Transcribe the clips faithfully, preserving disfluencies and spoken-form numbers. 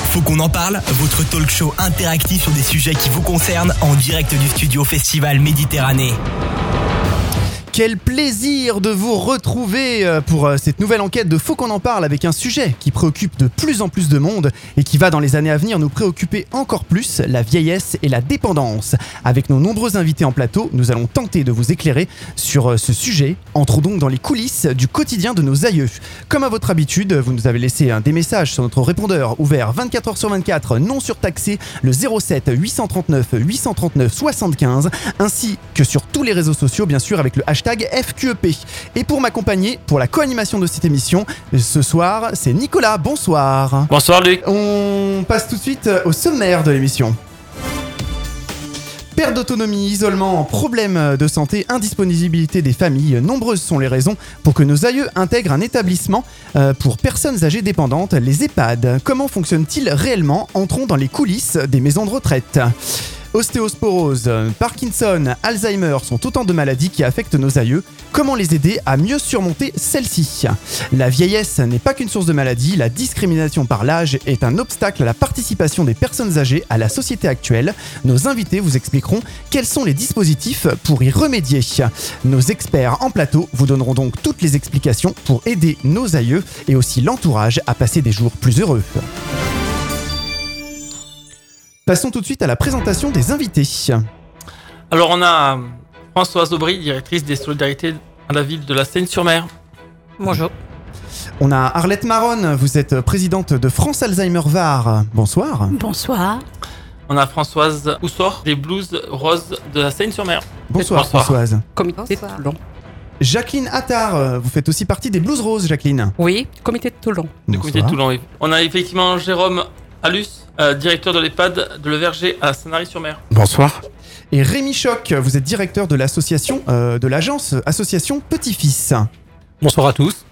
Faut qu'on en parle, votre talk show interactif sur des sujets qui vous concernent en direct du studio Festival Méditerranée. Quel plaisir de vous retrouver pour cette nouvelle enquête de Faut qu'on en parle avec un sujet qui préoccupe de plus en plus de monde et qui va dans les années à venir nous préoccuper encore plus, la vieillesse et la dépendance. Avec nos nombreux invités en plateau, nous allons tenter de vous éclairer sur ce sujet. Entrons donc dans les coulisses du quotidien de nos aïeux. Comme à votre habitude, vous nous avez laissé des messages sur notre répondeur ouvert vingt-quatre heures sur vingt-quatre, non surtaxé, le zéro sept huit cent trente-neuf huit cent trente-neuf soixante-quinze, ainsi que sur tous les réseaux sociaux, bien sûr, avec le hashtag F Q E P. Et pour m'accompagner, pour la co-animation de cette émission, ce soir, c'est Nicolas. Bonsoir. Bonsoir Luc. On passe tout de suite au sommaire de l'émission. Perte d'autonomie, isolement, problèmes de santé, indisponibilité des familles, nombreuses sont les raisons pour que nos aïeux intègrent un établissement euh, pour personnes âgées dépendantes, les EHPAD. Comment fonctionnent-ils réellement ? Entrons dans les coulisses des maisons de retraite. Ostéosporose, Parkinson, Alzheimer sont autant de maladies qui affectent nos aïeux. Comment les aider à mieux surmonter celles-ci ? La vieillesse n'est pas qu'une source de maladie, la discrimination par l'âge est un obstacle à la participation des personnes âgées à la société actuelle. Nos invités vous expliqueront quels sont les dispositifs pour y remédier. Nos experts en plateau vous donneront donc toutes les explications pour aider nos aïeux et aussi l'entourage à passer des jours plus heureux. Passons tout de suite à la présentation des invités. Alors on a Françoise Aubry, directrice des solidarités à la ville de la Seine-sur-Mer. Bonjour. On a Arlette Maronne, vous êtes présidente de France Alzheimer Var. Bonsoir. Bonsoir. On a Françoise Houssort, des Blues Roses de la Seine-sur-Mer. Bonsoir, Bonsoir. Françoise. Comité Bonsoir. de Toulon. Jacqueline Attard, vous faites aussi partie des Blues Roses, Jacqueline. Oui, comité de Toulon. Du comité de Toulon, oui. On a effectivement Jérôme Alus, euh, directeur de l'EHPAD de Le Verger à Sanary-sur-Mer. Bonsoir. Et Rémi Choc, vous êtes directeur de l'association, euh, de l'agence Association Petit-Fils. Bonsoir à tous.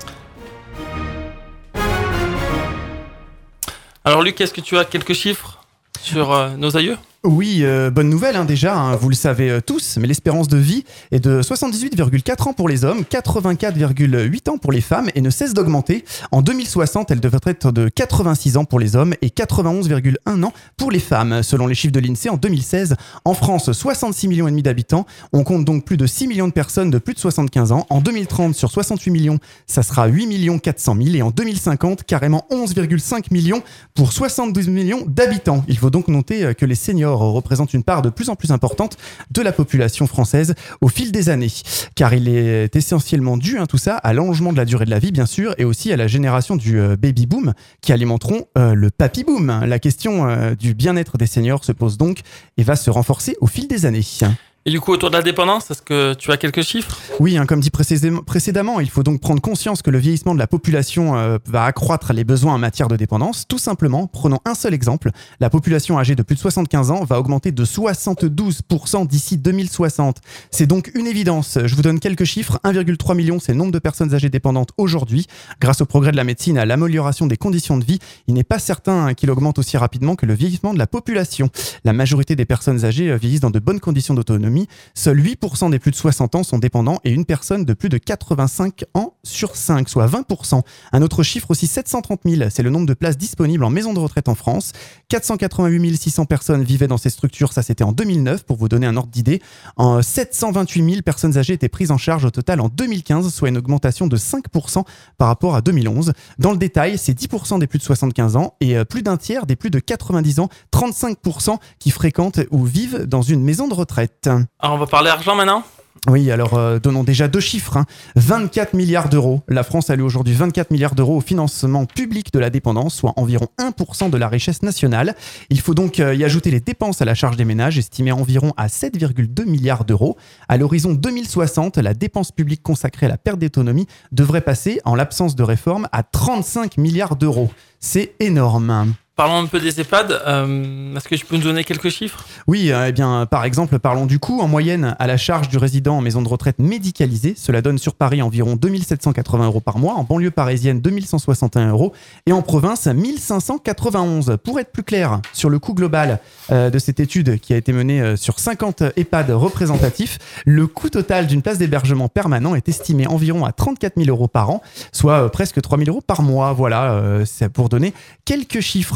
Alors Luc, est-ce que tu as quelques chiffres sur euh, nos aïeux ? Oui, euh, bonne nouvelle hein, déjà, hein, vous le savez euh, tous, mais l'espérance de vie est de soixante-dix-huit virgule quatre ans pour les hommes, quatre-vingt-quatre virgule huit ans pour les femmes et ne cesse d'augmenter. En deux mille soixante, elle devrait être de quatre-vingt-six ans pour les hommes et quatre-vingt-onze virgule un ans pour les femmes. Selon les chiffres de l'INSEE, en deux mille seize, en France, soixante-six millions et demi d'habitants. On compte donc plus de six millions de personnes de plus de soixante-quinze ans. En deux mille trente, sur soixante-huit millions, ça sera huit millions quatre cent mille et en deux mille cinquante, carrément onze virgule cinq millions pour soixante-douze millions d'habitants. Il faut donc noter que les seniors représente une part de plus en plus importante de la population française au fil des années. Car il est essentiellement dû, hein, tout ça, à l'allongement de la durée de la vie, bien sûr, et aussi à la génération du euh, baby-boom qui alimenteront euh, le papy-boom. La question euh, du bien-être des seniors se pose donc et va se renforcer au fil des années. Et du coup, autour de la dépendance, est-ce que tu as quelques chiffres ? Oui, hein, comme dit précédemment, précédemment, il faut donc prendre conscience que le vieillissement de la population euh, va accroître les besoins en matière de dépendance. Tout simplement, prenons un seul exemple, la population âgée de plus de soixante-quinze ans va augmenter de soixante-douze pour cent d'ici deux mille soixante. C'est donc une évidence. Je vous donne quelques chiffres. un virgule trois million, c'est le nombre de personnes âgées dépendantes aujourd'hui. Grâce au progrès de la médecine et à l'amélioration des conditions de vie, il n'est pas certain qu'il augmente aussi rapidement que le vieillissement de la population. La majorité des personnes âgées vieillissent dans de bonnes conditions d'autonomie. Seuls huit pour cent des plus de soixante ans sont dépendants et une personne de plus de quatre-vingt-cinq ans sur cinq, soit vingt pour cent. Un autre chiffre aussi, sept cent trente mille, c'est le nombre de places disponibles en maison de retraite en France. quatre cent quatre-vingt-huit mille six cents personnes vivaient dans ces structures, ça c'était en deux mille neuf, pour vous donner un ordre d'idée. En sept cent vingt-huit mille personnes âgées étaient prises en charge au total en deux mille quinze, soit une augmentation de cinq pour cent par rapport à deux mille onze. Dans le détail, c'est dix pour cent des plus de soixante-quinze ans et plus d'un tiers des plus de quatre-vingt-dix ans, trente-cinq pour cent qui fréquentent ou vivent dans une maison de retraite. Alors on va parler argent maintenant ? Oui, alors euh, donnons déjà deux chiffres. Hein. vingt-quatre milliards d'euros. La France alloue aujourd'hui vingt-quatre milliards d'euros au financement public de la dépendance, soit environ un pour cent de la richesse nationale. Il faut donc euh, y ajouter les dépenses à la charge des ménages, estimées environ à sept virgule deux milliards d'euros. À l'horizon deux mille soixante, la dépense publique consacrée à la perte d'autonomie devrait passer, en l'absence de réforme, à trente-cinq milliards d'euros. C'est énorme. Parlons un peu des EHPAD. Euh, est-ce que tu peux nous donner quelques chiffres ? Oui, euh, eh bien, par exemple, parlons du coût. En moyenne, à la charge du résident en maison de retraite médicalisée, cela donne sur Paris environ deux mille sept cent quatre-vingts euros par mois, en banlieue parisienne deux mille cent soixante et un euros et en province mille cinq cent quatre-vingt-onze. Pour être plus clair sur le coût global euh, de cette étude qui a été menée euh, sur cinquante EHPAD représentatifs, le coût total d'une place d'hébergement permanent est estimé environ à trente-quatre mille euros par an, soit euh, presque trois mille euros par mois. Voilà, euh, c'est pour donner quelques chiffres.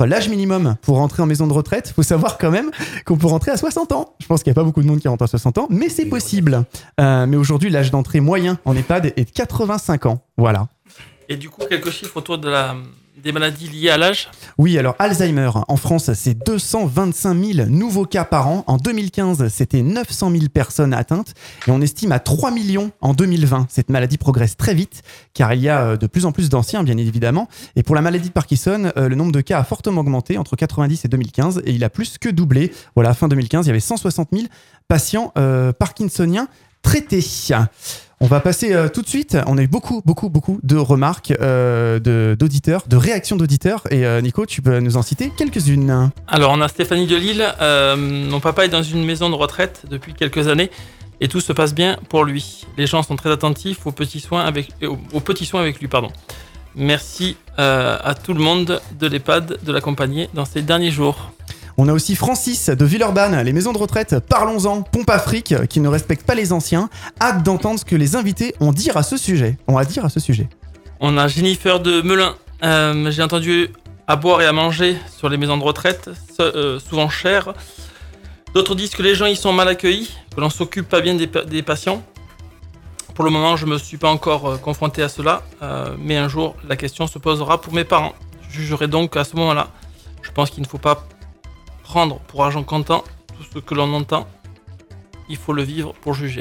connaître l'âge minimum pour rentrer en maison de retraite. Il faut savoir quand même qu'on peut rentrer à soixante ans. Je pense qu'il n'y a pas beaucoup de monde qui rentre à soixante ans, mais c'est possible. Euh, mais aujourd'hui, l'âge d'entrée moyen en EHPAD est de quatre-vingt-cinq ans. Voilà. Et du coup, quelques chiffres autour de la, des maladies liées à l'âge. Oui, alors Alzheimer, en France, c'est deux cent vingt-cinq mille nouveaux cas par an. En deux mille quinze, c'était neuf cent mille personnes atteintes. Et on estime à trois millions en deux mille vingt. Cette maladie progresse très vite, car il y a de plus en plus d'anciens, bien évidemment. Et pour la maladie de Parkinson, euh, le nombre de cas a fortement augmenté entre quatre-vingt-dix et deux mille quinze. Et il a plus que doublé. Voilà, fin deux mille quinze, il y avait cent soixante mille patients euh, parkinsoniens traités. On va passer euh, tout de suite. On a eu beaucoup, beaucoup, beaucoup de remarques euh, de, d'auditeurs, de réactions d'auditeurs. Et euh, Nico, tu peux nous en citer quelques-unes. Alors, on a Stéphanie de Lille. Euh, mon papa est dans une maison de retraite depuis quelques années et tout se passe bien pour lui. Les gens sont très attentifs aux petits soins avec, aux, aux petits soins avec lui. Pardon. Merci euh, à tout le monde de l'EHPAD de l'accompagner dans ces derniers jours. On a aussi Francis de Villeurbanne, les maisons de retraite, parlons-en, pompe à fric, qui ne respectent pas les anciens. Hâte d'entendre ce que les invités ont à dire à ce sujet. On va dire à ce sujet. On a Jennifer de Melun. Euh, j'ai entendu à boire et à manger sur les maisons de retraite, euh, souvent chères. D'autres disent que les gens y sont mal accueillis, que l'on s'occupe pas bien des, des patients. Pour le moment, je me suis pas encore euh, confronté à cela, euh, mais un jour, la question se posera pour mes parents. Je jugerai donc à ce moment-là. Je pense qu'il ne faut pas prendre pour argent comptant tout ce que l'on entend, il faut le vivre pour juger.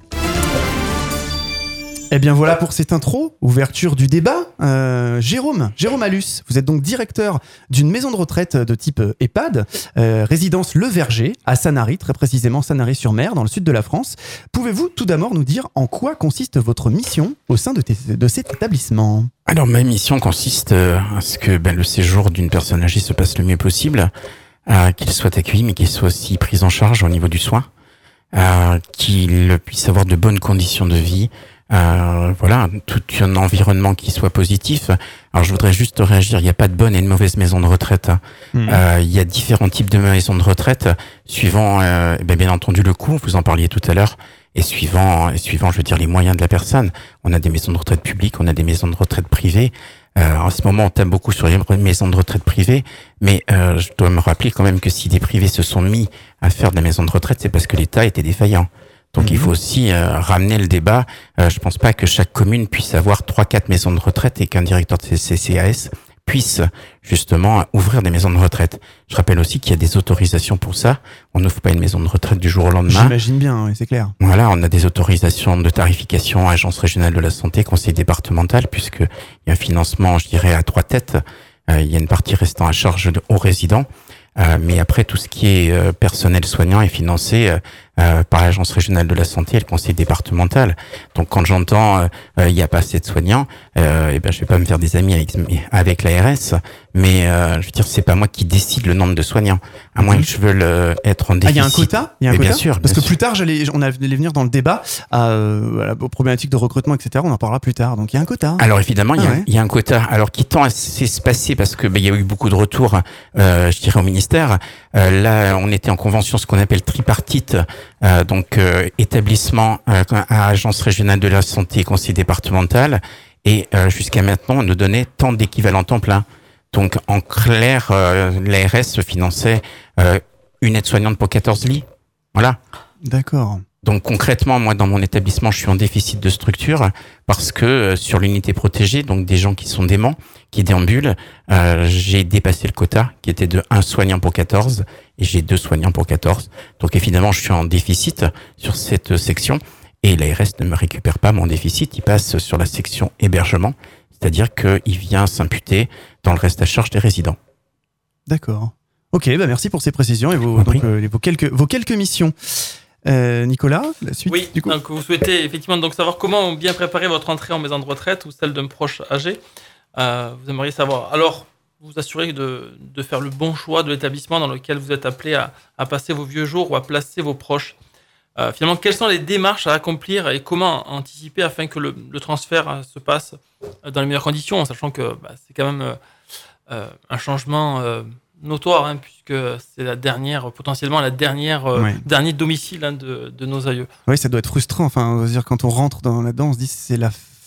Eh bien voilà pour cette intro, ouverture du débat. Euh, Jérôme, Jérôme Alus, vous êtes donc directeur d'une maison de retraite de type EHPAD, euh, résidence Le Verger, à Sanary, très précisément Sanary-sur-Mer, dans le sud de la France. Pouvez-vous tout d'abord nous dire en quoi consiste votre mission au sein de, t- de cet établissement ? Alors ma mission consiste à ce que ben, le séjour d'une personne âgée se passe le mieux possible, Euh, qu'il soit accueilli, mais qu'il soit aussi pris en charge au niveau du soin, euh, qu'il puisse avoir de bonnes conditions de vie, euh, voilà, tout un environnement qui soit positif. Alors je voudrais juste réagir, il n'y a pas de bonne et de mauvaise maison de retraite. Mmh. Euh, il y a différents types de maisons de retraite, suivant euh, ben, bien entendu le coût, vous en parliez tout à l'heure, et suivant, et suivant, je veux dire, les moyens de la personne. On a des maisons de retraite publiques, on a des maisons de retraite privées. Euh, en ce moment, on tape beaucoup sur les maisons de retraite privées, mais euh, je dois me rappeler quand même que si des privés se sont mis à faire de la maison de retraite, c'est parce que l'État était défaillant. Donc mmh. il faut aussi euh, ramener le débat. Euh, je pense pas que chaque commune puisse avoir trois, quatre maisons de retraite et qu'un directeur de C C A S puisse justement ouvrir des maisons de retraite. Je rappelle aussi qu'il y a des autorisations pour ça. On n'ouvre pas une maison de retraite du jour au lendemain. J'imagine bien, oui, c'est clair. Voilà, on a des autorisations de tarification, agence régionale de la santé, conseil départemental, puisque il y a un financement, je dirais, à trois têtes. Euh, il y a une partie restant à charge de, aux résidents. Euh, mais après, tout ce qui est euh, personnel soignant est financé euh, euh, par l'agence régionale de la santé et le conseil départemental. Donc, quand j'entends euh, euh, il n'y a pas assez de soignants, euh, et ben je vais pas me faire des amis avec avec l'A R S, mais euh, je veux dire, c'est pas moi qui décide le nombre de soignants, à moins mmh. que je veuille euh, être en déficit. Ah, il y a un quota, il y a un quota. Bien sûr. Parce bien que sûr. plus tard, j'allais, on allait venir dans le débat euh, aux problématiques de recrutement, et cetera. On en parlera plus tard. Donc, il y a un quota. Alors évidemment, il ah, y a, ouais. il y a un quota. Alors qui tend à se passer parce que ben il y a eu beaucoup de retours, euh, je dirais au ministère. Euh, là, on était en convention, ce qu'on appelle tripartite, euh, donc euh, établissement, euh, agence régionale de la santé, conseil départemental, et euh, jusqu'à maintenant, on nous donnait tant d'équivalents temps plein. Donc en clair, euh, l'A R S finançait euh, une aide-soignante pour quatorze lits. Voilà. D'accord. Donc concrètement, moi dans mon établissement, je suis en déficit de structure parce que euh, sur l'unité protégée, donc des gens qui sont déments, qui déambulent, euh, j'ai dépassé le quota qui était de un soignant pour quatorze et j'ai deux soignants pour quatorze. Donc évidemment, je suis en déficit sur cette section et l'A R S ne me récupère pas mon déficit, il passe sur la section hébergement, c'est-à-dire qu'il vient s'imputer dans le reste à charge des résidents. D'accord. Ok, bah merci pour ces précisions et vos, donc, euh, vos, quelques, vos quelques missions. Euh, Nicolas, la suite oui, du coup. donc vous souhaitez effectivement donc savoir comment bien préparer votre entrée en maison de retraite ou celle d'un proche âgé. Euh, vous aimeriez savoir. Alors, vous assurez de, de faire le bon choix de l'établissement dans lequel vous êtes appelé à, à passer vos vieux jours ou à placer vos proches. Euh, finalement, quelles sont les démarches à accomplir et comment anticiper afin que le, le transfert euh, se passe dans les meilleures conditions, en sachant que bah, c'est quand même euh, euh, un changement euh, notoire, hein, puisque c'est la dernière, potentiellement la dernière, euh, ouais. dernier domicile hein, de, de nos aïeux. Oui, ça doit être frustrant. Enfin, on va dire quand on rentre dans là-dedans, on se dit c'est la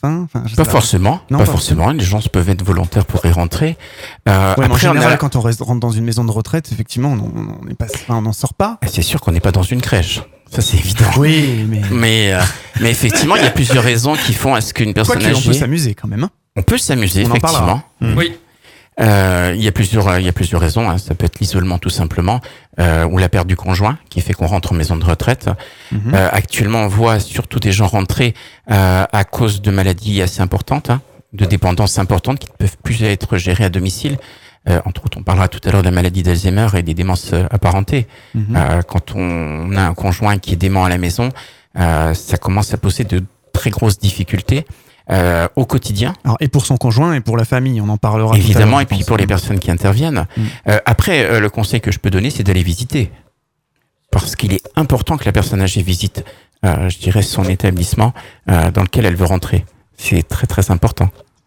faim. Enfin, je Pas sais forcément, Non, pas pas forcément. Les gens peuvent être volontaires pour y rentrer. Euh, Ouais, mais en après, on général, a- quand on reste- rentre dans une maison de retraite, effectivement, on on n'est pas, enfin, on n'en sort pas. Ah, c'est sûr qu'on n'est pas dans une crèche. Ça, c'est évident. Oui, mais Mais, euh, mais effectivement, il y a plusieurs raisons qui font à ce qu'une quoi personne qu'il, on peut âgée... s'amuser quand même. hein. On peut s'amuser, On en effectivement. parlera. Oui. Euh, il y a plusieurs, il y a plusieurs raisons. Hein. Ça peut être l'isolement tout simplement, euh, ou la perte du conjoint qui fait qu'on rentre en maison de retraite. Mhm. Euh, actuellement, on voit surtout des gens rentrer euh, à cause de maladies assez importantes, hein, de dépendances importantes qui ne peuvent plus être gérées à domicile. Euh, entre autres, on parlera tout à l'heure de la maladie d'Alzheimer et des démences euh, apparentées. Mhm. Euh, quand on a un conjoint qui est dément à la maison, euh, ça commence à poser de très grosses difficultés euh, au quotidien. Alors, et pour son conjoint et pour la famille, on en parlera. Évidemment, tout à l'heure, et je puis pense. pour les personnes qui interviennent. Mm. Euh, après, euh, le conseil que je peux donner, c'est d'aller visiter. Parce qu'il est important que la personne âgée visite, euh, je dirais, son établissement euh, dans lequel elle veut rentrer. C'est très très important.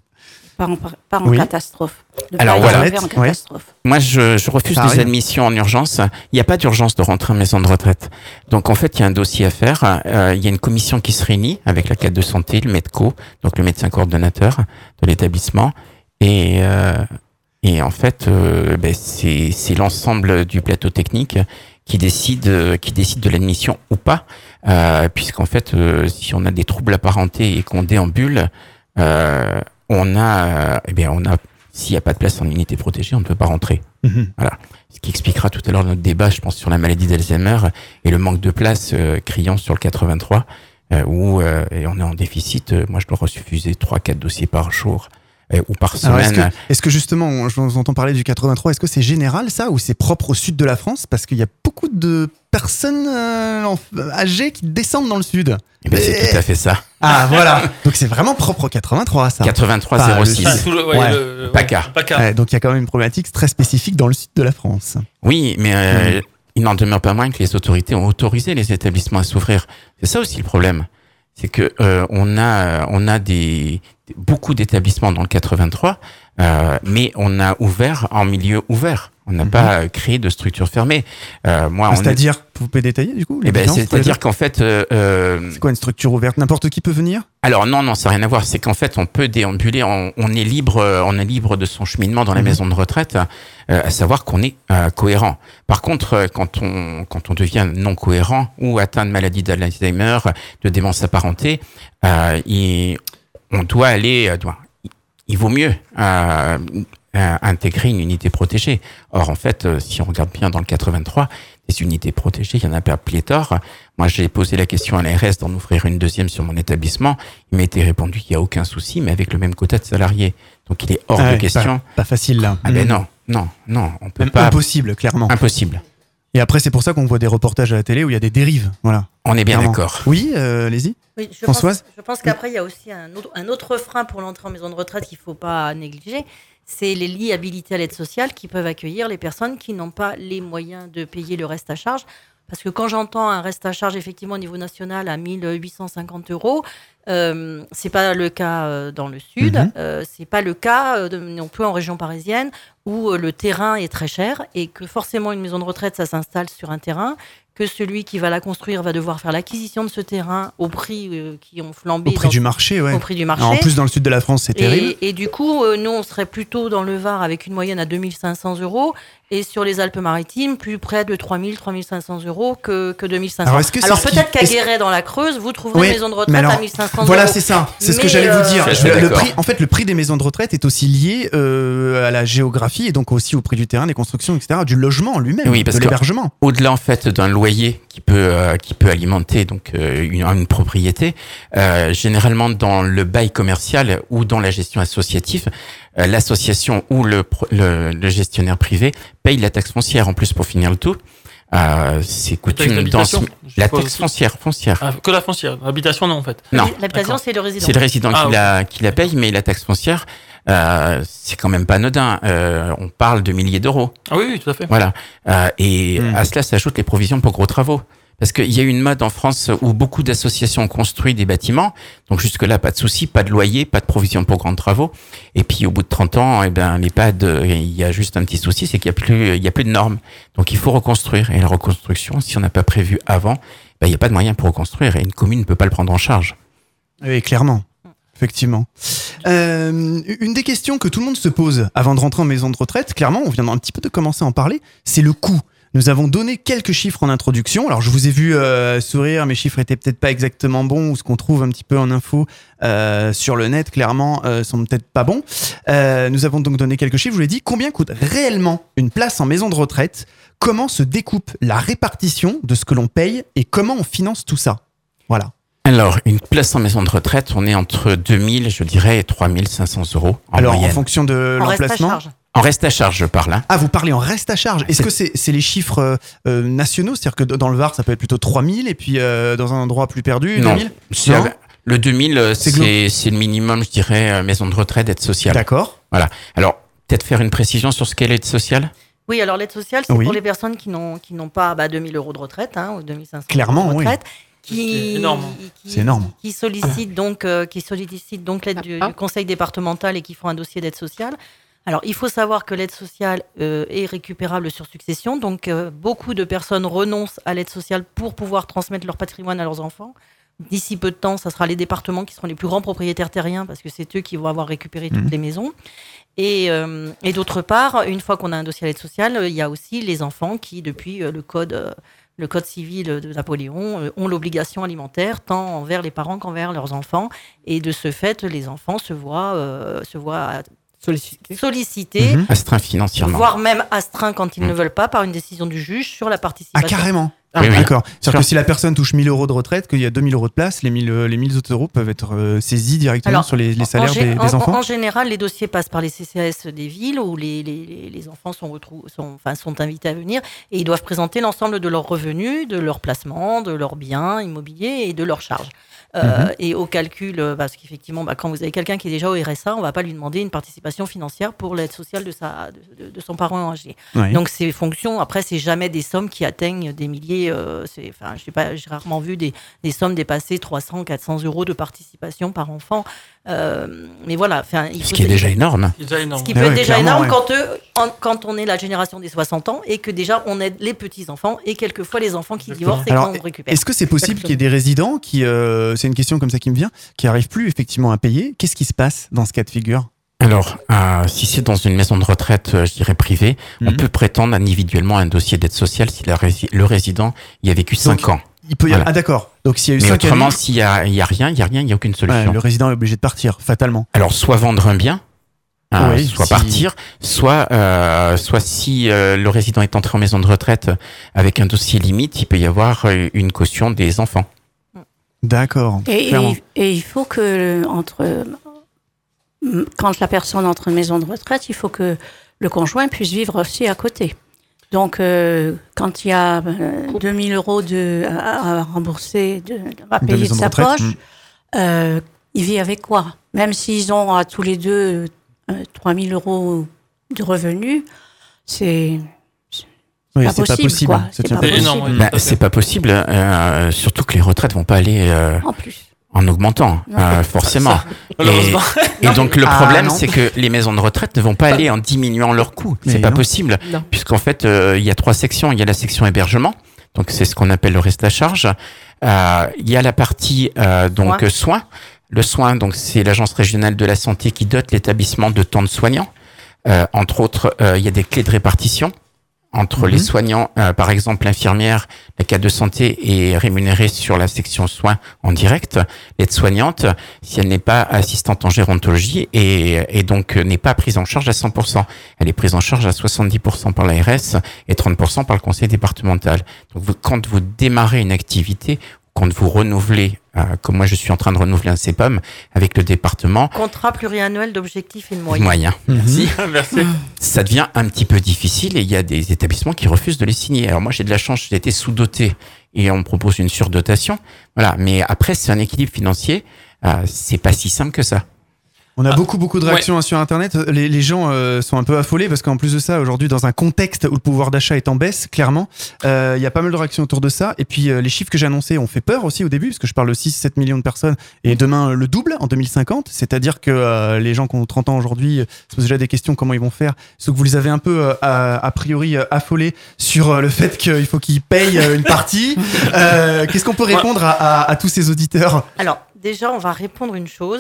Pas en, pas en Oui. catastrophe. Ne Alors, pas voilà. arriver en Ouais. catastrophe. Moi, je, je refuse Ça des arrive. admissions en urgence. Il n'y a pas d'urgence de rentrer en maison de retraite. Donc, en fait, il y a un dossier à faire. Euh, il y a une commission qui se réunit avec la cadre de santé, le médecin, donc le médecin coordonnateur de l'établissement. Et, euh, et en fait, euh, ben, c'est, c'est l'ensemble du plateau technique qui décide, euh, qui décide de l'admission ou pas. Euh, puisqu'en fait, euh, si on a des troubles apparentés et qu'on déambule, euh, on a, euh, eh bien, on a, s'il n'y a pas de place en unité protégée, on ne peut pas rentrer. Mhm. Ce qui expliquera tout à l'heure notre débat, je pense, sur la maladie d'Alzheimer et le manque de place euh, criant sur le quatre-vingt-trois, euh, où euh, et on est en déficit. Euh, moi, je dois refuser trois, quatre dossiers par jour euh, ou par Alors, semaine. est-ce, que, est-ce que justement, on- je vous entends parler du quatre-vingt-trois, est-ce que c'est général ça ou c'est propre au sud de la France? Parce qu'il y a beaucoup de personnes euh, en- âgées qui descendent dans le sud. Eh ben, c'est tout à fait ça. Ah voilà, donc c'est vraiment propre au quatre-vingt-trois ça. quatre-vingt-trois Pas zéro le six. Ah, tout le, ouais, Ouais. le, PACA. ouais, PACA. Ouais, donc il y a quand même une problématique très spécifique dans le sud de la France. Oui, mais euh, Mhm. il n'en demeure pas moins que les autorités ont autorisé les établissements à s'ouvrir. C'est ça aussi le problème. C'est que euh, on a on a des beaucoup d'établissements dans le quatre-vingt-trois, euh, mais on a ouvert en milieu ouvert. On n'a Mhm. pas euh, créé de structure fermée. Euh, moi, on C'est-à-dire, vous pouvez détailler du coup les Eh ben, différences entre les c'est-à-dire deux qu'en fait, euh, euh, C'est quoi une structure ouverte? N'importe qui peut venir? alors non, non, ça n'a rien à voir. C'est qu'en fait, on peut déambuler, on, on est libre, euh, on est libre de son cheminement dans la Mhm. maison de retraite, euh, à savoir qu'on est euh, cohérent. Par contre, euh, quand on quand on devient non cohérent ou atteint de maladie d'Alzheimer, de démence apparentée, euh, il, on doit aller, euh, doit, il vaut mieux euh, euh, intégrer une unité protégée. Or, en fait, euh, si on regarde bien dans le quatre-vingt-trois, des unités protégées, il y en a pas pléthore. Moi, j'ai posé la question à l'A R S d'en ouvrir une deuxième sur mon établissement. Il m'a été répondu qu'il n'y a aucun souci, mais avec le même quota de salariés. Donc, il est hors Ah de ouais, question. Pas, pas facile là. Ah ben Mhm. non, non, non, on peut Même pas. impossible, clairement. Impossible. Et après, c'est pour ça qu'on voit des reportages à la télé où il y a des dérives. Voilà. On est bien Clairement. d'accord. Oui, euh, allez-y. Oui, je Françoise pense, je pense qu'après, il y a aussi un autre, un autre frein pour l'entrée en maison de retraite qu'il ne faut pas négliger. C'est les lits habilités à l'aide sociale qui peuvent accueillir les personnes qui n'ont pas les moyens de payer le reste à charge. Parce que quand j'entends un reste à charge effectivement au niveau national à mille huit cent cinquante euros, euh, c'est pas le cas euh, dans le sud, Mhm. euh, c'est pas le cas euh, de- non plus en région parisienne où euh, le terrain est très cher et que forcément une maison de retraite ça s'installe sur un terrain, que celui qui va la construire va devoir faire l'acquisition de ce terrain au prix euh, qui ont flambé Au prix dans- du marché, ouais. au prix du marché. En plus, dans le sud de la France, c'est terrible. Et, et du coup, euh, nous, on serait plutôt dans le Var avec une moyenne à deux mille cinq cents euros et sur les Alpes-Maritimes, plus près de trois mille, trois mille cinq cents euros que, que deux mille cinq cents. Alors, Alors, est-ce que c'est ce qui- peut-être qu'à est-ce- Guéret, dans la Creuse, vous trouverez Oui, une maison de mais retraite alors, à mille cinq cents Voilà, euros. c'est ça. C'est ce que Mais, j'allais euh, vous dire. Je suis Le, le d'accord. prix, en fait, le prix des maisons de retraite est aussi lié euh, à la géographie et donc aussi au prix du terrain, des constructions, et cetera, du logement lui-même, Oui, parce de que- l'hébergement. Au-delà en fait d'un loyer qui peut euh, qui peut alimenter donc euh, une, une propriété, euh, généralement dans le bail commercial ou dans la gestion associative, euh, l'association ou le, pro- le le gestionnaire privé paye la taxe foncière en plus pour finir le tout. Euh, c'est Taxe coutume dans d'habitation, ce- je la suppose taxe aussi. foncière foncière. Ah, que la foncière. L'habitation, non, en fait. Non. L'habitation, D'accord. c'est le résident. C'est le résident Ah, qui, ok. la, qui la paye, mais la taxe foncière, euh, c'est quand même pas anodin. Euh, on parle de milliers d'euros. Ah oui, oui, tout à fait. Voilà. Euh, et Hmm. à cela s'ajoutent les provisions pour gros travaux. Parce qu'il y a eu une mode en France où beaucoup d'associations ont construit des bâtiments. Donc jusque-là, pas de souci, pas de loyer, pas de provision pour grands travaux. Et puis au bout de trente ans, eh ben, l'EHPAD, euh, il y a juste un petit souci, c'est qu'il y a plus, il y a plus de normes. Donc il faut reconstruire. Et la reconstruction, si on n'a pas prévu avant, ben, il n'y a pas de moyen pour reconstruire. Et une commune ne peut pas le prendre en charge. Oui, clairement. Effectivement. Euh, une des questions que tout le monde se pose avant de rentrer en maison de retraite, clairement, on vient un petit peu de commencer à en parler, c'est le coût. Nous avons donné quelques chiffres en introduction. Alors, je vous ai vu euh, sourire, mes chiffres étaient peut-être pas exactement bons, ou ce qu'on trouve un petit peu en info euh, sur le net, clairement, euh, sont peut-être pas bons. Euh, nous avons donc donné quelques chiffres. Je vous l'ai dit, combien coûte réellement une place en maison de retraite ? Comment se découpe la répartition de ce que l'on paye et comment on finance tout ça ? Voilà. Alors, une place en maison de retraite, on est entre deux mille, je dirais, et trois mille cinq cents euros en Alors, moyenne. en fonction de En reste à l'emplacement. charge. En reste à charge, je parle. Hein. Ah, vous parlez en reste à charge. Est-ce que c'est, c'est les chiffres euh, euh, nationaux ? C'est-à-dire que dans le Var, ça peut être plutôt trois mille et puis euh, dans un endroit plus perdu, Non, deux mille ? c'est- Non le deux mille, C'est c'est, glo- c'est le minimum, je dirais, euh, maison de retraite, aide sociale. D'accord. Voilà. Alors, peut-être faire une précision sur ce qu'est l'aide sociale ? Oui, alors l'aide sociale, c'est Oui. pour les personnes qui n'ont, qui n'ont pas bah, deux mille euros de retraite hein, ou deux mille cinq cents Clairement, euros de oui. retraite. C'est Qui, énorme. qui- C'est énorme. Qui sollicitent donc, euh, qui sollicitent donc l'aide du, Ah. du conseil départemental et qui font un dossier d'aide sociale. Alors, il faut savoir que l'aide sociale euh, est récupérable sur succession. Donc, euh, beaucoup de personnes renoncent à l'aide sociale pour pouvoir transmettre leur patrimoine à leurs enfants. D'ici peu de temps, ça sera les départements qui seront les plus grands propriétaires terriens parce que c'est eux qui vont avoir récupéré toutes Mhm. les maisons. Et, euh, et d'autre part, une fois qu'on a un dossier à l'aide sociale, euh, il y a aussi les enfants qui, depuis euh, le code, euh, le code civil de Napoléon, euh, ont l'obligation alimentaire tant envers les parents qu'envers leurs enfants. Et de ce fait, les enfants se voient, euh, se voient Sollicité. sollicités, Mhm. Astreint financièrement. voire même astreints quand ils Mhm. ne veulent pas par une décision du juge sur la Ah, participation. carrément. Ah, oui, oui. D'accord. C'est-à-dire Sûr. que si la personne touche mille euros de retraite, qu'il y a deux mille euros de place, les mille, euh, les mille autres euros peuvent être euh, saisis directement Alors, sur les, les En- salaires en, des, gé- des en- enfants. en général, les dossiers passent par les C C A S des villes où les, les- les- les enfants sont, retrou- sont, enfin, sont invités à venir et ils doivent présenter l'ensemble de leurs revenus, de leurs placements, de leurs biens immobiliers et de leurs charges. Euh, Mhm. Et au calcul, euh, parce qu'effectivement, bah, quand vous avez quelqu'un qui est déjà au R S A, on ne va pas lui demander une participation financière pour l'aide sociale de, sa, de, de- de son parent âgé. Oui. Donc ces fonctions, après, c'est jamais des sommes qui atteignent des milliers. Euh, c'est, enfin, je sais pas, j'ai rarement vu des, des sommes dépasser trois cents, quatre cents euros de participation par enfant. Euh, mais voilà, enfin, il Ce faut qui est se- déjà énorme. C'est déjà énorme. ce qui Ah peut ouais, être déjà clairement, énorme ouais. quand, eux, en- quand on est la génération des soixante ans et que déjà on aide les petits-enfants et quelquefois les enfants qui Exactement. divorcent et Alors, qu'on récupère. Est-ce que c'est possible qu'il y ait des résidents qui, euh, c'est une question comme ça qui me vient, qui n'arrivent plus effectivement à payer ? Qu'est-ce qui se passe dans ce cas de figure ? Alors, euh, si c'est dans une maison de retraite, euh, je dirais privée, on Mhm. peut prétendre individuellement à un dossier d'aide sociale si la rési- le résident y a vécu cinq ans. Il peut y avoir... Voilà. Ah d'accord. Donc s'il y a eu Mais cinq autrement, années, s'il y a, il y a rien, il y a rien, il y a aucune ouais, solution. le résident est obligé de partir, fatalement. Alors, soit vendre un bien, hein, Oui, soit si- partir, soit, euh, soit si euh, le résident est entré en maison de retraite avec un dossier limite, il peut y avoir euh, une caution des enfants. D'accord. Et, clairement. et- et il faut que, entre, quand la personne entre en maison de retraite, il faut que le conjoint puisse vivre aussi à côté. Donc, euh, quand il y a euh, deux mille euros de, à, à rembourser, de, à De payer de, maison de sa retraite, poche, mm. euh, il vit avec quoi ? Même s'ils ont à tous les deux euh, trois mille euros de revenus, c'est Oui, pas c'est pas possible, possible. quoi. C'est C'est un pas peu- C'est énorme, possible. oui, Ben, tout à fait. c'est pas possible, euh, surtout que les retraites vont pas aller euh, en plus. en augmentant, Non. euh, forcément. Malheureusement. Et donc le Ah, problème, non. c'est que les maisons de retraite ne vont pas aller en diminuant leurs coûts. Mais C'est pas non. possible, Non. puisqu'en fait, euh, il y a trois sections. Il y a la section hébergement, donc c'est ce qu'on appelle le reste à charge. Euh, il y a la partie euh, donc Soins. soins. Le soin, donc c'est l'agence régionale de la santé qui dote l'établissement de temps de soignants. Euh, entre autres, euh, il y a des clés de répartition entre Mhm. les soignants. Euh, par exemple, l'infirmière, la cadre de santé est rémunérée sur la section soins en direct. L'aide-soignante, si elle n'est pas assistante en gérontologie et, et donc euh, n'est pas prise en charge à cent pour cent. Elle est prise en charge à soixante-dix pour cent par l'A R S et trente pour cent par le conseil départemental. Donc vous, quand vous démarrez une activité, quand vous renouvelez, euh, comme moi je suis en train de renouveler un C E P A M avec le département, Contrat pluriannuel d'objectifs et de moyens. moyen, Mhm. Merci. ça devient un petit peu difficile et il y a des établissements qui refusent de les signer. Alors moi j'ai de la chance, j'ai été sous-doté et on me propose une surdotation. Voilà, mais après c'est un équilibre financier, euh, c'est pas si simple que ça. On a Ah, beaucoup, beaucoup de réactions hein, sur Internet. Les, les gens euh, sont un peu affolés parce qu'en plus de ça, aujourd'hui, dans un contexte où le pouvoir d'achat est en baisse, clairement, euh, il y a pas mal de réactions autour de ça. Et puis, euh, les chiffres que j'ai annoncés ont fait peur aussi au début parce que je parle de six à sept millions de personnes et demain, euh, le double en deux mille cinquante. C'est-à-dire que euh, les gens qui ont trente ans aujourd'hui euh, se posent déjà des questions comment ils vont faire. Sauf que vous les avez un peu, euh, a, a priori, euh, affolés sur euh, le fait qu'il faut qu'ils payent euh, une partie. Euh, qu'est-ce qu'on peut répondre à, à, à tous ces auditeurs ? Alors, déjà, on va répondre une chose.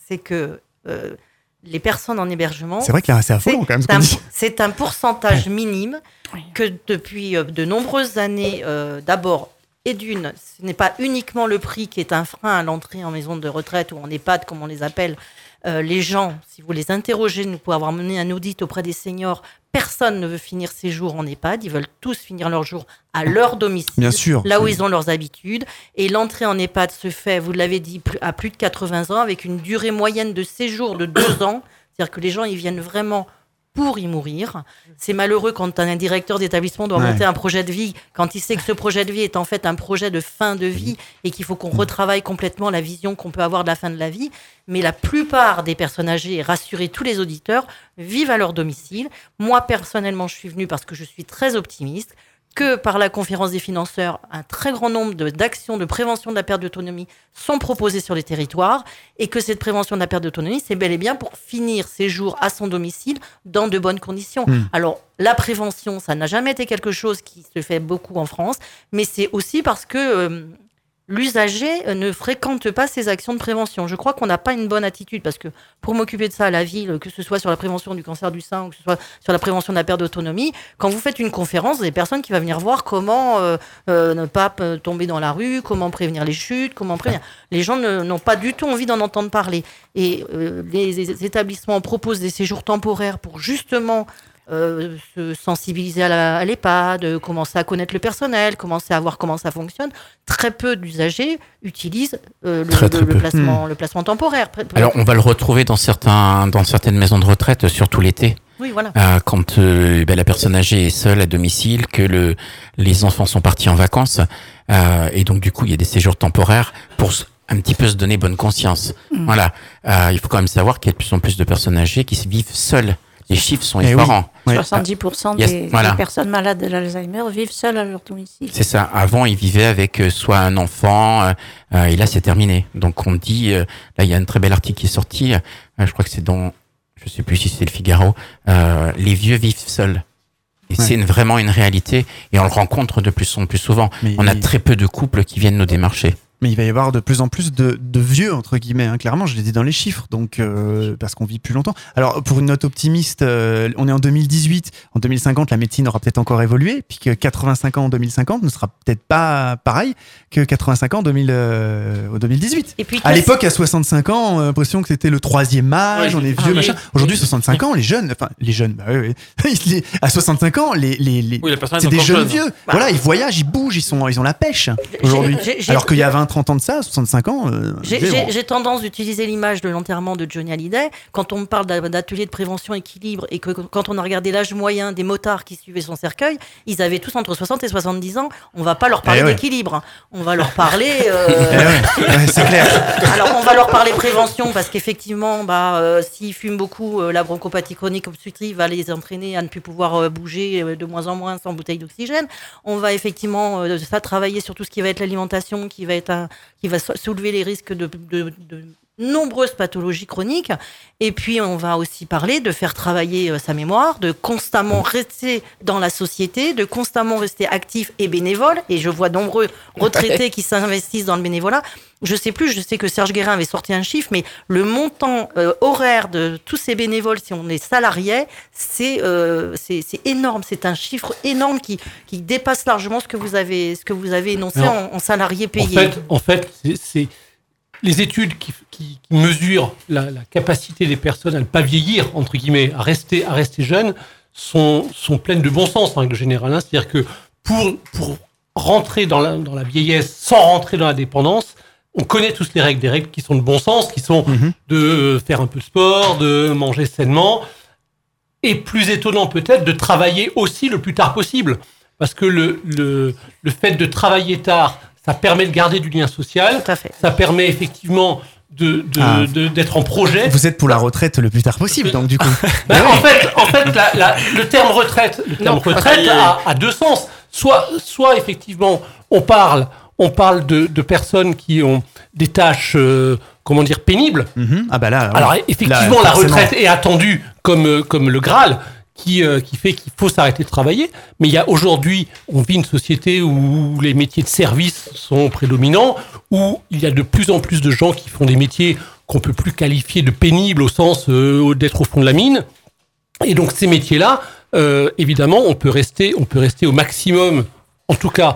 c'est que euh, les personnes en hébergement... C'est vrai que là, c'est affolant quand même ce qu'on un, dit. C'est un pourcentage ouais. minime que depuis euh, de nombreuses années, euh, d'abord, et d'une, ce n'est pas uniquement le prix qui est un frein à l'entrée en maison de retraite ou en EHPAD, comme on les appelle. Euh, les gens, si vous les interrogez, nous pouvons avoir mené un audit auprès des seniors, personne ne veut finir ses jours en EHPAD, ils veulent tous finir leurs jours à leur domicile, Bien sûr, là où c'est... ils ont leurs habitudes. Et l'entrée en EHPAD se fait, vous l'avez dit, à plus de quatre-vingts ans, avec une durée moyenne de séjour de deux ans. C'est-à-dire que les gens, ils viennent vraiment pour y mourir. C'est malheureux quand un directeur d'établissement doit ouais. monter un projet de vie, quand il sait que ce projet de vie est en fait un projet de fin de vie et qu'il faut qu'on retravaille complètement la vision qu'on peut avoir de la fin de la vie. Mais la plupart des personnes âgées, et rassurez tous les auditeurs, vivent à leur domicile. Moi, personnellement, je suis venue parce que je suis très optimiste, que par la conférence des financeurs, un très grand nombre de, d'actions de prévention de la perte d'autonomie sont proposées sur les territoires et que cette prévention de la perte d'autonomie, c'est bel et bien pour finir ses jours à son domicile dans de bonnes conditions. Mmh. Alors, la prévention, ça n'a jamais été quelque chose qui se fait beaucoup en France, mais c'est aussi parce que euh, l'usager ne fréquente pas ces actions de prévention. Je crois qu'on n'a pas une bonne attitude parce que pour m'occuper de ça à la ville, que ce soit sur la prévention du cancer du sein ou que ce soit sur la prévention de la perte d'autonomie, quand vous faites une conférence, vous avez des personnes qui vont venir voir comment euh, euh, ne pas euh, tomber dans la rue, comment prévenir les chutes, comment prévenir. Les gens ne, n'ont pas du tout envie d'en entendre parler. Et euh, les, les établissements proposent des séjours temporaires pour justement... Euh, se sensibiliser à, la, à l'EHPAD, commencer à connaître le personnel, commencer à voir comment ça fonctionne. Très peu d'usagers utilisent euh, le, très, le, très le, placement, mmh. le placement temporaire. Alors, on va le retrouver dans, certains, dans certaines maisons de retraite, surtout l'été. Oui, voilà. Euh, quand euh, ben, la personne âgée est seule à domicile, que le, les enfants sont partis en vacances, euh, et donc du coup, il y a des séjours temporaires pour un petit peu se donner bonne conscience. Mmh. Voilà. Euh, il faut quand même savoir qu'il y a de plus en plus de personnes âgées qui vivent seules. Les chiffres sont effarants. Oui. soixante-dix pour cent des, yes, voilà. des personnes malades de l'Alzheimer vivent seules à leur domicile. C'est ça. Avant, ils vivaient avec euh, soit un enfant, euh, euh, et là, c'est terminé. Donc, on dit, euh, là, il y a un très bel article qui est sorti. Euh, je crois que c'est dans, je sais plus si c'est le Figaro. Euh, les vieux vivent seuls. Et ouais. c'est une, vraiment une réalité. Et on le rencontre de plus en plus souvent. Mais on a très peu de couples qui viennent nous démarcher. Mais il va y avoir de plus en plus de, de vieux, entre guillemets, hein. Clairement, je l'ai dit dans les chiffres, donc euh, parce qu'on vit plus longtemps. Alors, pour une note optimiste, euh, on est en deux mille dix-huit. En deux mille cinquante, la médecine aura peut-être encore évolué, puis que quatre-vingt-cinq ans en deux mille cinquante ne sera peut-être pas pareil que quatre-vingt-cinq ans en deux mille, euh, au deux mille dix-huit. Et puis, à l'époque, à soixante-cinq ans, on a l'impression que c'était le troisième âge, oui, on est vieux, ah, machin. Oui. Aujourd'hui, soixante-cinq ans, les jeunes, enfin, les jeunes, bah oui, oui. À soixante-cinq ans, les, les, les, oui, c'est des jeunes vieux. Bah, voilà, ils voyagent, ils bougent, ils, sont, ils ont la pêche aujourd'hui. J'ai, j'ai, Alors qu'il y a vingt, trente ans de ça, soixante-cinq ans. Euh, j'ai, j'ai, j'ai tendance d'utiliser l'image de l'enterrement de Johnny Hallyday. Quand on me parle d'atelier de prévention équilibre et que quand on a regardé l'âge moyen des motards qui suivaient son cercueil, ils avaient tous entre soixante et soixante-dix ans. On va pas leur parler eh ouais. d'équilibre. On va leur parler. Euh... eh ouais. Ouais, c'est clair. Alors on va leur parler prévention parce qu'effectivement, bah, euh, s'ils fument beaucoup, euh, la bronchopathie chronique obstructive va les entraîner à ne plus pouvoir euh, bouger euh, de moins en moins sans bouteille d'oxygène. On va effectivement euh, ça travailler sur tout ce qui va être l'alimentation, qui va être un, qui va soulever les risques de, de, de nombreuses pathologies chroniques. Et puis, on va aussi parler de faire travailler euh, sa mémoire, de constamment rester dans la société, de constamment rester actif et bénévole. Et je vois nombreux retraités qui s'investissent dans le bénévolat. Je sais plus, je sais que Serge Guérin avait sorti un chiffre, mais le montant euh, horaire de tous ces bénévoles, si on est salarié, c'est, euh, c'est, c'est énorme. C'est un chiffre énorme qui, qui dépasse largement ce que vous avez, ce que vous avez énoncé en, en salariés payés. En fait, en fait c'est, c'est les études qui, qui, qui mesurent la, la capacité des personnes à ne pas vieillir, entre guillemets, à rester, à rester jeunes, sont, sont pleines de bon sens, en règle générale. Hein. C'est-à-dire que pour, pour rentrer dans la, dans la vieillesse sans rentrer dans la dépendance, on connaît tous les règles, des règles qui sont de bon sens, qui sont mmh. de faire un peu de sport, de manger sainement, et plus étonnant peut-être, de travailler aussi le plus tard possible. Parce que le, le, le fait de travailler tard, ça permet de garder du lien social, tout à fait. Ça permet effectivement de, de, ah. de, d'être en projet. Vous êtes pour la retraite le plus tard possible, donc du coup. ben, en fait, en fait la, la, le terme retraite, le terme non, retraite a, a deux sens. Soit, soit effectivement, on parle... On parle de, de personnes qui ont des tâches, euh, comment dire, pénibles. Mmh. Ah bah là, alors ouais. effectivement, là, la retraite est attendue comme comme le Graal, qui euh, qui fait qu'il faut s'arrêter de travailler. Mais il y a aujourd'hui, on vit une société où les métiers de service sont prédominants, où il y a de plus en plus de gens qui font des métiers qu'on peut plus qualifier de pénibles au sens euh, d'être au fond de la mine. Et donc ces métiers-là, euh, évidemment, on peut rester, on peut rester au maximum, en tout cas,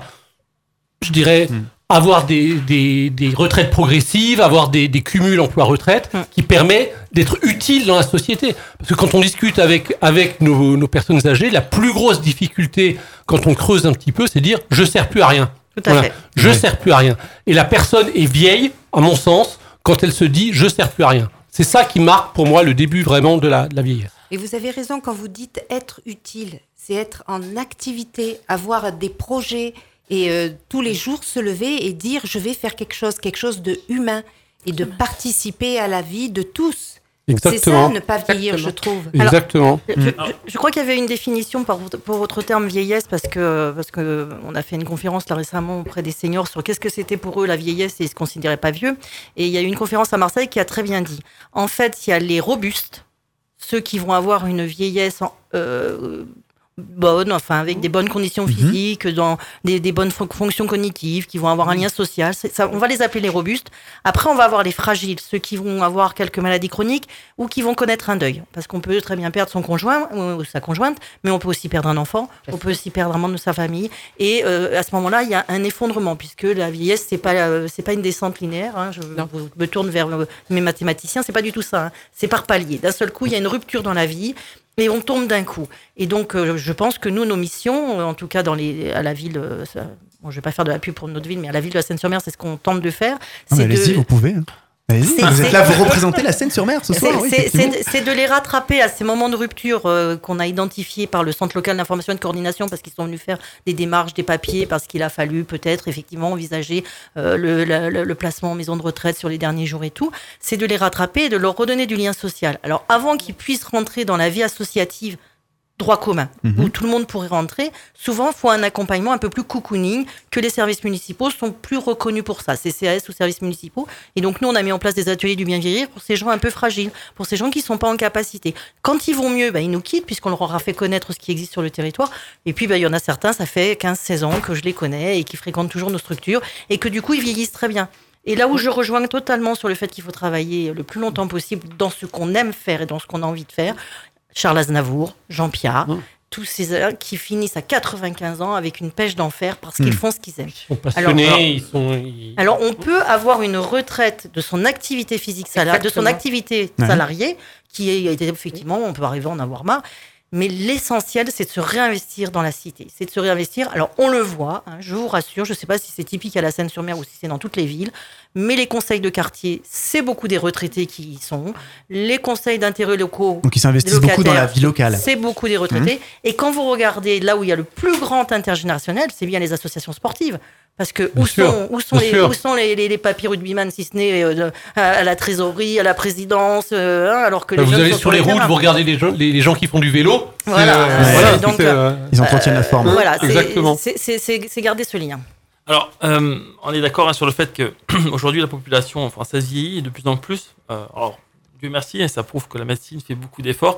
je dirais, mmh. avoir des, des, des retraites progressives, avoir des, des cumuls emploi-retraite mmh. qui permet d'être utile dans la société. Parce que quand on discute avec, avec nos, nos personnes âgées, la plus grosse difficulté, quand on creuse un petit peu, c'est de dire « je sers plus à rien ». Tout à voilà. fait. Je ouais. sers plus à rien. Et la personne est vieille, à mon sens, quand elle se dit « je sers plus à rien ». C'est ça qui marque pour moi le début vraiment de la, de la vieillesse. Et vous avez raison quand vous dites être utile. C'est être en activité, avoir des projets et euh, tous les jours se lever et dire je vais faire quelque chose, quelque chose de humain et de participer à la vie de tous. Exactement. C'est ça, ne pas vieillir, Exactement. je trouve. Exactement. Alors, je, je, je crois qu'il y avait une définition pour, pour votre terme vieillesse, parce que, parce que on a fait une conférence là récemment auprès des seniors sur qu'est-ce que c'était pour eux la vieillesse et ils ne se considéraient pas vieux. Et il y a eu une conférence à Marseille qui a très bien dit. En fait, il y a les robustes, ceux qui vont avoir une vieillesse en, euh, bonne, enfin avec des bonnes conditions physiques, mmh. dans des, des bonnes fon- fonctions cognitives, qui vont avoir un lien social. C'est, ça, on va les appeler les robustes. Après, on va avoir les fragiles, ceux qui vont avoir quelques maladies chroniques ou qui vont connaître un deuil. Parce qu'on peut très bien perdre son conjoint ou sa conjointe, mais on peut aussi perdre un enfant, on peut aussi perdre un membre de sa famille. Et euh, à ce moment-là, il y a un effondrement, puisque la vieillesse, c'est pas, euh, c'est pas une descente linéaire. Hein. Je vous, me tourne vers euh, mes mathématiciens, c'est pas du tout ça. Hein. C'est par palier. D'un seul coup, il y a une rupture dans la vie. Et on tombe d'un coup. Et donc, euh, je pense que nous, nos missions, en tout cas dans les, à la ville, euh, ça, bon, je ne vais pas faire de la pub pour notre ville, mais à la ville de la Seine-sur-Mer, c'est ce qu'on tente de faire. Ah, c'est allez-y, de... vous pouvez. Hein. Allez-y, c'est, vous c'est... êtes là, vous représentez la Seine-sur-Mer ce soir. C'est, oui, c'est, c'est, c'est de les rattraper à ces moments de rupture euh, qu'on a identifiés par le Centre local d'information et de coordination, parce qu'ils sont venus faire des démarches, des papiers, parce qu'il a fallu peut-être effectivement envisager euh, le, le, le placement en maison de retraite sur les derniers jours et tout. C'est de les rattraper et de leur redonner du lien social. Alors, avant qu'ils puissent rentrer dans la vie associative, droit commun, mmh. où tout le monde pourrait rentrer, souvent, il faut un accompagnement un peu plus cocooning, que les services municipaux sont plus reconnus pour ça, C C A S ou services municipaux. Et donc, nous, on a mis en place des ateliers du bien vieillir pour ces gens un peu fragiles, pour ces gens qui ne sont pas en capacité. Quand ils vont mieux, bah, ils nous quittent, puisqu'on leur aura fait connaître ce qui existe sur le territoire. Et puis, bah, il y en a certains, ça fait quinze seize ans que je les connais et qui fréquentent toujours nos structures, et que du coup, ils vieillissent très bien. Et là où je rejoins totalement sur le fait qu'il faut travailler le plus longtemps possible dans ce qu'on aime faire et dans ce qu'on a envie de faire, Charles Aznavour, Jean Piat, mmh. tous ces gens qui finissent à quatre-vingt-quinze ans avec une pêche d'enfer parce qu'ils mmh. font ce qu'ils aiment. Ils sont passionnés, alors, ils sont... Ils... alors, on peut avoir une retraite de son activité physique salariée, de son activité ouais. salariée, qui est effectivement, on peut arriver à en avoir marre, mais l'essentiel, c'est de se réinvestir dans la cité. C'est de se réinvestir. Alors, on le voit, hein, je vous rassure, je ne sais pas si c'est typique à la Seine-sur-Mer ou si c'est dans toutes les villes, mais les conseils de quartier, c'est beaucoup des retraités qui y sont. Les conseils d'intérêts locaux... Donc, ils s'investissent beaucoup dans la vie locale. C'est beaucoup des retraités. Mmh. Et quand vous regardez là où il y a le plus grand intergénérationnel, c'est bien les associations sportives. Parce que où sont, où sont, les, où sont les, les, les papy rugbyman, si ce n'est euh, à, à la trésorerie, à la présidence, euh, hein, alors que bah les vous jeunes allez sont sur les routes, vous regardez les gens, les, les gens qui font du vélo. Voilà, euh, euh, voilà donc euh, ils entretiennent euh, la forme. Voilà, c'est, exactement. C'est, c'est, c'est, c'est garder ce lien. Alors, euh, on est d'accord hein, sur le fait que aujourd'hui la population française vieillit de plus en plus. Euh, alors, Dieu merci, hein, ça prouve que la médecine fait beaucoup d'efforts.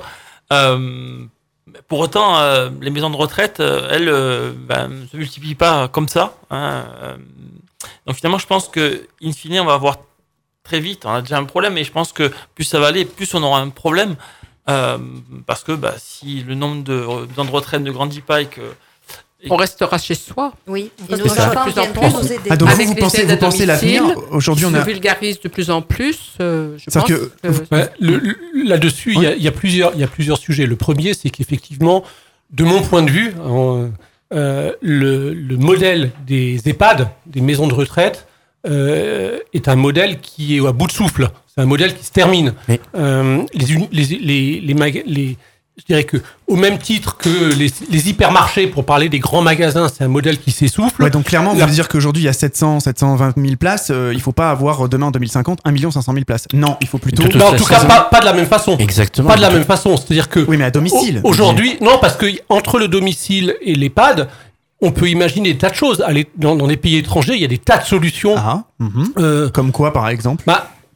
Euh, Pour autant, euh, les maisons de retraite, euh, elles, euh, ben, ne se multiplient pas comme ça. Hein, euh, donc finalement, je pense que, in fine, on va avoir très vite, on a déjà un problème, mais je pense que plus ça va aller, plus on aura un problème. Euh, parce que bah, si le nombre de maisons de retraite ne grandit pas et que... Et on restera chez soi. Oui, et nos enfants de plus en plus nous aider. Ah, donc avec vous, vous pensez, vous pensez l'avenir. Aujourd'hui, on a... se vulgarise de plus en plus. Euh, je pense que... que... Ouais, le, le, là-dessus, il ouais. y, y, a plusieurs, y a plusieurs sujets. Le premier, c'est qu'effectivement, de mon point de vue, hein, euh, le, le modèle des EHPAD, des maisons de retraite, euh, est un modèle qui est à bout de souffle. C'est un modèle qui se termine. Mais... Euh, les, les, les, les, mag- les Je dirais que, au même titre que les, les hypermarchés, pour parler des grands magasins, c'est un modèle qui s'essouffle. Ouais, donc clairement, vous La... voulez dire qu'aujourd'hui, il y a sept cents, sept cent vingt mille places. Euh, il ne faut pas avoir demain en deux mille cinquante un million cinq cent mille places. Non, il faut plutôt. Non, en tout cas, pas, pas de la même façon. Exactement. Pas de la même façon. C'est-à-dire que. Oui, mais à domicile. Aujourd'hui, non, parce que entre le domicile et l'EHPAD, on peut imaginer des tas de choses. Allez, dans, dans des pays étrangers, il y a des tas de solutions. Ah, mm-hmm. euh, comme quoi, par exemple? Bah,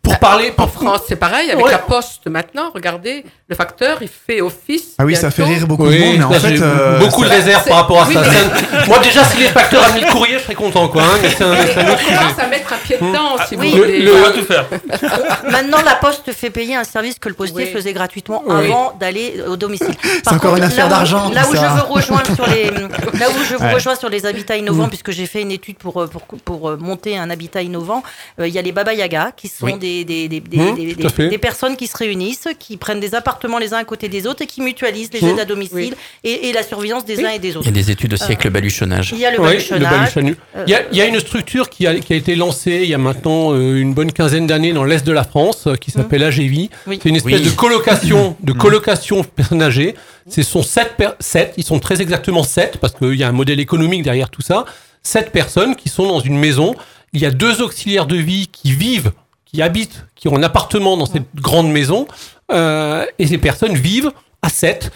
Pour parler, En pour France, c'est pareil, avec Ouais. la Poste maintenant, regardez, le facteur, il fait office. Ah oui, ça fait bientôt. rire beaucoup Oui, de monde, mais en ça, fait... j'ai euh, beaucoup de ça- réserves c'est- par rapport à oui, ça. mais- C'est un- Moi, déjà, si les facteurs avaient mis le courrier, je serais content, quoi. hein, mais c'est un, c'est un On autre sujet. commence à mettre un pied dedans, si oui. vous Le- voulez. le- On va tout faire. Maintenant, la Poste fait payer un service que le postier Oui. faisait gratuitement Oui. avant d'aller au domicile. C'est encore une affaire là où- d'argent, Là tout où ça. je veux rejoindre sur les, là où je vous Ouais. rejoins sur les habitats innovants, Mm. puisque j'ai fait une étude pour pour pour euh, monter un habitat innovant. euh, Il y a les Baba Yaga, qui sont Oui. des des des, des, Mm, des- tout à fait. des personnes qui se réunissent, qui prennent des appartements les uns à côté des autres et qui mutualisent les Mm. aides à domicile et, et la surveillance des Oui. uns et des Il y autres. a des études aussi avec le baluchonnage. Il y a le Ouais, baluchonnage. le baluchonnage. Euh, Il y, a, il y a une structure qui a, qui a été lancée il y a maintenant euh, une bonne quinzaine d'années dans l'est de la France, euh, qui s'appelle A G V I. Oui. C'est une espèce Oui. de colocation, de colocation personnes âgées. Ce sont sept, per- sept, ils sont très exactement sept, parce qu'il y a un modèle économique derrière tout ça. Sept personnes qui sont dans une maison. Il y a deux auxiliaires de vie qui vivent, qui habitent, qui ont un appartement dans cette grande maison. Euh, et ces personnes vivent à sept.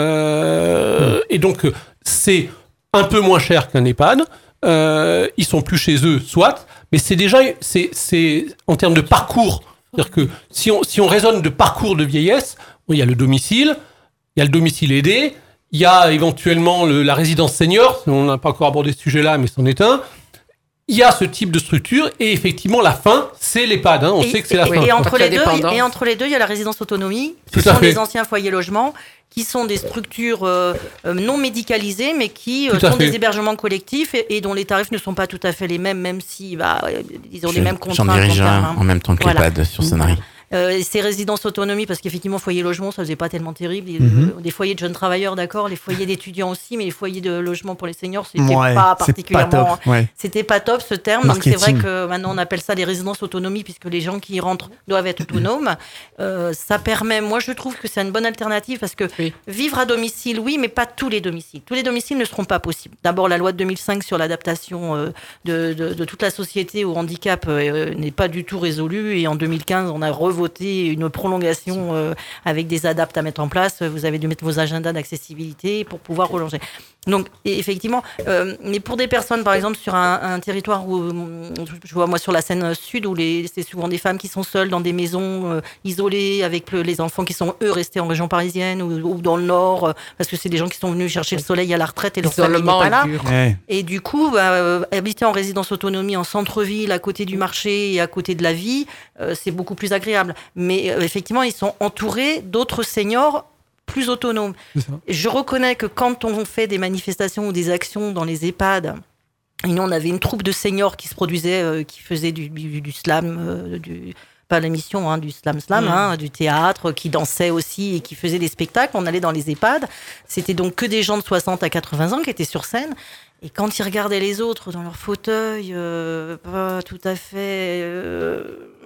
Euh, Et donc, euh, c'est un peu moins cher qu'un EHPAD. Euh, ils sont plus chez eux, soit. Mais c'est déjà, c'est, c'est en termes de parcours. C'est-à-dire que si on, si on raisonne de parcours de vieillesse, bon, il y a le domicile, il y a le domicile aidé, il y a éventuellement le- la résidence senior. On n'a pas encore abordé ce sujet-là, mais c'en est un. Il y a ce type de structure et effectivement, la fin, c'est l'EHPAD. Hein. On Et- sait que c'est la et- fin. Et entre, Parce les qu'il y deux, a dépendance. et entre les deux, il y a la résidence autonomie, qui Tout à sont fait. les anciens foyers logements, qui sont des structures euh, euh, non médicalisées, mais qui euh, Tout à sont fait. des hébergements collectifs et, et dont les tarifs ne sont pas tout à fait les mêmes, même si bah, euh, ils ont Je- les mêmes J'en contraintes. dirige en termes, un hein. en même temps que Voilà. l'EHPAD sur Sanary. Euh, et ces résidences autonomie, parce qu'effectivement, foyer logement, ça faisait pas tellement terrible. Il- Mhm. euh, des foyers de jeunes travailleurs, d'accord, les foyers d'étudiants aussi, mais les foyers de logement pour les seniors, c'était Ouais, pas c'est pas particulièrement. top. Ouais. C'était pas top ce terme, donc c'est vrai Marketing. que maintenant on appelle ça des résidences autonomie puisque les gens qui y rentrent doivent être autonomes. Euh, ça permet, moi je trouve que c'est une bonne alternative parce que Oui. vivre à domicile, oui, mais pas tous les domiciles. Tous les domiciles ne seront pas possibles. D'abord, la loi de deux mille cinq sur l'adaptation euh, de, de- de toute la société au handicap euh, n'est pas du tout résolue et en deux mille quinze on a revoté une prolongation euh, avec des adaptes à mettre en place. Vous avez dû mettre vos agendas d'accessibilité pour pouvoir prolonger. Donc, et effectivement, euh, mais pour des personnes, par exemple, sur un, un territoire où, euh, je vois moi sur la Seine Sud, où les, c'est souvent des femmes qui sont seules dans des maisons euh, isolées, avec le- les enfants qui sont, eux, restés en région parisienne ou, ou dans le Nord, euh, parce que c'est des gens qui sont venus chercher le soleil à la retraite et leur famille n'est L'isolement pas est là. dur. Ouais. Et du coup, bah, euh, habiter en résidence autonomie en centre-ville, à côté du marché et à côté de la vie, euh, c'est beaucoup plus agréable. Mais euh, effectivement, ils sont entourés d'autres seniors plus autonomes. C'est ça. Je reconnais que quand on fait des manifestations ou des actions dans les EHPAD, et nous, on avait une troupe de seniors qui se produisait, euh, qui faisait du, du, du slam, euh, du, pas l'émission, hein, du slam slam, Mm. hein, du théâtre, qui dansait aussi et qui faisait des spectacles. On allait dans les EHPAD. C'était donc que des gens de soixante à quatre-vingts ans qui étaient sur scène. Et quand ils regardaient les autres dans leur fauteuil, euh, pas tout à fait... euh,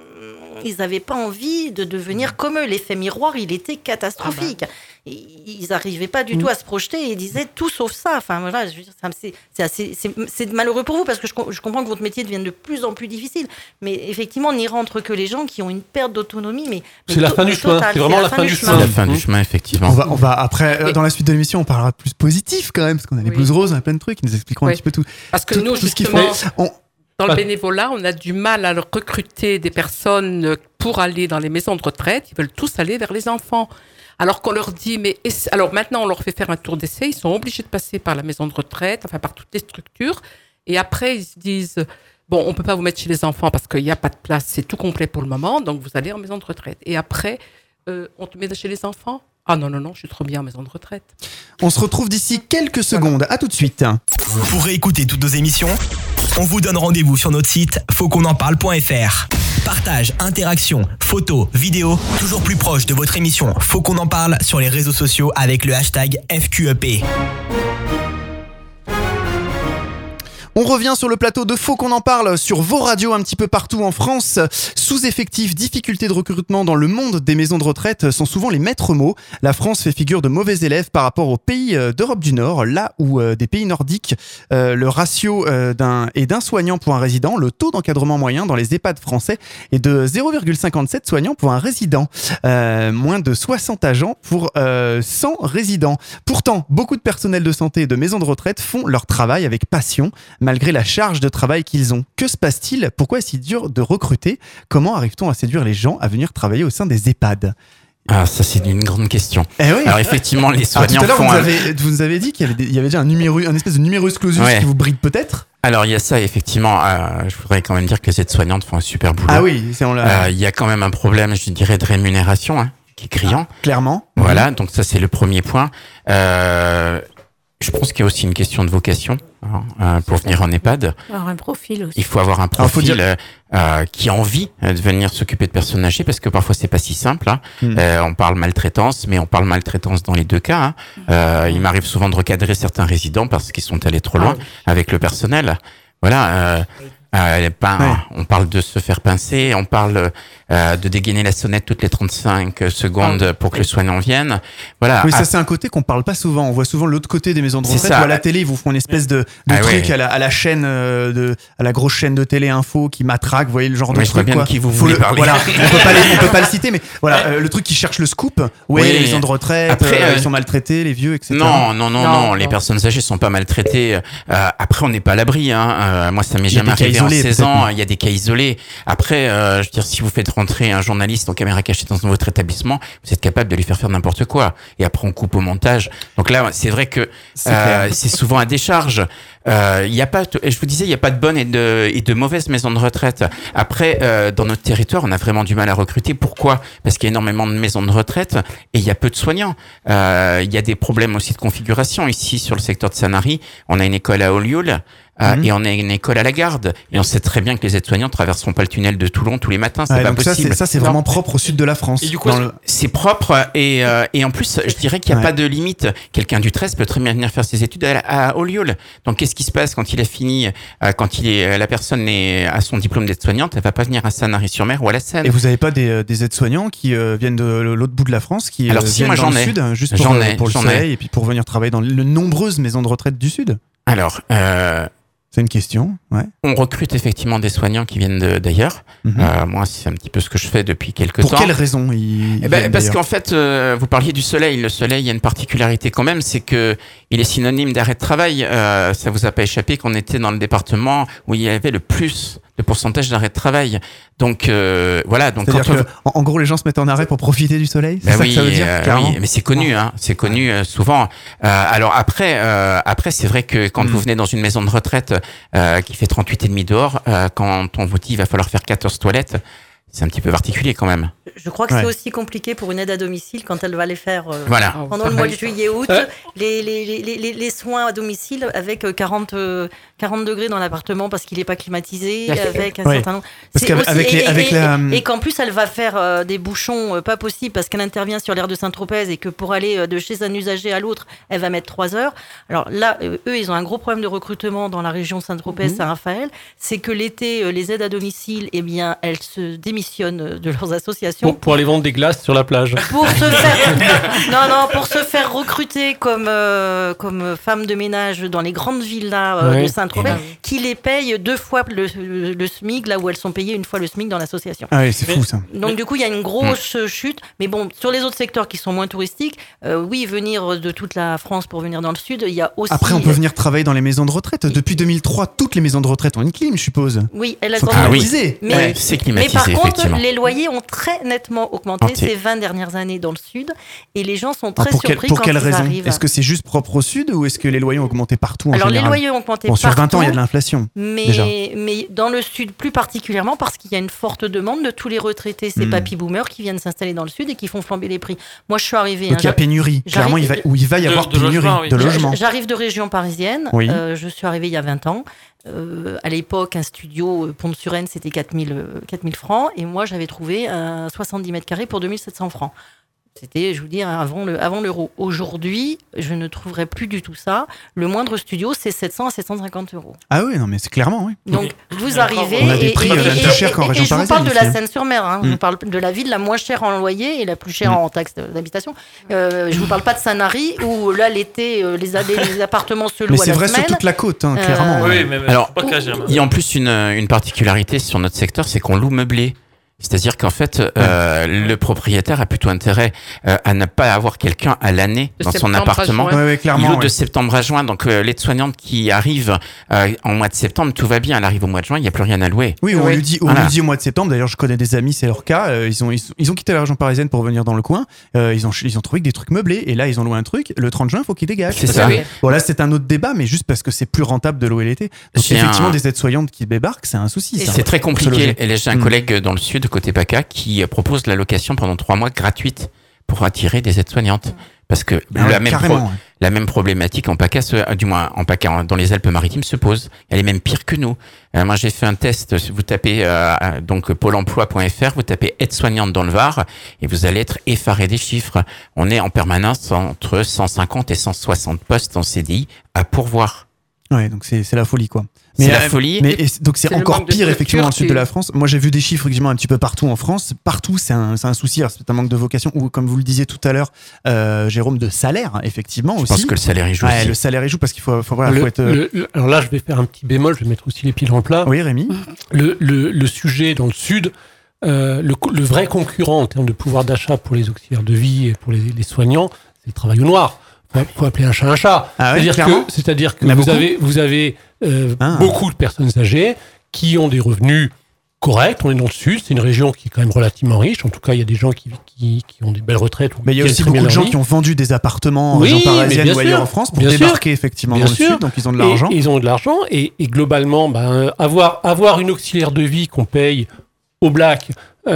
ils n'avaient pas envie de devenir comme eux. L'effet miroir, il était catastrophique. Et ils n'arrivaient pas du tout à se projeter et ils disaient tout sauf ça. Enfin, voilà, je veux dire, ça me- c'est, c'est, assez, c'est, c'est malheureux pour vous parce que je, com- je comprends que votre métier devienne de plus en plus difficile. Mais effectivement, n'y rentre que les gens qui ont une perte d'autonomie. Mais, mais C'est la to- fin du mais chemin. totale. C'est vraiment la fin du C'est chemin. la fin du Mmh. chemin, effectivement. On va, on va après, euh, Et- dans la suite de l'émission, on parlera plus positif quand même, parce qu'on a les Oui. blues roses, on a plein de trucs, ils nous expliqueront un Oui. petit peu tout. Parce que tout, nous, tout ce qu'il justement, faut. On- dans Ouais. le bénévolat, on a du mal à leur recruter des personnes pour aller dans les maisons de retraite. Ils veulent tous aller vers les enfants. Alors qu'on leur dit, mais essa- alors maintenant on leur fait faire un tour d'essai, ils sont obligés de passer par la maison de retraite, enfin par toutes les structures, et après ils se disent, bon, on peut pas vous mettre chez les enfants parce qu'il n'y a pas de place, c'est tout complet pour le moment, donc vous allez en maison de retraite. Et après, euh, on te met chez les enfants? Ah non, non, non, je suis trop bien en maison de retraite. On se retrouve d'ici quelques secondes. À tout de suite. Pour réécouter toutes nos émissions, on vous donne rendez-vous sur notre site faut qu'on en parle point f r. Partage, interaction, photos, vidéos, toujours plus proche de votre émission Faut qu'on en parle sur les réseaux sociaux avec le hashtag F Q E P. On revient sur le plateau de Faut qu'on en parle sur vos radios un petit peu partout en France. Sous-effectifs, difficultés de recrutement dans le monde des maisons de retraite sont souvent les maîtres mots. La France fait figure de mauvais élève par rapport aux pays euh, d'Europe du Nord, là où euh, des pays nordiques, euh, le ratio euh, d'un est d'un soignant pour un résident. Le taux d'encadrement moyen dans les EHPAD français est de zéro virgule cinquante-sept soignants pour un résident. Euh, moins de soixante agents pour euh, cent résidents. Pourtant, beaucoup de personnels de santé et de maisons de retraite font leur travail avec passion. malgré la charge de travail qu'ils ont. Que se passe-t-il ? Pourquoi est-ce si dur de recruter ? Comment arrive-t-on à séduire les gens à venir travailler au sein des EHPAD ? Ah, ça c'est une grande question. Eh oui. Alors effectivement, les soignants Alors, tout à l'heure, font... vous, un... avez, vous nous avez dit qu'il y avait, des, il y avait déjà un, numéro, un espèce de numerus clausus Ouais. qui vous bride peut-être ? Alors il y a ça, effectivement. Euh, je voudrais quand même dire que les aides-soignantes font un super boulot. Ah oui, c'est on l'a... Euh, Il y a quand même un problème, je dirais, de rémunération, hein, qui est criant. Clairement. Voilà, donc ça c'est le premier point. Euh, je pense qu'il y a aussi une question de vocation hein, euh, pour venir en EHPAD. Avoir un profil aussi. Il faut avoir un Alors, faut profil dire- euh, euh, qui a envie euh, de venir s'occuper de personnes âgées, parce que parfois c'est pas si simple. Hein. Mm. Euh, on parle maltraitance, mais on parle maltraitance dans les deux cas. Hein. Euh, il m'arrive souvent de recadrer certains résidents parce qu'ils sont allés trop loin avec le personnel. Voilà. Euh, euh, ben, Ouais. On parle de se faire pincer, on parle euh, de dégainer la sonnette toutes les trente-cinq secondes pour que le soignant vienne. Voilà. Oui, ça Ah, c'est un côté qu'on parle pas souvent. On voit souvent l'autre côté des maisons de C'est retraite ça. où à la télé ils vous font une espèce de, de Ah truc ouais. à, la, à la chaîne euh, de à la grosse chaîne de télé info qui matraque. Vous voyez le genre de Oui, je vois truc bien quoi. de qui vous Faut voulez le- parler. Voilà, on peut pas les- on peut pas le citer, mais voilà euh, le truc qui cherche le scoop. Ouais, Oui. les maisons de retraite, Après, euh, euh, ils sont maltraités, les vieux, et cetera. Non, non, non, non, Non, les non. personnes âgées sont pas maltraitées. Euh, après, on n'est pas à l'abri. Hein. Euh, moi, ça m'est Il y a jamais des cas arrivé en isolés, seize peut-être, ans. mais- Il y a des cas isolés. Après, euh, je veux dire, si vous faites rentrer un journaliste en caméra cachée dans votre établissement, vous êtes capable de lui faire faire n'importe quoi. Et après, on coupe au montage. Donc là, c'est vrai que C'est euh, clair. c'est souvent à décharge. Euh, Il y a pas, je vous disais, il y a pas de bonnes et de, et de mauvaises maisons de retraite. Après, euh, dans notre territoire, on a vraiment du mal à recruter. Pourquoi ? Parce qu'il y a énormément de maisons de retraite et il y a peu de soignants. Euh, Il y a des problèmes aussi de configuration. Ici, sur le secteur de Sanary, on a une école à Olioul. Euh, Mhm. Et on a une école à la Garde. Et on sait très bien que les aides-soignants traverseront pas le tunnel de Toulon tous les matins. C'est Ouais, pas donc ça possible. c'est ça c'est Non. vraiment propre au sud de la France. Et du coup, Dans est-ce le- C'est propre et, euh, et en plus, je dirais qu'il n'y a Ouais. pas de limite. Quelqu'un du treize peut très bien venir faire ses études à, à Olioul. Donc, qu'est-ce qui se passe quand il a fini, euh, quand il est, la personne est à son diplôme d'aide-soignante, elle va pas venir à Sanary-sur-Mer ou à la Seine. Et vous avez pas des, euh, des aides-soignants qui euh, viennent de l'autre bout de la France, qui Alors, euh, si, viennent moi, dans j'en le ai. sud, hein, juste pour, J'en euh, ai, pour le j'en ai. soleil, et puis pour venir travailler dans de nombreuses maisons de retraite du sud. Alors, euh, C'est une question, ouais. on recrute effectivement des soignants qui viennent de- d'ailleurs. Mhm. Euh, moi, c'est un petit peu ce que je fais depuis quelques Pour temps. quelles raisons ils, ils Eh ben, viennent, parce d'ailleurs qu'en fait, euh, vous parliez du soleil. Le soleil, il y a une particularité quand même, c'est que il est synonyme d'arrêt de travail. Euh, ça vous a pas échappé qu'on était dans le département où il y avait le plus de pourcentage d'arrêt de travail. Donc euh, voilà. Donc C'est-à-dire quand on... que, en, en gros, les gens se mettent en arrêt pour profiter du soleil. C'est Ben ça oui, que ça veut dire, euh, clairement. oui, mais c'est connu, hein, c'est connu euh, souvent. Euh, alors après, euh, après c'est vrai que quand Mm. vous venez dans une maison de retraite euh, qui fait trente-huit et demi dehors, euh, quand on vous dit il va falloir faire quatorze toilettes, c'est un petit peu particulier quand même. Je crois que Ouais. c'est aussi compliqué pour une aide à domicile quand elle va les faire euh, Voilà. pendant le mois de juillet-août, Euh. les, les, les, les, les soins à domicile avec euh, quarante, euh, quarante degrés dans l'appartement parce qu'il n'est pas climatisé, avec un Ouais. certain nombre. Parce C'est qu'avec- aussi- avec les- et, avec et- la- et- et qu'en plus elle va faire euh, des bouchons euh, pas possible parce qu'elle intervient sur l'aire de Saint-Tropez et que pour aller euh, de chez un usager à l'autre, elle va mettre trois heures. Alors là, euh, eux, ils ont un gros problème de recrutement dans la région Saint-Tropez, Mhm. Saint-Raphaël. C'est que l'été, euh, les aides à domicile, eh bien, elles se démissionnent euh, de leurs associations. Pour, pour aller vendre des glaces sur la plage. Pour se faire non non pour se faire recruter comme euh, comme femme de ménage dans les grandes villas euh, Ouais. de Saint-Tropez, Et ben. qui les payent deux fois le, le, le SMIC là où elles sont payées une fois le SMIC dans l'association. Ah oui, c'est fou ça. Donc du coup il y a une grosse chute, mais bon sur les autres secteurs qui sont moins touristiques, euh, oui venir de toute la France pour venir dans le sud, il y a aussi Après, on peut venir travailler dans les maisons de retraite. Depuis deux mille trois, toutes les maisons de retraite ont une clim, je suppose. oui elles Faut ont Ah oui. climatiser. Mais- Ouais, c'est Mais climatisé par contre, effectivement. les loyers ont très nettement augmenté Entier. ces vingt dernières années dans le sud, et les gens sont Ah, très pour quelle, surpris pour quand quelle ils raison arrivent. Est-ce que c'est juste propre au sud ou est-ce que les loyers ont augmenté partout en Alors les général loyers ont augmenté Bon, sur vingt ans, il y a de partout, l'inflation. mais, déjà. mais dans le sud plus particulièrement parce qu'il y a une forte demande de tous les retraités, ces Hmm. papy boomers qui viennent s'installer dans le sud et qui font flamber les prix. Moi, je suis arrivée. Donc hein, il y a j'a- pénurie. j'arrive- Clairement, il va, où il va y De- avoir de pénurie logement, oui. de j'a- logements. J'arrive de région parisienne. Oui. Euh, je suis arrivée il y a vingt ans. Euh, à l'époque, un studio euh, Pont-de-Suresnes, c'était quatre mille, euh, quatre mille francs. Et moi, j'avais trouvé un soixante-dix mètres carrés pour deux mille sept cents francs. C'était, je vous dis, avant, le, avant l'euro. Aujourd'hui, je ne trouverai plus du tout ça. Le moindre studio, c'est sept cents à sept cent cinquante euros. Ah oui, non, mais c'est clairement, oui. Donc, vous D'accord. arrivez. On a des et- prix, et- euh, et- plus chers et- qu'en et- région et je vous parle de parisienne la ici, hein. Seine-sur-Mer. Hein. Je Mm. vous parle de la ville la moins chère en loyer et la plus chère Mm. en taxe d'habitation. Euh, je vous parle pas de Sanary où là, l'été, euh, les, les, les appartements se louent Mais à c'est la vrai semaine. sur toute la côte, hein, Euh, clairement. Oui, mais, mais Alors, je peux pas réagir. Il y a en plus une, une particularité sur notre secteur, c'est qu'on loue meublé. C'est-à-dire qu'en fait, euh, le propriétaire a plutôt intérêt euh, à ne pas avoir quelqu'un à l'année De dans son septembre à appartement. juin. Ouais, ouais, Il clairement. loue ouais. de septembre à juin, donc euh, l'aide-soignante qui arrive euh, en mois de septembre, tout va bien. Elle arrive au mois de juin, il n'y a plus rien à louer. Oui, on Oui. lui dit, on Voilà. lui dit au mois de septembre. D'ailleurs, je connais des amis, c'est leur cas. euh, ils ont, ils, ils ont quitté la région parisienne pour venir dans le coin. Euh, ils ont, ils ont trouvé que des trucs meublés. Et là, ils ont loué un truc. Le trente juin, il faut qu'ils dégagent. C'est Parce ça. que- Oui. Bon, là, c'est un autre débat, mais juste parce que c'est plus rentable de louer l'été. Donc, J'ai effectivement, un- des aides-soignantes qui débarquent, c'est un souci. Et ça. c'est très Pour se compliqué. loger. Et là, j'ai un Mm. collègue dans le sud, côté PACA, qui euh, propose la location pendant trois mois gratuite pour attirer des aides-soignantes. Parce que Ah ouais, la, même carrément. pro- ouais. la même problématique en PACA, se, euh, du moins en PACA, en- dans les Alpes-Maritimes, se pose. Elle est même pire que nous. Euh, moi, j'ai fait un test. Vous tapez euh, donc pôle emploi point f r, vous tapez aide-soignante dans le Var, et vous allez être effaré des chiffres. On est en permanence entre cent cinquante et cent soixante postes en C D I à pourvoir. Ouais, donc c'est c'est la folie, quoi. C'est la euh, folie. Mais et- donc c'est C'est le encore manque de pire structure effectivement dans le sud qui- de la France. Moi j'ai vu des chiffres effectivement un petit peu partout en France. Partout c'est un, c'est un souci. Alors, c'est un manque de vocation ou comme vous le disiez tout à l'heure, euh, Jérôme, de salaire effectivement Je aussi. pense que le salaire y joue Ouais, aussi. le salaire il joue parce qu'il faut, faut, voilà, Le- faut être. euh, le- le- alors là, je vais faire un petit bémol, je vais mettre aussi les pieds dans le plat. Oui, Rémi. Le, le, le sujet dans le sud, euh, le, co- le vrai concurrent en termes de pouvoir d'achat pour les auxiliaires de vie et pour les, les soignants, c'est le travail au noir. Il faut, faut appeler un chat un chat. Ah ouais, c'est-à-dire clairement. que, c'est-à-dire que Il y en a vous beaucoup avez, vous avez euh, Ah. beaucoup de personnes âgées qui ont des revenus corrects. On est dans le sud, c'est une région qui est quand même relativement riche. En tout cas, il y a des gens qui, qui, qui ont des belles retraites. ou Mais il y a qui aussi gagnent très beaucoup de bien gens leur qui vie. ont vendu des appartements en Oui, région mais parisienne bien ou ailleurs sûr. en France pour Bien sûr. débarquer effectivement Bien dans le sûr. sud. Donc ils ont de Et- l'argent. et ils ont de l'argent et, et globalement, ben, avoir, avoir une auxiliaire de vie qu'on paye au black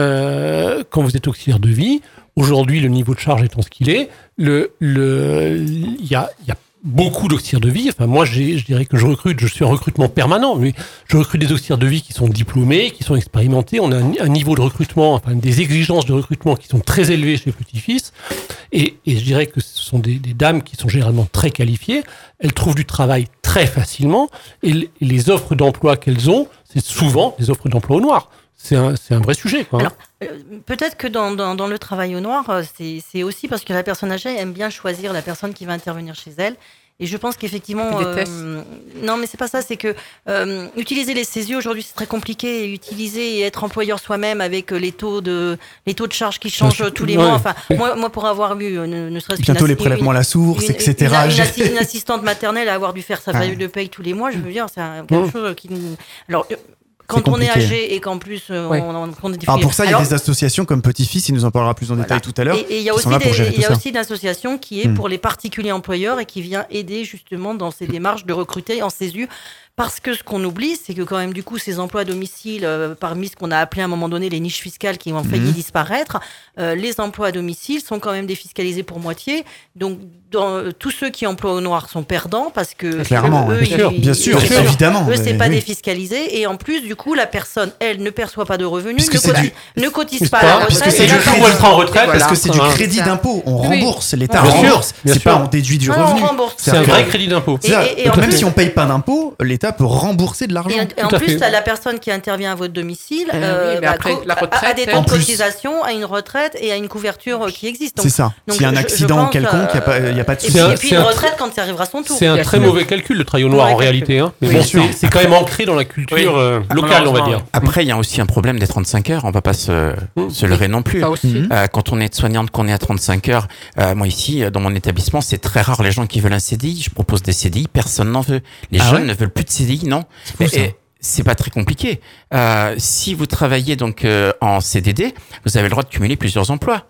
euh, quand vous êtes auxiliaire de vie, aujourd'hui, le niveau de charge étant ce qu'il est, le, le, il y a, il y a beaucoup d'auxiliaires de vie. Enfin, moi, j'ai, je dirais que je recrute, je suis en recrutement permanent, mais je recrute des auxiliaires de vie qui sont diplômés, qui sont expérimentés. On a un, un niveau de recrutement, enfin, des exigences de recrutement qui sont très élevées chez Petit-Fils. Et, et je dirais que ce sont des, des dames qui sont généralement très qualifiées. Elles trouvent du travail très facilement. Et, l- et les offres d'emploi qu'elles ont, c'est souvent des offres d'emploi au noir. C'est un, c'est un vrai sujet, quoi. Alors, euh, peut-être que dans, dans, dans le travail au noir, euh, c'est, c'est aussi parce que la personne âgée aime bien choisir la personne qui va intervenir chez elle. Et je pense qu'effectivement, Des tests. euh, non, mais c'est pas ça. C'est que euh, utiliser les C E S U aujourd'hui, c'est très compliqué. Et utiliser et être employeur soi-même avec euh, les taux de les taux de charge qui changent sûr. tous les Ouais. mois. Enfin, moi, moi, pour avoir vu, euh, ne, ne serait-ce Bientôt qu'une les assi- prélèvements à la source, une- et cetera. Une, une J'ai- assi- une assistante maternelle à avoir dû faire sa feuille Ouais. de paye tous les mois, je veux dire, c'est un- quelque Mmh. chose qui nous. Alors, euh, quand on est compliqué. âgé et qu'en plus euh, Ouais. on, on, on est des Alors pour ça, il y a Alors, des associations comme Petit-Fils, il nous en parlera plus en détail tout à l'heure. et et il y a qui aussi, sont là pour des- gérer il tout y a ça. aussi une association qui est Hmm. pour les particuliers employeurs et qui vient aider justement dans ces démarches de recruter en C E S U. Parce que ce qu'on oublie, c'est que quand même, du coup, ces emplois à domicile, euh, parmi ce qu'on a appelé à un moment donné les niches fiscales qui ont failli Mhm. disparaître, euh, les emplois à domicile sont quand même défiscalisés pour moitié. Donc, dans, euh, tous ceux qui emploient au noir sont perdants parce que Clairement, eux, bien sûr, ils- bien sûr, eux, c'est pas- évidemment. Eux, c'est mais pas oui. défiscalisé. Et en plus, du coup, la personne, elle, ne perçoit pas de revenus, Puisque ne, c'est cotise, du- ne cotise Puisque pas à la pas, puisque retraite. c'est et du la jour crédit. où elle sera en retraite, Parce que Voilà. c'est du Hein. crédit Ça. d'impôt. On Oui. rembourse, l'État Bien sûr, rembourse. bien C'est sûr. pas on déduit du Non, on revenu. rembourse. C'est un vrai crédit d'impôt. Et- C'est ça. et- et en Donc même plus- si on paye pas d'impôt, l'État peut rembourser de l'argent. Et, et en Tout à plus, fait. t'as la personne qui intervient à votre domicile, Euh, euh, oui, mais bah, après, co- la a- a retraite, des hein. taux En de plus. cotisation, à une retraite et à une couverture euh, qui existe. Donc, C'est ça. donc S'il y a un je- je accident pense, quelconque, il n'y a pas, il y a pas de Et souci. puis, un- et puis c'est une un- retraite quand il arrivera son tour. C'est un Bien très sûr. mauvais calcul, le travail au noir, Ouais, en réalité. Hein. Mais Oui, bon, bien sûr. c'est, c'est quand même ancré dans la culture Oui. euh, Ah, locale, on va malheureusement, dire. Après, il y a aussi un problème des trente-cinq heures. On va pas se, Mmh. se leurrer non plus. Ça aussi. Mhm. Euh, quand on est soignante, qu'on est à trente-cinq heures, euh, moi ici, euh, dans mon établissement, c'est très rare les gens qui veulent un C D I. Je propose des C D I, personne n'en veut. Les Ah jeunes ouais ne veulent plus de C D I, non. C'est fou, Et- ça. et c'est pas très compliqué. Euh, si vous travaillez donc euh, en C D D, vous avez le droit de cumuler plusieurs emplois.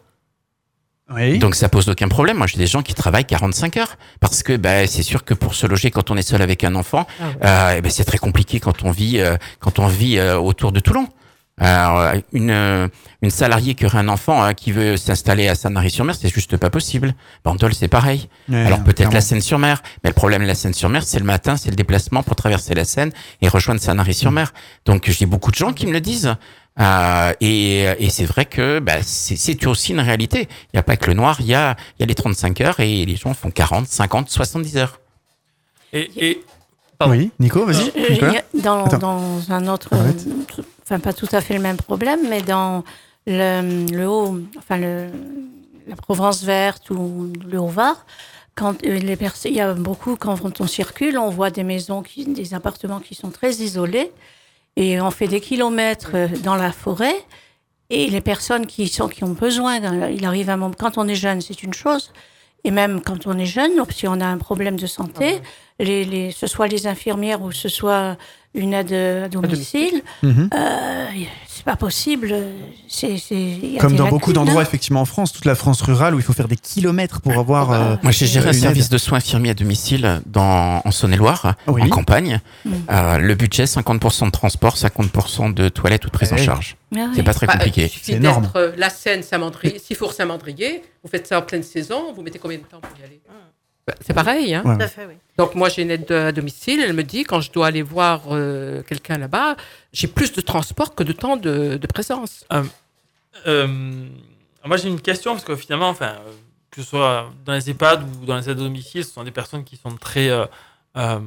Oui. Donc ça pose aucun problème. Moi, j'ai des gens qui travaillent quarante-cinq heures parce que bah, c'est sûr que pour se loger quand on est seul avec un enfant, Ah ouais. euh, eh ben, c'est très compliqué quand on vit euh, quand on vit euh, autour de Toulon. Alors, une euh, une salariée qui aurait un enfant euh, qui veut s'installer à Sanary-sur-Mer, c'est juste pas possible. Bandol, c'est pareil. Ouais, Alors peut-être clairement. la Seine-sur-Mer, mais le problème de la Seine-sur-Mer, c'est le matin, c'est le déplacement pour traverser la Seine et rejoindre Sanary-sur-Mer. Donc j'ai beaucoup de gens qui me le disent. Euh, et, et c'est vrai que bah, c'est, c'est aussi une réalité. Il n'y a pas que le noir, il y a, il y a les trente-cinq heures et les gens font quarante, cinquante, soixante-dix heures. Et, et Pardon. Oui, Nico, vas-y. Euh, Nicolas. il y a- Dans, Attends. dans un autre, Arrête. euh, tru- enfin pas tout à fait le même problème, mais dans le, le haut, enfin le, la Provence verte ou le Haut-Var, quand euh, les personnes, il y a beaucoup quand on circule, on voit des maisons, qui, des appartements qui sont très isolés, et on fait des kilomètres euh, dans la forêt. Et les personnes qui, sont, qui ont besoin, d'un, il arrive un moment, quand on est jeune, c'est une chose, et même quand on est jeune, si on a un problème de santé, les, les, ce soit les infirmières ou ce soit une aide à domicile, Mhm. euh, c'est pas possible. C'est, c'est, il y a Comme des dans lacunes, beaucoup d'endroits, hein. effectivement, en France, toute la France rurale, où il faut faire des kilomètres pour avoir... euh, Moi, j'ai géré un une service aide. de soins infirmiers à domicile dans, en Saône-et-Loire, Oui. en campagne. Mm. Euh, le budget, cinquante pour cent de transport, cinquante pour cent de toilettes ou de prise en Ouais. charge. Ah oui. C'est pas très Bah, compliqué. Il suffit C'est énorme. d'être euh, la Seine, Saint-Mandrier, Sifour-Saint-Mandrier. Vous faites ça en pleine saison. Vous mettez combien de temps pour y aller? Bah, C'est pareil. Hein. Ouais. Tout à fait, oui. Donc moi, j'ai une aide à domicile. Elle me dit, quand je dois aller voir euh, quelqu'un là-bas, j'ai plus de transport que de temps de, de présence. Euh, moi, j'ai une question, parce que finalement, enfin, euh, que ce soit dans les EHPAD ou dans les aides à domicile, ce sont des personnes qui sont très, euh, euh,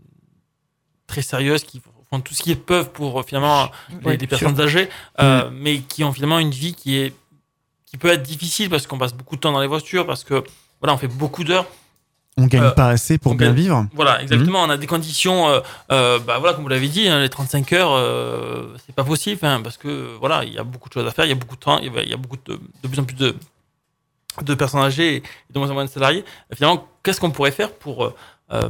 très sérieuses, qui font tout ce qu'ils peuvent pour euh, finalement les, Ouais, les sûr. personnes âgées, euh, mais qui ont finalement une vie qui, est, qui peut être difficile parce qu'on passe beaucoup de temps dans les voitures, parce que voilà, on fait beaucoup d'heures. On gagne Euh, pas assez pour on bien gagne- vivre. Voilà, exactement. On a des conditions, euh, euh, bah voilà, comme vous l'avez dit, hein, les trente-cinq heures, euh, c'est pas possible, hein, parce que euh, voilà, il y a beaucoup de choses à faire, il y a beaucoup de temps, il y a, il y a beaucoup de, de plus en plus de, de personnes âgées et de moins en moins de salariés. Et finalement, qu'est-ce qu'on pourrait faire pour euh, euh,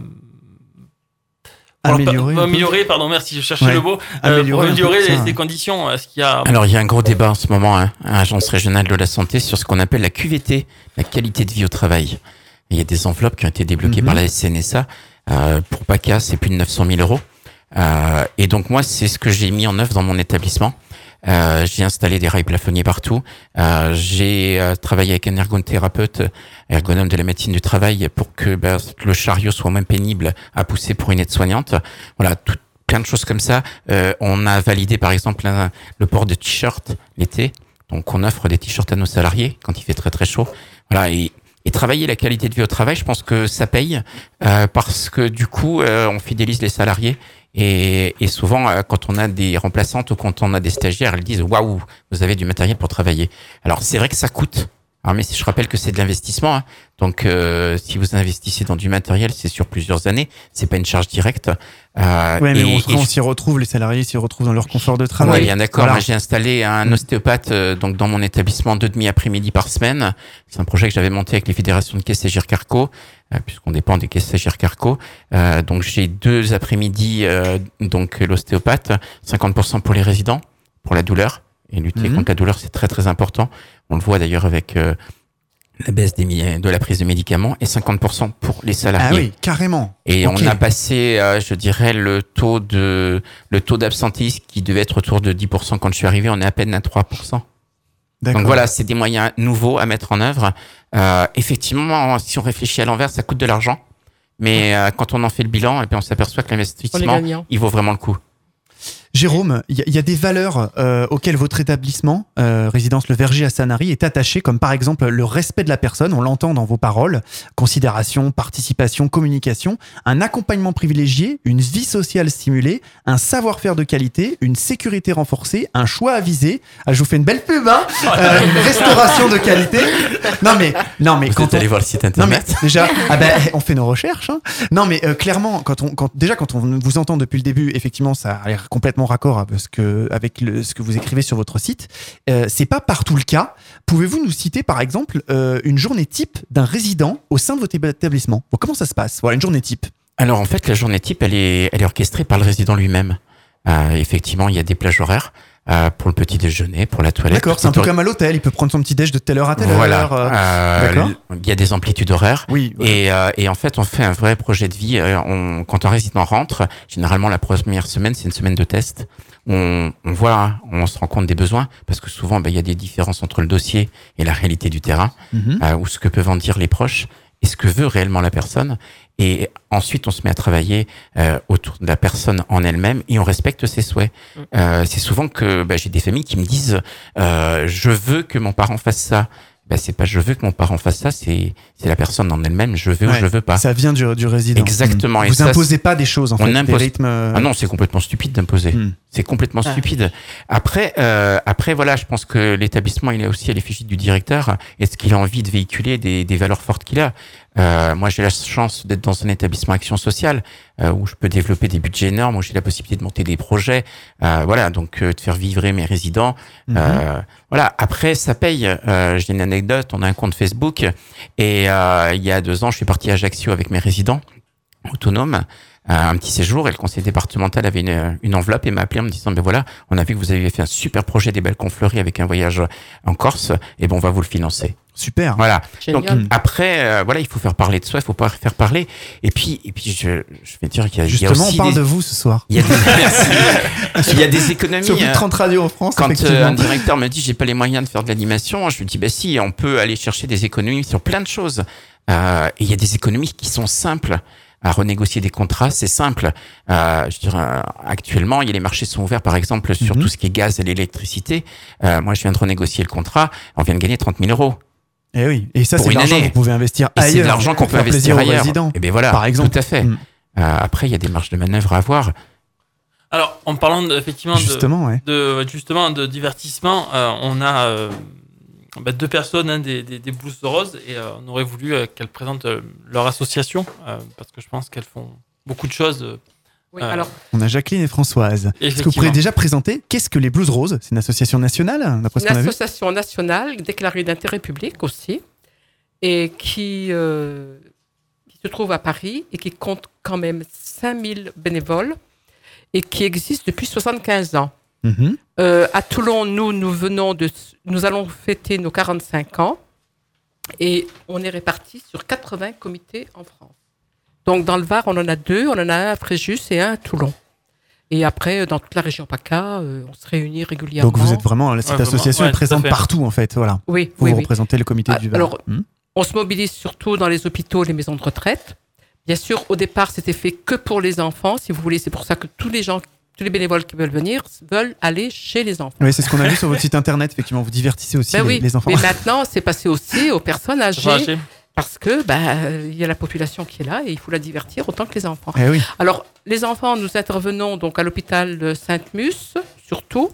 pour Améliorer pas- un peu. améliorer, pardon, merci, je cherchais Ouais. le mot, euh, Améliorer pour un peu améliorer ça. les, ces conditions. Est-ce qu'il y a Alors, il y a un gros débat en ce moment hein, à l'Agence régionale de la santé sur ce qu'on appelle la Q V T, la qualité de vie au travail. Il y a des enveloppes qui ont été débloquées Mhm. par la C N S A. Euh, pour PACA, c'est plus de neuf cent mille euros. Euh, et donc, moi, c'est ce que j'ai mis en œuvre dans mon établissement. Euh, j'ai installé des rails plafonniers partout. Euh, j'ai euh, travaillé avec un ergothérapeute, ergonome de la médecine du travail, pour que ben, le chariot soit moins pénible à pousser pour une aide-soignante. Voilà, tout, plein de choses comme ça. Euh, on a validé, par exemple, un- le port de t-shirts l'été. Donc, on offre des t-shirts à nos salariés quand il fait très très chaud. Voilà, et Et travailler la qualité de vie au travail, je pense que ça paye euh, parce que du coup, euh, on fidélise les salariés et, et souvent, euh, quand on a des remplaçantes ou quand on a des stagiaires, elles disent waouh, vous avez du matériel pour travailler. Alors c'est vrai que ça coûte. Alors, mais je rappelle que c'est de l'investissement, hein. Donc euh, si vous investissez dans du matériel, c'est sur plusieurs années, c'est pas une charge directe. Euh, Ouais, mais et- on, et on je- s'y retrouve, les salariés s'y retrouvent dans leur confort de Ouais, travail. bien d'accord. Voilà. Moi, j'ai installé un ostéopathe euh, donc dans mon établissement deux demi après-midi par semaine. C'est un projet que j'avais monté avec les fédérations de caisses et Gircarco, euh, puisqu'on dépend des caisses et Gircarco. Euh, donc j'ai deux après-midi euh, donc l'ostéopathe, cinquante pour cent pour les résidents, pour la douleur et lutter Mhm. contre la douleur, c'est très très important. On le voit d'ailleurs avec euh, la baisse des, mi- de la prise de médicaments et cinquante pour cent pour les salariés. Ah oui, carrément. Et Ok. on a passé, euh, je dirais, le taux de le taux d'absentisme qui devait être autour de dix pour cent quand je suis arrivé, on est à peine à trois pour cent. D'accord. Donc voilà, c'est des moyens nouveaux à mettre en œuvre. Euh, effectivement, si on réfléchit à l'envers, ça coûte de l'argent. Mais euh, quand on en fait le bilan, et puis on s'aperçoit que On est l'investissement, gagnant. il vaut vraiment le coup. Jérôme, il y, a- il y a des valeurs euh, auxquelles votre établissement, euh, Résidence Le Verger à Sanary, est attaché, comme par exemple le respect de la personne, on l'entend dans vos paroles, considération, participation, communication, un accompagnement privilégié, une vie sociale stimulée, un savoir-faire de qualité, une sécurité renforcée, un choix avisé. Ah, je vous fais une belle pub, hein Euh, une restauration de qualité. Non mais, non mais Vous quand êtes on... allé voir le site Non mais internet. déjà, ah ben, on fait nos recherches. Hein. Non mais euh, clairement, quand on, quand, déjà quand on vous entend depuis le début, effectivement, ça a l'air complètement raccord avec ce que, avec le, ce que vous écrivez sur votre site. Euh, c'est pas partout le cas. Pouvez-vous nous citer par exemple euh, une journée type d'un résident au sein de votre établissement? Bon, comment ça se passe? Voilà, une journée type. Alors en fait, la journée type, elle est, elle est orchestrée par le résident lui-même. Euh, effectivement, il y a des plages horaires euh, pour le petit déjeuner, pour la toilette. D'accord, c'est un peu Tout- comme à l'hôtel. Il peut prendre son petit déj de telle heure à telle Voilà. heure. euh. Euh, d'accord. il y a des amplitudes horaires. Oui. voilà. Et, euh, et en fait, on fait un vrai projet de vie. Euh, On, quand un résident rentre, généralement la première semaine, c'est une semaine de test. On, on voit, on se rend compte des besoins, parce que souvent, ben, il y a des différences entre le dossier et la réalité du terrain, Mhm. euh, ou ce que peuvent en dire les proches, et ce que veut réellement la personne. Et ensuite, on se met à travailler euh, autour de la personne en elle-même, et on respecte ses souhaits. Euh, c'est souvent que ben, j'ai des familles qui me disent euh, je veux que mon parent fasse ça. Ben, c'est pas je veux que mon parent fasse ça, c'est c'est la personne en elle-même, je veux Ouais, ou je veux pas. Ça vient du, du résident. Exactement. Mhm. Et Vous ça, imposez pas des choses en on fait. Des impose- rythmes. euh, Ah non, c'est complètement stupide d'imposer. Mhm. C'est complètement Ah. stupide. Après, euh, après voilà, je pense que l'établissement, il est aussi à l'effigie du directeur. Est-ce qu'il a envie de véhiculer des, des valeurs fortes qu'il a? Euh, moi, j'ai la chance d'être dans un établissement action sociale euh, où je peux développer des budgets énormes, où j'ai la possibilité de monter des projets, euh, voilà, donc euh, de faire vivre mes résidents. Mhm. Euh, voilà. Après, ça paye. Euh, j'ai une anecdote. On a un compte Facebook et euh, il y a deux ans, je suis parti à Ajaccio avec mes résidents autonomes. Un petit séjour et le conseil départemental avait une, une enveloppe et m'a appelé en me disant ben voilà, on a vu que vous avez fait un super projet des balcons fleuris avec un voyage en Corse et bon on va vous le financer. Super. Voilà. Génial. Donc après euh, voilà, il faut faire parler de soi, il faut pas faire parler et puis et puis je je vais dire qu'il y a, il y a Justement, aussi on parle des, de vous ce soir. il y a des il y a des économies. Sur plus de hein. trente radios en France, Quand euh, effectivement. un directeur me dit j'ai pas les moyens de faire de l'animation, je lui dis bah si, on peut aller chercher des économies sur plein de choses. Euh, et il y a des économies qui sont simples. À renégocier des contrats, c'est simple. Euh, je dirais, euh, actuellement, il y a les marchés sont ouverts, par exemple, sur Mhm. tout ce qui est gaz et l'électricité. Euh, moi, je viens de renégocier le contrat. On vient de gagner trente mille euros. Eh oui. Et ça, pour c'est de une l'argent année. que vous pouvez investir Et c'est ailleurs. de l'argent qu'on pour peut faire investir plaisir aux ailleurs. résidents. Et bien voilà, Par exemple. tout à fait. Mm. Euh, après, il y a des marges de manœuvre à avoir. Alors, en parlant de, effectivement de, Justement, ouais. de justement de divertissement, euh, on a euh, bah, deux personnes, hein, des, des, des Blues Roses, et euh, on aurait voulu euh, qu'elles présentent euh, leur association euh, parce que je pense qu'elles font beaucoup de choses. euh, Oui, Euh, alors, On a Jacqueline et Françoise. Est-ce que vous Effectivement. pourriez déjà présenter qu'est-ce que les Blues Roses? C'est une association nationale, d'après ce une qu'on a vu? association nationale déclarée d'intérêt public aussi, et qui, euh, qui se trouve à Paris et qui compte quand même cinq mille bénévoles et qui existe depuis soixante-quinze ans. Mhm. Euh, à Toulon, nous, nous venons de, nous allons fêter nos quarante-cinq ans et on est répartis sur quatre-vingts comités en France. Donc dans le Var, on en a deux, on en a un à Fréjus et un à Toulon. Et après, dans toute la région PACA, euh, on se réunit régulièrement. Donc vous êtes vraiment, cette Ouais, vraiment. association Ouais, est tout à présente fait. partout en fait, voilà. Oui, Vous, oui, vous oui. représentez le comité Ah, du Var. alors, Hmm. On se mobilise surtout dans les hôpitaux, les maisons de retraite. Bien sûr, au départ, c'était fait que pour les enfants, si vous voulez. C'est pour ça que tous les gens, tous les bénévoles qui veulent venir veulent aller chez les enfants. Oui, c'est ce qu'on a vu sur votre site internet, effectivement. Vous divertissez aussi Ben les, oui, les enfants. mais maintenant, c'est passé aussi aux personnes âgées, âgées. parce que ben, il y a la population qui est là et il faut la divertir autant que les enfants. Eh oui. Alors, les enfants, nous intervenons donc à l'hôpital de Sainte-Mus, surtout,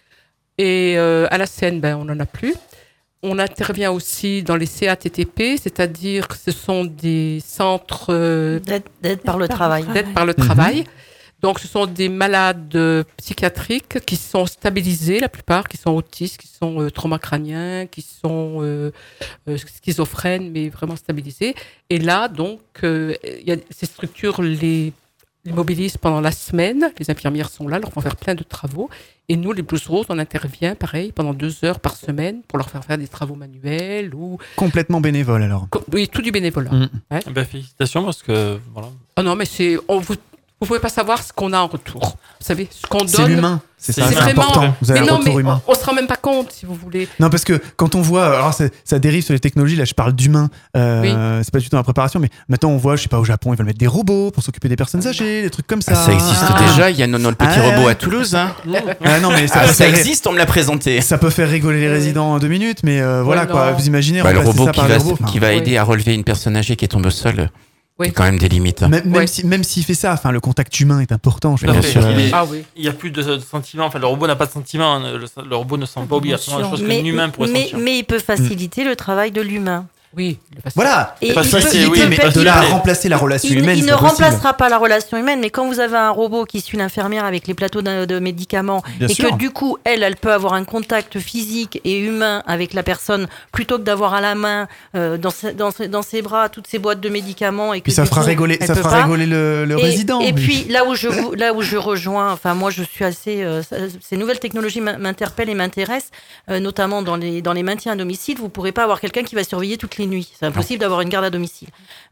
et euh, à la Seine, ben, on n'en a plus. On intervient aussi dans les C A T T P, c'est-à-dire que ce sont des centres euh, D'aide d'aide par le travail. d'aide par le Mhm. travail. Donc, ce sont des malades euh, psychiatriques qui sont stabilisés, la plupart, qui sont autistes, qui sont euh, traumacrâniens, qui sont euh, euh, schizophrènes, mais vraiment stabilisés. Et là, donc, euh, il y a ces structures les, les mobilisent pendant la semaine. Les infirmières sont là, leur font faire plein de travaux. Et nous, les Blues Roses, on intervient, pareil, pendant deux heures par semaine pour leur faire faire des travaux manuels ou... Complètement bénévole alors. Oui, tout du bénévolat. Mm. Eh ben, félicitations parce que voilà. Oh non, mais c'est... On vous... Vous pouvez pas savoir ce qu'on a en retour. Vous savez, ce qu'on donne. C'est l'humain, c'est ça, C'est c'est vraiment- important. Vous avez Mais un non, retour mais humain. on, on se rend même pas compte, si vous voulez. Non, parce que quand on voit, alors ça, ça dérive sur les technologies, là je parle d'humain, euh, c'est pas du tout dans la préparation, mais maintenant on voit, je sais pas, au Japon, ils veulent mettre des robots pour s'occuper des personnes âgées, des trucs comme ça. Ah, ça existe Ah. déjà, il y a Nono le petit Ah, ouais, robot ouais. à Toulouse. Hein. Ah, non, mais ça, Ah, peut ça faire- existe, on me l'a présenté. ça peut faire rigoler les résidents en deux minutes, mais euh, voilà Ouais, quoi, non. vous imaginez Bah, le remplacer robot ça qui par va, des robots, enfin, qui va Oui. aider à relever une personne âgée qui tombe au sol. Oui. Il y a quand même des limites. Même, même Ouais. si, même s'il fait ça, enfin, le contact humain est important. Je Tout à veux fait. dire, Il euh, est- Ah oui. Il n'y a plus de, de sentiments. Enfin, le robot n'a pas de sentiments. hein. Le, le robot ne sent pas obligatoirement la chose mais, qu'un humain pourrait mais, sentir. mais il peut faciliter le travail de l'humain. Oui. le patient. Voilà, Et Pas il de peut- facilité, il oui, peut mais faire- de il là à peut- remplacer la relation Il, humaine, il c'est ne pas possible. remplacera pas la relation humaine, mais quand vous avez un robot qui suit l'infirmière avec les plateaux de, de médicaments Bien et sûr. que du coup, elle, elle peut avoir un contact physique et humain avec la personne plutôt que d'avoir à la main euh, dans, ses, dans, ses, dans ses bras toutes ces boîtes de médicaments et que Puis ça du fera coup, rigoler, elle ça peut fera pas. rigoler le, le Et, résident. et oui. puis là où je vous- là où je rejoins, enfin moi je suis assez, euh, ça- ces nouvelles technologies m'in- m'interpellent et m'intéressent, euh, notamment dans les dans les maintiens à domicile. Vous pourrez pas avoir quelqu'un qui va surveiller toutes les nuits. C'est impossible d'avoir une garde à domicile.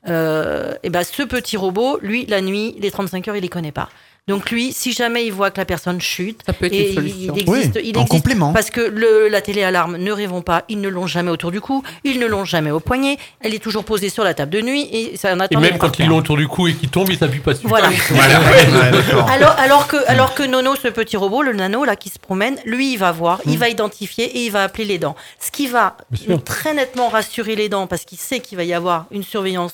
Euh, et ben ce petit robot, lui, la nuit, les trente-cinq heures, il les connaît pas. Donc lui, si jamais il voit que la personne chute, Ça peut être et une solution. il existe, Oui, il en existe complément. parce que le, la télé-alarme, ne rêvons pas, ils ne l'ont jamais autour du cou, ils ne l'ont jamais au poignet, elle est toujours posée sur la table de nuit et ça en Et attend. même les quand partenaires. ils l'ont autour du cou et qu'ils tombent, ils s'appuient pas dessus. Voilà. Ouais, d'accord. Alors, alors, que, alors que Nono, ce petit robot, le nano là qui se promène, lui, il va voir, il va identifier et il va appeler les dents. Ce qui va Bien sûr. très nettement rassurer les dents parce qu'il sait qu'il va y avoir une surveillance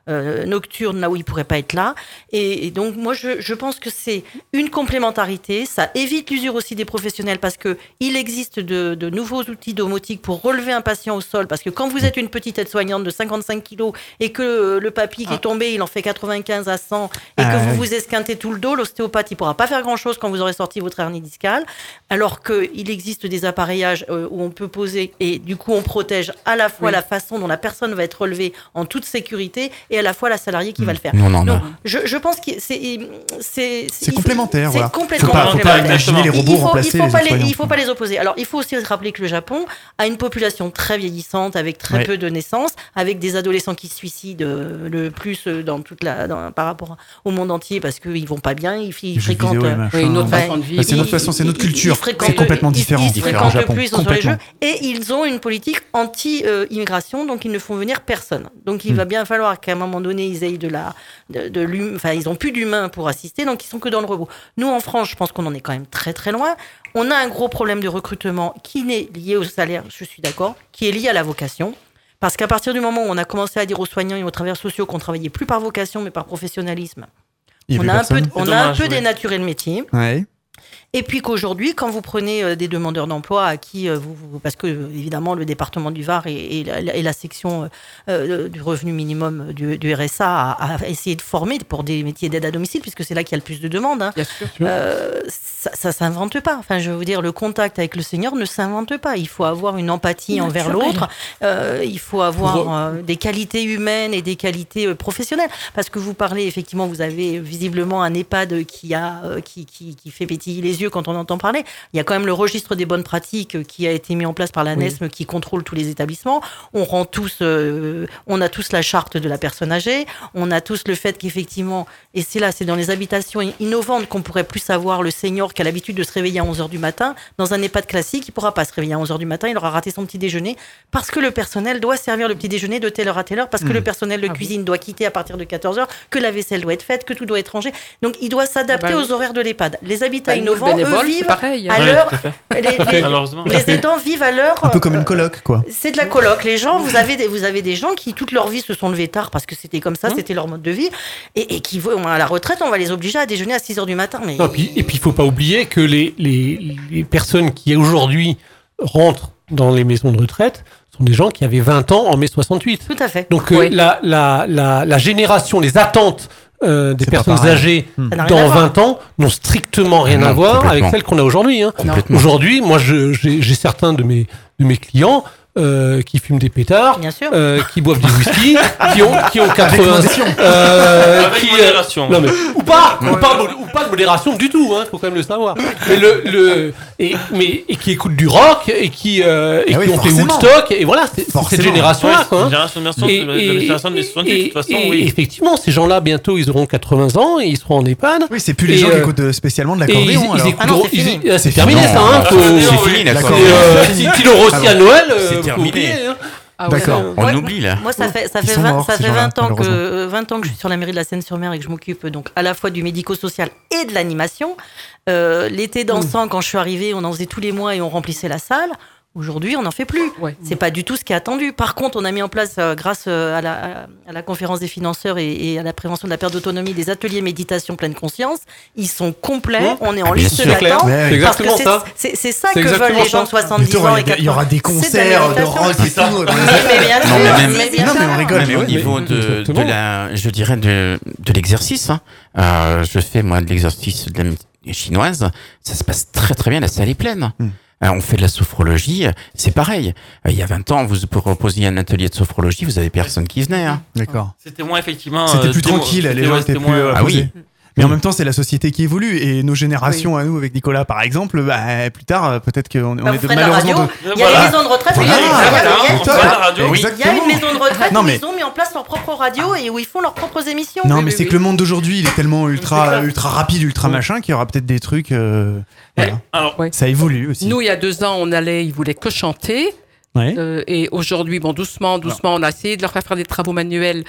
euh, nocturnes là où ils pourraient pas être là. Et, et donc moi je, je pense que c'est une complémentarité. Ça évite l'usure aussi des professionnels parce que il existe de, de nouveaux outils domotiques pour relever un patient au sol. Parce que quand vous êtes une petite aide-soignante de cinquante-cinq kilos et que euh, le papy qui est tombé, il en fait quatre-vingt-quinze à cent et que Ah, vous oui. vous esquintez tout le dos, l'ostéopathe il pourra pas faire grand-chose quand vous aurez sorti votre hernie discale. Alors qu'il existe des appareillages euh, où on peut poser et du coup on protège à la fois Oui. la façon dont la personne va être relevée en toute sécurité et à la fois la salariée qui va le faire. Nous, on en a. Donc, je, je pense que c'est c'est C'est complémentaire, C'est voilà. complètement Faut pas, faut pas complémentaire. imaginer les Il- robots il faut, remplacer il faut les pas les, soignants. il faut pas les opposer. Alors, il faut aussi se rappeler que le Japon a une population très vieillissante, avec très Ouais. peu de naissances, avec des adolescents qui se suicident euh, le plus euh, dans toute la, dans- par rapport au monde entier parce qu'ils vont pas bien, ils, ils Les jeux fréquentent. vidéo et euh, machin. Oui, une autre Ouais. façon de Bah, vivre. c'est notre façon, c'est notre ils- ils- culture. ils fréquentent- C'est complètement ils- différent. Ils, ils différent au fréquentent Japon. plus, ils sont sur les Complètement. jeux et ils ont une politique anti-immigration, donc ils ne font venir personne. Donc il Hmm. va bien falloir qu'à un moment donné ils aient de la, de, de l'hum- enfin ils ont plus d'humains pour assister, donc ils sont que dans le robot. Nous en France, je pense qu'on en est quand même très très loin. On a un gros problème de recrutement qui n'est lié au salaire, je suis d'accord, qui est lié à la vocation. Parce qu'à partir du moment où on a commencé à dire aux soignants et aux travailleurs sociaux qu'on travaillait plus par vocation mais par professionnalisme, Il y on avait a un peu, personne. on a un dommage, peu oui. dénaturé le métier. Ouais. Et puis qu'aujourd'hui, quand vous prenez euh, des demandeurs d'emploi à qui, euh, vous, vous- parce que euh, évidemment le département du Var et, et la, et la section euh, euh, du revenu minimum du, du R S A a, a essayé de former pour des métiers d'aide à domicile, puisque c'est là qu'il y a le plus de demandes, hein. Bien sûr. Euh, ça, ça s'invente pas. Enfin, je veux dire, le contact avec le Seigneur ne s'invente pas. Il faut avoir une empathie envers Naturel. l'autre. Euh, il faut avoir Pour- euh, des qualités humaines et des qualités euh, professionnelles. Parce que vous parlez, effectivement, vous avez visiblement un EHPAD qui a, euh, qui, qui, qui fait pétiller les yeux quand on entend parler. Il y a quand même le registre des bonnes pratiques euh, qui a été mis en place par la Oui. NESM qui contrôle tous les établissements. On rend tous, euh, on a tous la charte de la personne âgée. On a tous le fait qu'effectivement, et c'est là, c'est dans les habitations innovantes qu'on pourrait plus avoir le senior qui a l'habitude de se réveiller à onze heures du matin. Dans un EHPAD classique, il ne pourra pas se réveiller à onze heures du matin, il aura raté son petit déjeuner parce que le personnel doit servir le petit déjeuner de telle heure à telle heure, parce que le personnel de Ah cuisine doit quitter à partir de quatorze heures, que la vaisselle doit être faite, que tout doit être rangé. Donc il doit s'adapter Ah bah oui. aux horaires de l'EHPAD. Les habitats Bah, nous, le innovants, eux, bénévole, c'est vivent pareil, hein. à Ouais, l'heure. tout à fait. Les, les- Malheureusement. les aidants vivent à l'heure. Un peu comme euh, une coloc, quoi. c'est de la coloc. Les gens, vous avez des, vous avez des gens qui toute leur vie se sont levés tard parce que c'était comme ça, Mmh. c'était leur mode de vie, et, et qui vont à la retraite, on va les obliger à déjeuner à six heures du matin. Mais Non, puis- et puis, il faut pas oublier que les, les, les personnes qui aujourd'hui rentrent dans les maisons de retraite sont des gens qui avaient vingt ans en mai soixante-huit. tout à fait. Donc, euh, Oui. la, la, la, la génération, les attentes euh, des C'est pas personnes pareil. âgées Ça n'a rien à dans voir. vingt ans n'ont strictement rien Non, à voir avec complètement. celles qu'on a aujourd'hui, hein. Complètement. Aujourd'hui, moi, je- j'ai j'ai certains de mes, de mes clients euh, qui fument des pétards, Bien sûr. euh, qui boivent des whisky, qui ont, qui ont quatre-vingts modération. euh, Avec qui, euh, modération. non mais ou pas, ou pas, ou pas de modération du tout, hein, faut quand même le savoir. Mais le, le et mais et qui écoutent du rock et qui euh, et Ah qui oui, ont fait forcément. Woodstock et voilà, c'est c'est Forcément. cette génération-là, quoi. hein. Génération, bien sûr, Et, de la et- génération des soixante-huit, de toute façon, et- oui. et effectivement, ces gens-là, bientôt, ils auront quatre-vingts ans et ils seront en EHPAD. Oui, c'est plus les Et, gens qui euh, écoutent euh, spécialement de Et ils, l'accordéon. ils alors. écouteront. Ah non, c'est ils- fini. euh, c'est C'est terminé, fini. ça. Hein, Non, faut- c'est fini, Et, d'accord. euh, si Tino Rossi à Noël, euh, C'est faut terminé. oublier, hein. Ah ouais. D'accord. On Ouais, oublie, là. Moi, ça fait, ça Ils fait, sont vingt, morts, ça ces fait gens-là, vingt, ans que, malheureusement. euh, vingt ans que je suis sur la mairie de la Seine-sur-Mer et que je m'occupe donc à la fois du médico-social et de l'animation. Euh, l'été dansant, quand je suis arrivée, on en faisait tous les mois et on remplissait la salle. Aujourd'hui, on n'en fait plus. Ouais. C'est pas du tout ce qui est attendu. Par contre, on a mis en place, euh, grâce euh, à, la, à la conférence des financeurs et, et à la prévention de la perte d'autonomie, des ateliers méditation pleine conscience. Ils sont complets. Mmh. On est en Ah, bien liste sûr. d'attente. Ouais, C'est Parce que exactement c'est- ça. c'est c'est ça C'est que veulent exactement les gens de ça. soixante-dix Plutôt, ans il et y a- il y aura des quatre-vingts. C'est de la concerts de méditation. rock et tout. Mais, mais bien sûr, Non, mais même- mais bien Non, mais on sûr. rigole. Non, mais au Ouais, niveau mais- de, de exactement. la, je dirais de, de l'exercice, hein, euh, je fais moi de l'exercice de la médecine chinoise, ça se passe très très bien, la salle est pleine. Hmm. Euh, on fait de la sophrologie, c'est pareil. Euh, il y a vingt ans, vous proposiez un atelier de sophrologie, vous avez personne qui venait. Hein. D'accord. C'était moins, effectivement. C'était euh, plus démo- tranquille, les c'était- gens ouais, étaient c'était plus moins- euh, Ah oui. posés. Mais en même temps, c'est la société qui évolue et nos générations à nous, avec Nicolas par exemple, bah, plus tard, euh, peut-être qu'on on Bah, est vous de, ferez de la malheureusement radio. de... Il y a Voilà. les maisons de retraite. Voilà. il y a- il y a- il y a- Voilà, il y a- on fait la radio. Il y a Exactement. une maison de retraite Non, où mais- ils ont mis en place leur propre radio et où ils font leurs propres émissions. Non, Oui, mais oui, c'est oui. que le monde d'aujourd'hui, il est tellement C'est ultra, clair. ultra rapide, ultra machin, qu'il y aura peut-être des trucs. euh, voilà. Alors, Ouais. Ça évolue aussi. Nous, il y a deux ans, on allait, ils voulaient que chanter. Ouais. Euh, et aujourd'hui, bon, doucement, doucement, on a essayé de leur faire faire des travaux manuels.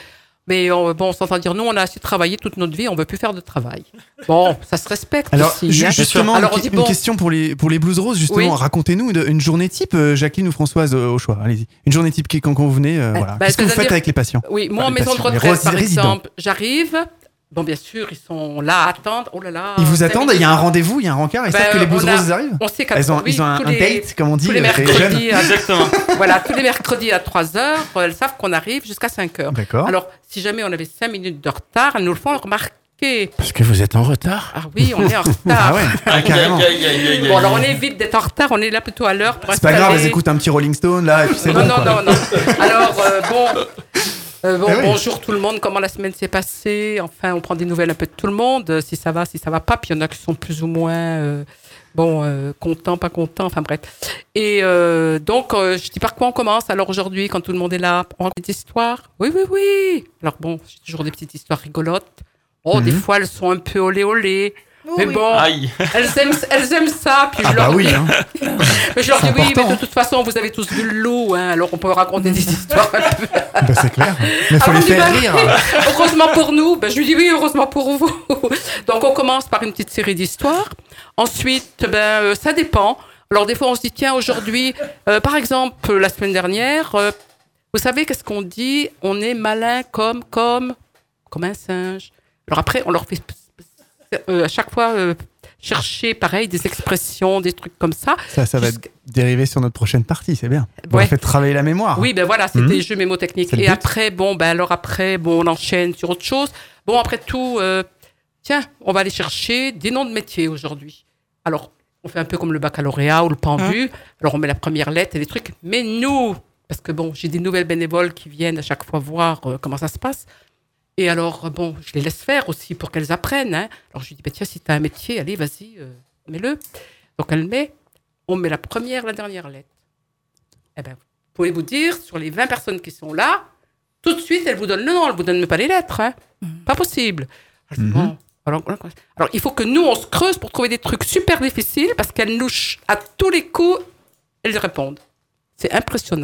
Mais on, bon, on s'entend dire, nous, on a assez travaillé toute notre vie, on ne veut plus faire de travail. Bon, ça se respecte Alors, aussi. ju- hein. justement, Alors, on une, dit, une bon, question pour les, pour les Blues Roses, justement. Oui. Racontez-nous une, une journée type, euh, Jacqueline ou Françoise, euh, au choix. Allez-y. Une journée type qui- quand, quand vous venez, euh, voilà. bah, Qu'est-ce que vous c'est-à-dire- faites avec les patients? oui, moi, Enfin, en les maison de patients, les retraite, res- par résidents. exemple, j'arrive. Bon, bien sûr, ils sont là à attendre. Oh là là. Ils vous cinq attendent, il y a minutes. un rendez-vous, il y a un rencard, ils Ben, savent que les Blues on a- Roses arrivent? On sait qu'à Elles ont, oui, ils ont un, tous un les- date, comme on dit, tous les euh, les jeunes. mercredis, à- Exactement. voilà, tous les mercredis à trois heures, elles savent qu'on arrive jusqu'à cinq heures. D'accord. Alors, si jamais on avait cinq minutes de retard, elles nous le font remarquer. Parce que vous êtes en retard. Ah oui, on est en retard. Ah ouais, ah, carrément. Aïe, aïe, aïe, aïe, aïe, Bon, alors on aïe. évite d'être en retard, on est là plutôt à l'heure pour C'est pas grave, installer- elles écoutent un petit Rolling Stone, là, et puis c'est non, bon, non, quoi. non, non. Alors, euh, bon, euh, bon Eh oui. bonjour tout le monde, comment la semaine s'est passée? Enfin, on prend des nouvelles un peu de tout le monde, euh, si ça va, si ça va pas. Puis il y en a qui sont plus ou moins, euh, bon, euh, contents, pas contents, enfin bref. Et euh, donc, euh, je dis par quoi on commence? Alors aujourd'hui, quand tout le monde est là, on raconte des histoires? Oui, oui, oui. Alors bon, j'ai toujours des petites histoires rigolotes. Oh, des Mhm. fois, elles sont un peu olé olé. Mais oui. bon, Aïe. elles aiment, elles aiment ça. Puis Ah je bah leur oui, dis, hein. mais je leur dis C'est oui, mais important. de toute façon, vous avez tous vu le loup, hein, alors on peut raconter des histoires. un peu. Bah, c'est clair. Mais faut Ah, les on dit, faire bah, rire. Heureusement pour nous. Ben, je lui dis oui, heureusement pour vous. Donc on commence par une petite série d'histoires. Ensuite, ben, euh, ça dépend. Alors des fois, on se dit tiens, aujourd'hui, euh, par exemple, la semaine dernière, euh, vous savez qu'est-ce qu'on dit? On est malin comme comme comme un singe. Alors après, on leur fait euh, à chaque fois euh, chercher pareil des expressions, des trucs comme ça. Ça, ça va Jusqu'à- dériver sur notre prochaine partie, c'est bien. Vous Ouais. leur faites travailler la mémoire. Oui, ben voilà, c'était Mhm. des jeux mémotechniques. C'est le Et but. après, bon, ben alors après, bon, on enchaîne sur autre chose. Bon, après tout, euh, tiens, on va aller chercher des noms de métiers aujourd'hui. Alors, on fait un peu comme le baccalauréat ou le pendu. Alors, on met la première lettre et les trucs. Mais nous, parce que bon, j'ai des nouvelles bénévoles qui viennent à chaque fois voir euh, comment ça se passe. Et alors, bon, je les laisse faire aussi pour qu'elles apprennent. Hein. Alors, je lui dis, bah, tiens, si tu as un métier, allez, vas-y, euh, mets-le. Donc, elle met, on met la première, la dernière lettre. Eh bien, pouvez-vous dire, sur les vingt personnes qui sont là, tout de suite, elle vous donne le nom, elle ne vous donne même pas les lettres. Hein. Pas possible. Alors, je dis, Mhm. bon, alors, alors, il faut que nous, on se creuse pour trouver des trucs super difficiles parce qu'elles nous, ch- à tous les coups, elles répondent. C'est impressionnant.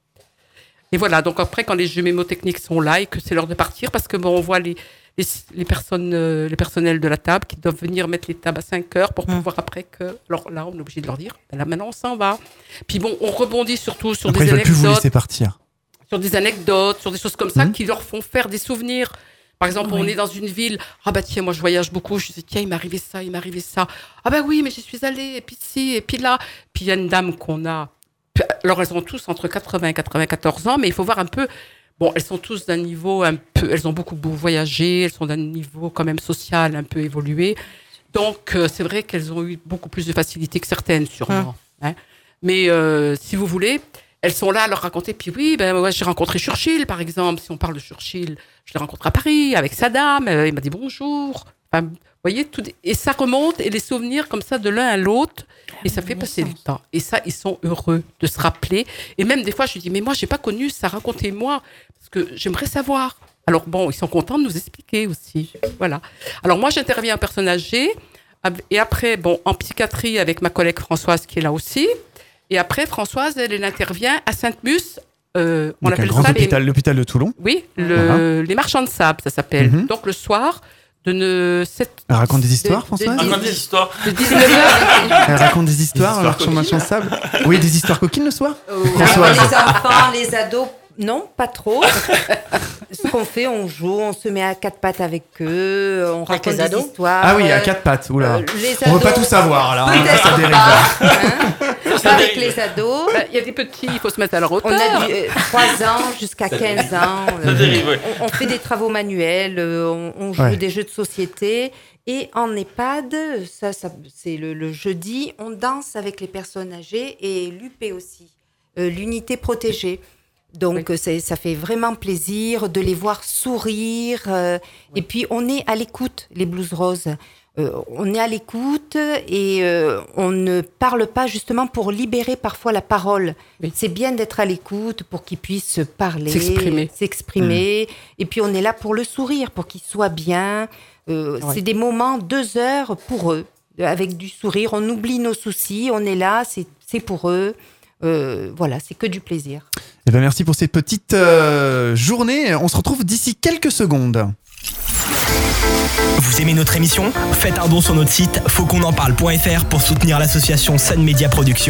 Et voilà, donc après, quand les jeux mémotechniques sont là et que c'est l'heure de partir, parce que bon, on voit les, les, les personnes, euh, les personnels de la table qui doivent venir mettre les tables à cinq heures pour pouvoir après que... Alors là, on est obligé de leur dire, ben là maintenant, on s'en va. Puis bon, on rebondit surtout sur Après, ils des veulent plus vous anecdotes, laisser partir. sur des anecdotes, sur des choses comme ça Mhm. qui leur font faire des souvenirs. Par exemple, on est dans une ville, ah bah tiens, moi je voyage beaucoup, je dis tiens, il m'est arrivé ça, il m'est arrivé ça. Ah bah oui, mais j'y suis allée, et puis ci, et puis là. Puis il y a une dame qu'on a, alors elles ont tous entre quatre-vingts et quatre-vingt-quatorze ans, mais il faut voir un peu, bon, elles sont tous d'un niveau un peu, elles ont beaucoup voyagé, elles sont d'un niveau quand même social un peu évolué. Donc euh, c'est vrai qu'elles ont eu beaucoup plus de facilité que certaines, sûrement. Hein. Mais euh, si vous voulez, elles sont là à leur raconter. Puis oui, ben, ouais, j'ai rencontré Churchill, par exemple. Si on parle de Churchill, je l'ai rencontré à Paris avec sa dame. euh, il m'a dit bonjour. Enfin, vous voyez, tout, et ça remonte et les souvenirs comme ça de l'un à l'autre. Et ça fait passer le temps. Et ça, ils sont heureux de se rappeler. Et même des fois, je lui dis, mais moi, j'ai pas connu ça, racontez-moi. Parce que j'aimerais savoir. Alors bon, ils sont contents de nous expliquer aussi. Voilà. Alors moi, j'interviens en personne âgée. Et après, bon, en psychiatrie avec ma collègue Françoise qui est là aussi. Et après, Françoise, elle, elle intervient à Sainte-Mus. Euh, on Donc, un appelle grand ça les- hôpital, l'hôpital de Toulon. Oui, le- Voilà. les marchands de sable, ça s'appelle. Mhm. Donc le soir, de ne... sept- Elle raconte des de- histoires, de Françoise dix- Raconte des histoires. de dix-neuf heures. Elle raconte des histoires, histoires marchand marchand de sable. Oui, des histoires coquines le soir. Françoise. Les enfants, les ados, non, pas trop. Ce qu'on fait, on joue, on se met à quatre pattes avec eux, on raconte les des ados histoires. Ah oui, à euh, quatre pattes. Oula. euh, les On veut pas ados, tout savoir là. hein, peut-être ça dérive. pas, hein. Pas avec les ados. Ben, il y a des petits, il faut se mettre à leur hauteur. On a du euh, trois ans jusqu'à quinze ans. Ça euh, dérive, ouais. on, on fait des travaux manuels, euh, on, on joue Ouais. des jeux de société. Et en EHPAD, ça, ça, c'est le, le jeudi, on danse avec les personnes âgées et l'U P aussi, euh, l'unité protégée. Donc, euh, c'est- ça fait vraiment plaisir de les voir sourire. euh, Et puis, on est à l'écoute, les Blues Roses. Euh, on est à l'écoute et euh, on ne parle pas justement pour libérer parfois la parole. Oui. C'est bien d'être à l'écoute pour qu'ils puissent parler, S'exprimer. s'exprimer. Et puis, on est là pour le sourire, pour qu'ils soient bien. Euh, Ouais. C'est des moments, deux heures pour eux, avec du sourire. On oublie nos soucis, on est là, c'est c'est pour eux. Euh, voilà, c'est que du plaisir. Eh ben, merci pour cette petite euh, journée. On se retrouve d'ici quelques secondes. Vous aimez notre émission ? Faites un don sur notre site faut qu'on en parle point f r pour soutenir l'association Sun Media Productions.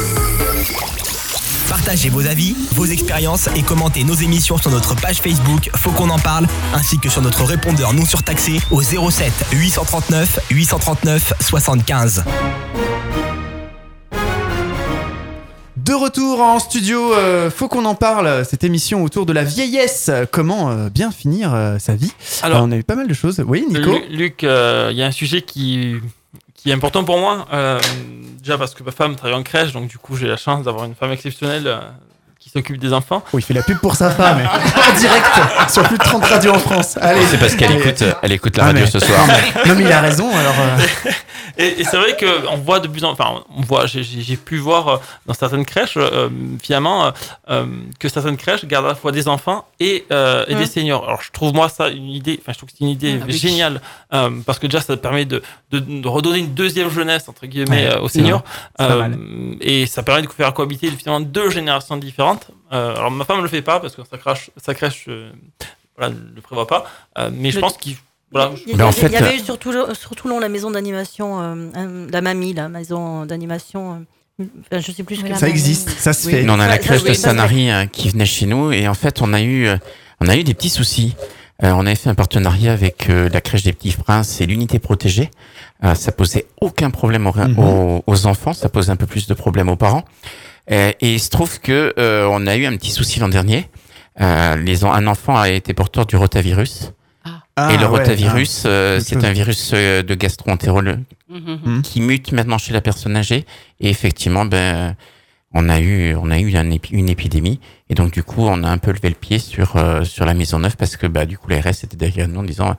Partagez vos avis, vos expériences et commentez nos émissions sur notre page Facebook Faut qu'on en parle, ainsi que sur notre répondeur non surtaxé au zéro sept huit cent trente-neuf huit cent trente-neuf soixante-quinze. De retour en studio, euh, faut qu'on en parle, cette émission autour de la vieillesse, comment euh, bien finir euh, sa vie. Alors, Alors, on a eu pas mal de choses. Oui, Nico. Lu- Luc, il euh, y a un sujet qui, qui est important pour moi. Euh, déjà parce que ma femme travaille en crèche, donc du coup j'ai la chance d'avoir une femme exceptionnelle euh, qui s'occupe des enfants. Oh, il fait la pub pour sa femme, en direct, sur plus de trente radios en France. Allez, c'est parce qu'elle écoute, elle écoute la ah, radio mais, ce soir. Non mais, non, mais il a raison, alors... Euh... Et, et c'est vrai qu'on voit de plus en enfin, on voit, j'ai, j'ai pu voir dans certaines crèches, euh, finalement, euh, que certaines crèches gardent à la fois des enfants et, euh, et mmh. des seniors. Alors, je trouve, moi, ça, une idée, enfin, je trouve que c'est une idée mmh, géniale, euh, parce que déjà, ça permet de, de, de redonner une deuxième jeunesse, entre guillemets, ouais, aux seniors. Mmh, euh, et ça permet de faire cohabiter, finalement, deux générations différentes. Euh, alors, ma femme ne le fait pas, parce que sa crèche, sa crèche euh, voilà, ne le prévoit pas. Euh, mais je le... pense qu'il Voilà. Il, y avait, en fait, il y avait eu surtout, surtout long la maison d'animation, euh, la mamie, la maison d'animation. Euh, enfin, je sais plus ce que ça existe, ça se oui. fait. Nous, on a la ça, crèche ça, de oui, Sanary euh, qui venait chez nous et en fait, on a eu, euh, on a eu des petits soucis. Euh, on avait fait un partenariat avec euh, la crèche des Petits Princes et l'unité protégée. Euh, ça posait aucun problème aux, mm-hmm. aux, aux enfants, ça posait un peu plus de problèmes aux parents. Euh, et il se trouve que euh, on a eu un petit souci l'an dernier. Euh, les, un enfant a été porteur du rotavirus. Ah, et le ouais, rotavirus, ah, euh, c'est chose. un virus euh, de gastro-entérologue mmh. qui mute maintenant chez la personne âgée. Et effectivement, ben, on a eu, on a eu un épi- une épidémie. Et donc, du coup, on a un peu levé le pied sur euh, sur la Maison Neuve parce que, bah, du coup, l'A R S était derrière nous en disant,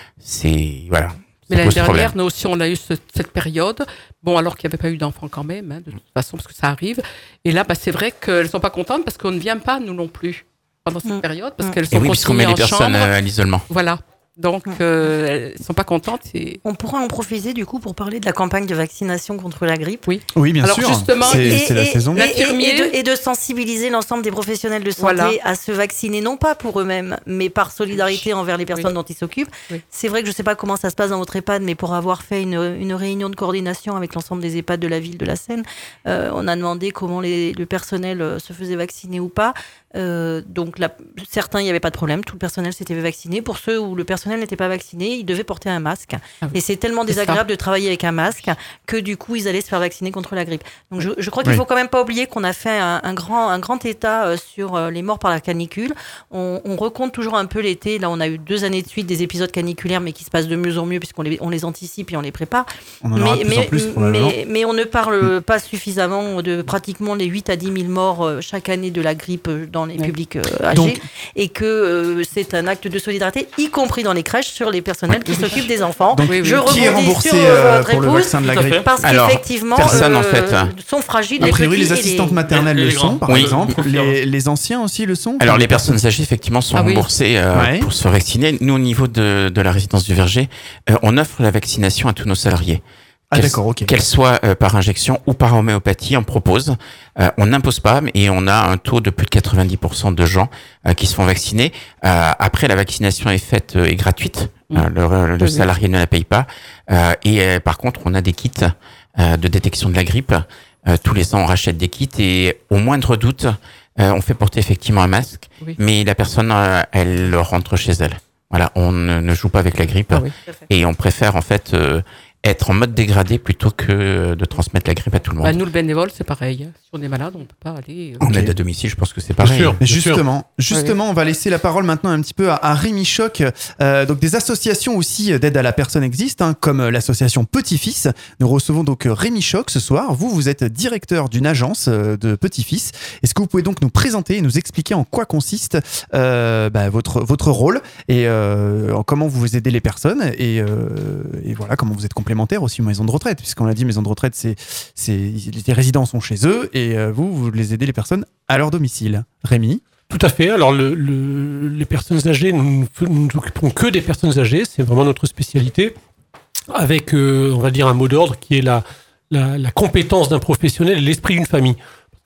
c'est voilà. Mais l'année dernière, nous aussi, on a eu ce, cette période. Bon, alors qu'il n'y avait pas eu d'enfants quand même, hein, de toute façon, parce que ça arrive. Et là, bah, c'est vrai qu'elles ne sont pas contentes parce qu'on ne vient pas, nous non plus, pendant cette mmh. période, parce mmh. qu'elles sont et oui, puisqu'on met les personnes chambre. à l'isolement. Voilà. Donc, euh, elles ne sont pas contentes. Et... On pourra en profiter du coup pour parler de la campagne de vaccination contre la grippe. Oui, oui bien Alors, sûr. Justement, c'est, et, c'est la et, saison. Et, et, et, de, et de sensibiliser l'ensemble des professionnels de santé voilà. à se vacciner, non pas pour eux-mêmes, mais par solidarité envers les personnes oui. dont ils s'occupent. Oui. C'est vrai que je ne sais pas comment ça se passe dans votre EHPAD, mais pour avoir fait une, une réunion de coordination avec l'ensemble des EHPAD de la ville de la Seine, euh, on a demandé comment les, le personnel se faisait vacciner ou pas. Euh, donc là, certains, il n'y avait pas de problème, tout le personnel s'était vacciné. Pour ceux où le personnel n'était pas vacciné, ils devaient porter un masque. Ah oui. Et c'est tellement c'est désagréable ça. de travailler avec un masque que du coup, ils allaient se faire vacciner contre la grippe. Donc je, je crois qu'il ne oui. faut quand même pas oublier qu'on a fait un, un, grand, un grand état sur les morts par la canicule. On, on recompte toujours un peu l'été. Là, on a eu deux années de suite des épisodes caniculaires, mais qui se passent de mieux en mieux puisqu'on les, on les anticipe et on les prépare. On en mais, aura de plus mais, en plus, mais, mais on ne parle mmh. pas suffisamment de pratiquement les huit à dix mille morts chaque année de la grippe dans les oui. publics euh, âgés. Donc, et que euh, c'est un acte de solidarité, y compris dans les crèches, sur les personnels qui s'occupent des enfants. Donc, oui, oui. Je qui est remboursé sur, euh, pour le vaccin de la grippe? Parce Alors, qu'effectivement, personne euh, en fait. sont fragiles. A priori, les, les assistantes les... maternelles les, le sont, par oui. exemple. Les, les anciens aussi le sont. Alors, les personnes âgées, effectivement, sont ah, remboursées oui. euh, ouais. pour se faire vacciner. Nous, au niveau de, de la résidence du Verger, euh, on offre la vaccination à tous nos salariés. Ah, Qu'elle, d'accord, ok. Qu'elle soit euh, par injection ou par homéopathie, on propose. Euh, on n'impose pas, et on a un taux de plus de quatre-vingt-dix pour cent de gens euh, qui se font vacciner. Euh, après, la vaccination est faite euh, et gratuite. Mmh. Euh, le, le oui. salarié ne la paye pas. Euh, et euh, par contre, on a des kits euh, de détection de la grippe. Euh, tous les ans, on rachète des kits et au moindre doute, euh, on fait porter effectivement un masque. Oui. Mais la personne, euh, elle rentre chez elle. Voilà, on ne, ne joue pas avec la grippe. Ah oui. Et on préfère en fait... Euh, être en mode dégradé plutôt que de transmettre la grippe à tout le monde. Bah, nous, le bénévole, c'est pareil. Si on est malade, on ne peut pas aller... En okay. aide à domicile, je pense que c'est pareil. Sûr, Mais justement, justement ouais. on va laisser la parole maintenant un petit peu à, à Rémi Choc. Euh, donc, des associations aussi d'aide à la personne existent, hein, comme l'association Petit-Fils. Nous recevons donc Rémi Choc ce soir. Vous, vous êtes directeur d'une agence de Petit-Fils. Est-ce que vous pouvez donc nous présenter et nous expliquer en quoi consiste euh, bah, votre, votre rôle et euh, comment vous aidez les personnes et, euh, et voilà, comment vous êtes complémentaire aussi aux maisons de retraite, puisqu'on l'a dit, maisons de retraite, c'est, c'est, les résidents sont chez eux et euh, vous, vous les aidez les personnes à leur domicile. Rémi ? Tout à fait. Alors, le, le, les personnes âgées, nous ne nous occupons que des personnes âgées, c'est vraiment notre spécialité, avec, euh, on va dire, un mot d'ordre qui est la, la, la compétence d'un professionnel et l'esprit d'une famille.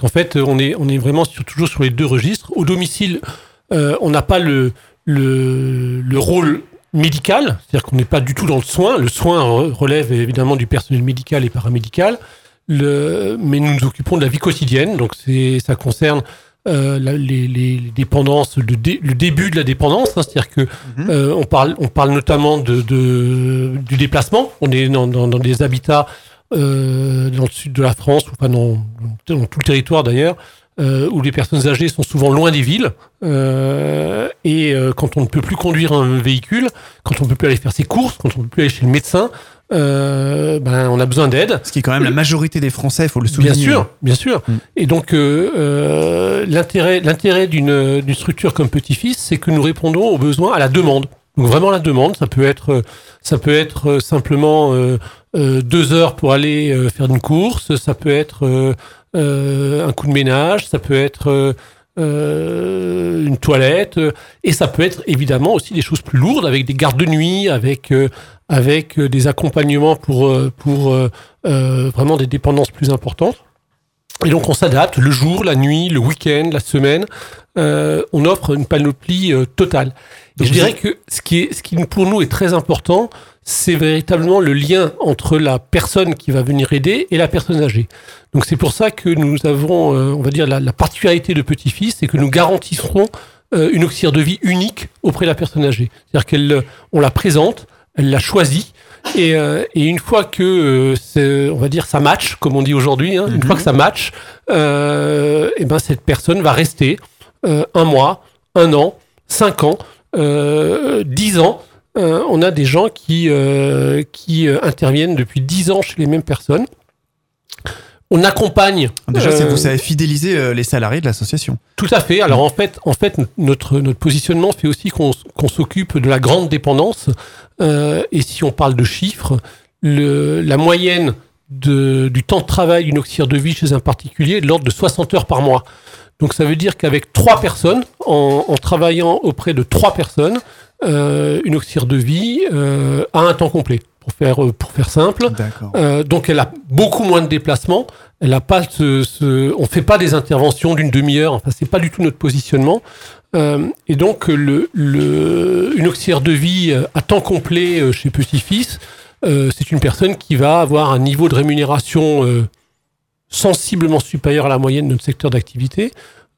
qu'en fait, on est, on est vraiment sur, toujours sur les deux registres. Au domicile, euh, on n'a pas le, le, le rôle médical, c'est-à-dire qu'on n'est pas du tout dans le soin. Le soin relève évidemment du personnel médical et paramédical, le, mais nous nous occupons de la vie quotidienne, donc c'est, ça concerne euh, la, les, les dépendances, le, dé, le début de la dépendance, hein, c'est-à-dire que mmh. euh, on parle, on parle notamment de, de, du déplacement. On est dans, dans, dans des habitats euh, dans le sud de la France, ou pas dans, dans tout le territoire d'ailleurs, Euh, où les personnes âgées sont souvent loin des villes euh, et euh, quand on ne peut plus conduire un véhicule, quand on ne peut plus aller faire ses courses, quand on ne peut plus aller chez le médecin, euh, ben on a besoin d'aide. Ce qui est quand même la majorité des Français, il faut le souligner. Bien sûr, bien sûr. Mm. Et donc euh, euh, l'intérêt, l'intérêt d'une, d'une structure comme Petit-Fils, c'est que nous répondons aux besoins à la demande. Donc vraiment la demande, ça peut être, ça peut être simplement euh, euh, deux heures pour aller euh, faire une course, ça peut être euh, Euh, un coup de ménage, ça peut être euh, euh, une toilette, euh, et ça peut être évidemment aussi des choses plus lourdes avec des gardes de nuit, avec euh, avec euh, des accompagnements pour euh, pour euh, euh, vraiment des dépendances plus importantes. Et donc on s'adapte le jour, la nuit, le week-end, la semaine. Euh, on offre une panoplie euh, totale. Et je dirais que ce qui est, ce qui pour nous est très important, c'est véritablement le lien entre la personne qui va venir aider et la personne âgée. Donc c'est pour ça que nous avons, euh, on va dire, la, la particularité de Petit-Fils, c'est que nous garantisserons euh, une auxiliaire de vie unique auprès de la personne âgée. C'est-à-dire qu'elle, on la présente, elle la choisit, et, euh, et une fois que, euh, c'est, on va dire, ça match, comme on dit aujourd'hui, hein, mm-hmm. une fois que ça match, euh, et ben cette personne va rester euh, un mois, un an, cinq ans, euh, dix ans. Euh, on a des gens qui, euh, qui euh, interviennent depuis dix ans chez les mêmes personnes. On accompagne. Déjà, euh, c'est vous savez fidéliser euh, les salariés de l'association. Tout à fait. Alors en fait, en fait, notre notre positionnement fait aussi qu'on qu'on s'occupe de la grande dépendance. Euh, et si on parle de chiffres, le, la moyenne de, du temps de travail d'une auxiliaire de vie chez un particulier est de l'ordre de soixante heures par mois. Donc ça veut dire qu'avec trois personnes, en, en travaillant auprès de trois personnes, euh, une auxiliaire de vie euh, a un temps complet. Pour faire, pour faire simple. Euh, donc elle a beaucoup moins de déplacements. Elle a pas ce, ce, on fait pas des interventions d'une demi-heure. Enfin, c'est pas du tout notre positionnement. Euh, et donc le, le, une auxiliaire de vie à temps complet chez Petit-Fils, euh, c'est une personne qui va avoir un niveau de rémunération euh, sensiblement supérieur à la moyenne de notre secteur d'activité.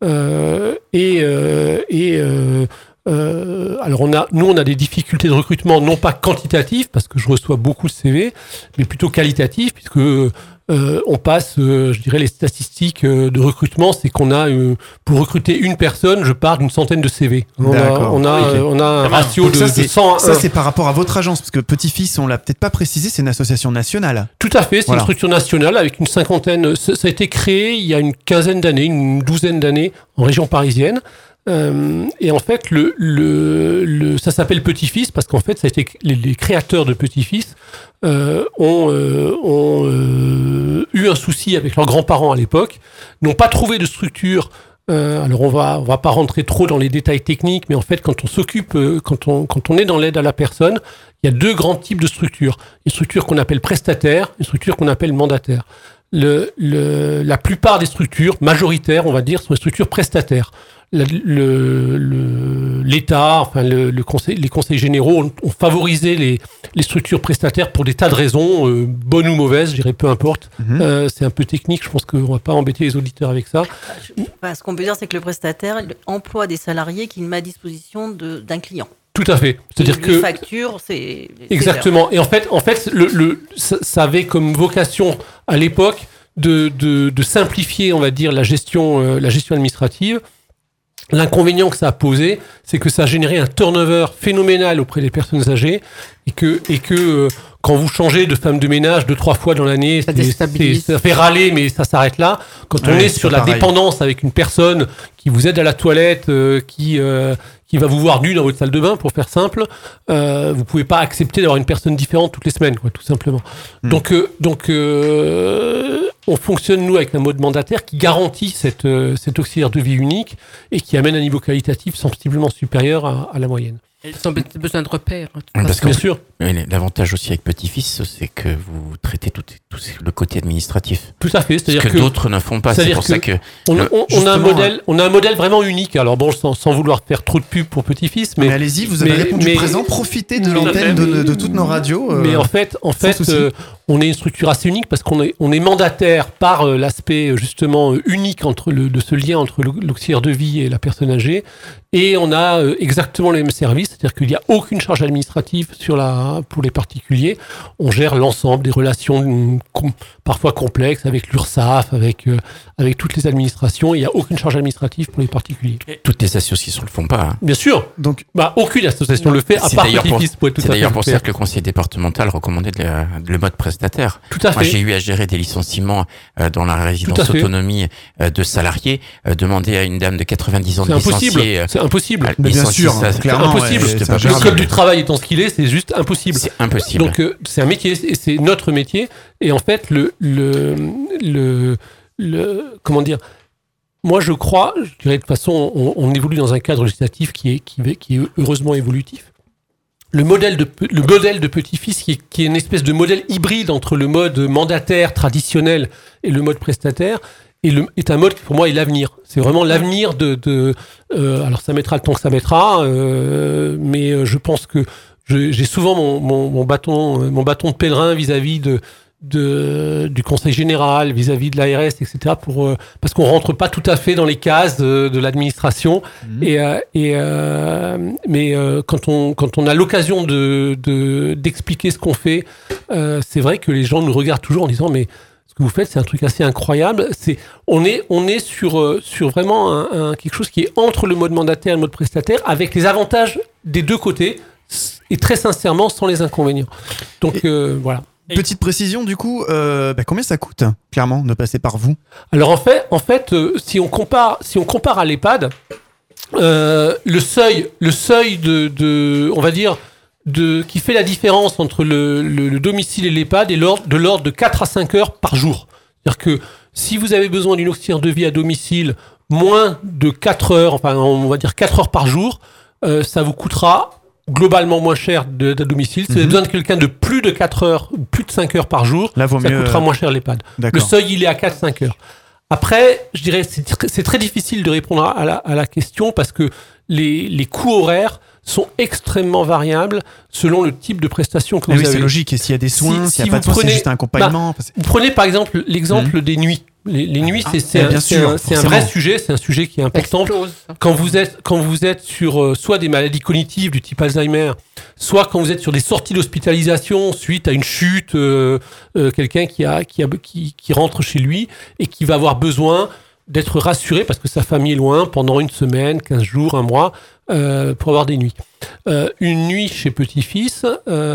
Euh, et euh, et euh, Euh, alors on a, nous on a des difficultés de recrutement non pas quantitatives parce que je reçois beaucoup de C V, mais plutôt qualitatives puisque euh, on passe, euh, je dirais les statistiques euh, de recrutement, c'est qu'on a euh, pour recruter une personne, je pars d'une centaine de C V. On a, on a, okay. on a un ratio de, ça, de cent. Ça c'est par rapport à votre agence parce que Petit-Fils, on l'a peut-être pas précisé, c'est une association nationale. Tout à fait, c'est voilà. une structure nationale avec une cinquantaine. Ça, ça a été créé il y a une quinzaine d'années, une douzaine d'années en région parisienne. Euh, et en fait, le, le, le, ça s'appelle Petit-Fils parce qu'en fait, ça a été les, les créateurs de Petit-Fils euh, ont, euh, ont euh, eu un souci avec leurs grands-parents à l'époque, n'ont pas trouvé de structure. Euh, alors on va on va pas rentrer trop dans les détails techniques, mais en fait, quand on s'occupe, euh, quand on quand on est dans l'aide à la personne, il y a deux grands types de structures. Une structure qu'on appelle prestataire, une structure qu'on appelle mandataire. Le, le, la plupart des structures majoritaires, on va dire, sont des structures prestataires. Le, le, le, l'État, enfin le, le conseil, les conseils généraux ont, ont favorisé les, les structures prestataires pour des tas de raisons, euh, bonnes ou mauvaises, je dirais peu importe. Mm-hmm. Euh, c'est un peu technique, je pense qu'on ne va pas embêter les auditeurs avec ça. Enfin, ce qu'on peut dire, c'est que le prestataire emploie des salariés qu'il met à disposition de, d'un client. Tout à fait. C'est-à-dire que facture, c'est exactement. Et en fait, en fait, le, le ça, ça avait comme vocation à l'époque de, de, de simplifier, on va dire, la gestion, euh, la gestion administrative. L'inconvénient que ça a posé, c'est que ça a généré un turnover phénoménal auprès des personnes âgées et que et que euh, quand vous changez de femme de ménage deux trois fois dans l'année, ça, c'est, ça fait râler, mais ça s'arrête là. Quand ouais, on est sur la pareil. dépendance avec une personne qui vous aide à la toilette, euh, qui euh, qui va vous voir nu dans votre salle de bain, pour faire simple, euh, vous pouvez pas accepter d'avoir une personne différente toutes les semaines, quoi, tout simplement. Mmh. Donc euh, donc euh, on fonctionne nous avec un mode mandataire qui garantit cette euh, cette auxiliaire de vie unique et qui amène un niveau qualitatif sensiblement supérieur à, à la moyenne. Ils ont besoin de repères. hein, de toute Parce façon. que Bien sûr, oui, l'avantage aussi avec petit-fils, c'est que vous traitez tout, tout le côté administratif. tout à fait. Ce C'est-à-dire que, que, d'autres ne font pas. C'est c'est-à-dire pour ça que on, le- on- on a un justement, modèle, on a un modèle vraiment unique. Alors bon, sans, sans vouloir faire trop de pub pour petit-fils, Mais, mais allez-y, vous avez mais- répondu mais- présent. Profitez de mais- l'antenne de, de toutes nos radios. euh, Mais en fait, en sans fait, souci. euh, on est une structure assez unique parce qu'on est, on est mandataire par euh, l'aspect euh, justement euh, unique entre le, de ce lien entre le- l'auxiliaire de vie et la personne âgée, et on a euh, exactement les mêmes services, c'est-à-dire qu'il n'y a aucune charge administrative sur la, pour les particuliers. On gère l'ensemble des relations mm, com- parfois complexes avec l'URSSAF, avec euh, avec toutes les administrations. Il n'y a aucune charge administrative pour les particuliers. toutes les associations ne le font pas. hein. Bien sûr, Donc, bah aucune association le fait à C'est part d'ailleurs pour, Petit-Fils pour être tout c'est à fait d'ailleurs pour ça clair. que le conseil départemental recommandait de la- le mode prestataire. Tout à Moi, fait. j'ai eu à gérer des licenciements euh, dans la résidence Tout à fait. autonomie euh, de salariés. Euh, demander à une dame de quatre-vingt-dix ans C'est de impossible. licencier. euh, C'est impossible. à mais bien licencier sûr, sa- hein, clairement, impossible. ouais, C'était c'est pas ingérable. Le code du travail étant ce qu'il est, c'est juste impossible. C'est impossible. Donc euh, c'est un métier, et c'est notre métier. Et en fait, le, le, le, le comment dire, moi je crois, je dirais de toute façon, on, on évolue dans un cadre législatif qui est, qui, est- qui est heureusement évolutif. Le modèle de, le modèle de petit-fils, qui est, qui est une espèce de modèle hybride entre le mode mandataire traditionnel et le mode prestataire, est, le, est un mode qui pour moi est l'avenir. C'est vraiment l'avenir de... de euh, alors ça mettra le temps que ça mettra, euh, mais euh, je pense que je- j'ai souvent mon, mon, mon, bâton, euh, mon bâton de pèlerin vis-à-vis de, de, du Conseil général, vis-à-vis de l'A R S, et cetera, pour, euh, parce qu'on rentre pas tout à fait dans les cases de, de l'administration. Mhm. Et, euh, et, euh, mais euh, quand, on, quand on a l'occasion de, de, d'expliquer ce qu'on fait, euh, c'est vrai que les gens nous regardent toujours en disant mais ce que vous faites, c'est un truc assez incroyable. C'est, on est, on est sur, euh, sur vraiment un, un- quelque chose qui est entre le mode mandataire et le mode prestataire, avec les avantages des deux côtés, et très sincèrement sans les inconvénients. Donc euh, voilà. petite précision, du coup, euh, bah, combien ça coûte, clairement, de passer par vous? Alors en fait, en fait euh, si, on compare, si on compare à l'EHPAD, euh, le seuil, le seuil de, de, on va dire, de, qui fait la différence entre le, le, le domicile et l'EHPAD est l'ordre, de l'ordre de quatre à cinq heures par jour. C'est-à-dire que si vous avez besoin d'une auxiliaire de vie à domicile, moins de quatre heures, enfin on va dire quatre heures par jour, euh, ça vous coûtera globalement moins cher de, de domicile. Si vous avez Mhm. besoin de quelqu'un de plus de quatre heures, ou plus de cinq heures par jour, Là, vaut ça mieux. coûtera moins cher l'EHPAD. Le D'accord. seuil, il est à quatre à cinq heures. Après, je dirais, c'est, tr- c'est très difficile de répondre à la, à la question parce que les, les coûts horaires sont extrêmement variables selon le type de prestation que Mais vous oui, avez. c'est logique. Et s'il y a des soins, Si- s'il n'y si a pas vous de soins, c'est prenez- juste un accompagnement. Enfin, c'est- Vous prenez par exemple l'exemple des nuits. Les, les nuits, c'est, c'est, ah, un, bien c'est sûr, un- c'est un vrai forcément. sujet, c'est un sujet qui est important. Explose. Quand vous êtes, quand vous êtes sur euh, soit des maladies cognitives du type Alzheimer, soit quand vous êtes sur des sorties d'hospitalisation suite à une chute, euh, euh, quelqu'un qui, a, qui, a, qui, qui rentre chez lui et qui va avoir besoin d'être rassuré parce que sa famille est loin pendant une semaine, quinze jours, un mois, euh, pour avoir des nuits. Euh, une nuit chez Petit-Fils,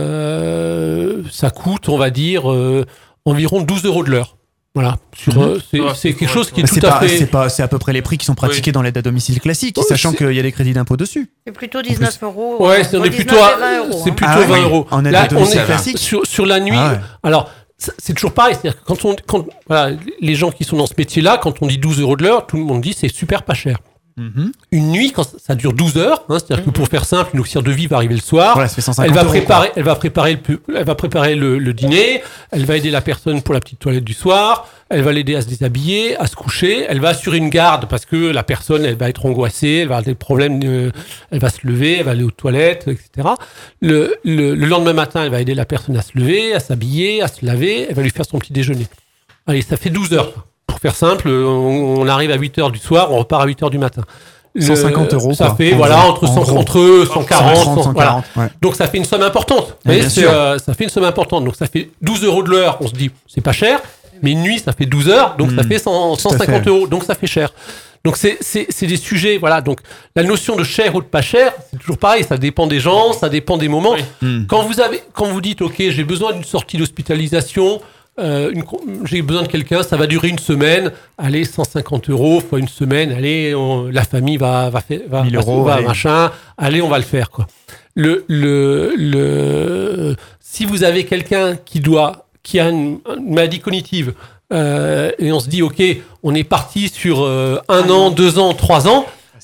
euh, ça coûte, on va dire, euh, environ douze euros de l'heure. Voilà. Sur, Mhm. euh, c'est, Ouais, c'est c'est quelque correct, chose qui est Bah, c'est tout à pas, fait... c'est pas, c'est à peu près les prix qui sont pratiqués dans l'aide à domicile classique, Oui, sachant c'est- qu'il y a des crédits d'impôt dessus. C'est plutôt dix-neuf euros. Ouais, euh, c'est, on entre est plutôt dix-neuf à, et vingt euros, c'est hein. plutôt Ah ouais, vingt oui. euros. En aide Là, à on domicile est classique. sur, sur la nuit. Ah ouais. Alors, c'est c'est toujours pareil. C'est-à-dire que quand on, quand, voilà, les gens qui sont dans ce métier-là, quand on dit douze euros de l'heure, tout le monde dit c'est super pas cher. Mhm. Une nuit, quand ça dure douze heures, hein, c'est-à-dire que pour faire simple, une auxiliaire de vie va arriver le soir. Voilà, ça fait cent cinquante Elle va euros, préparer, elle va préparer le, pu- elle va préparer le, le dîner. Elle va aider la personne pour la petite toilette du soir. Elle va l'aider à se déshabiller, à se coucher. Elle va assurer une garde parce que la personne, elle va être angoissée, elle va avoir des problèmes. euh, elle va se lever, elle va aller aux toilettes, et cetera. Le, le, le lendemain matin, elle va aider la personne à se lever, à s'habiller, à se laver. Elle va lui faire son petit déjeuner. Allez, ça fait douze heures. Pour faire simple, on, on arrive à huit heures du soir, on repart à huit heures du matin. Le- cent cinquante euros, Ça quoi. fait, En voilà, gros. entre, En cent, gros. entre cent quarante, cent trente, cent, voilà. cent quarante, ouais. Donc ça fait une somme importante. Vous Eh voyez, bien c'est, sûr. euh, ça fait une somme importante. Donc ça fait douze euros de l'heure. On se dit, c'est pas cher. Mais une nuit, ça fait douze heures. Donc ça Mm. fait cent, Tout à cent cinquante fait. euros. Donc ça fait cher. Donc c'est, c'est, c'est des sujets, voilà. Donc la notion de cher ou de pas cher, c'est toujours pareil. Ça dépend des gens, ça dépend des moments. Oui. Mhm. Quand vous avez, quand vous dites, ok, j'ai besoin d'une sortie d'hospitalisation, euh, une co- j'ai besoin de quelqu'un, ça va durer une semaine, allez, cent cinquante euros fois une semaine, allez, on- la famille va, va faire, va, mille va- euros, va- allez. machin, allez, on va le faire, quoi. Le, le, le, si vous avez quelqu'un qui doit, qui a une, une maladie cognitive, euh, et on se dit, ok, on est parti sur euh, un an, deux ans, trois ans,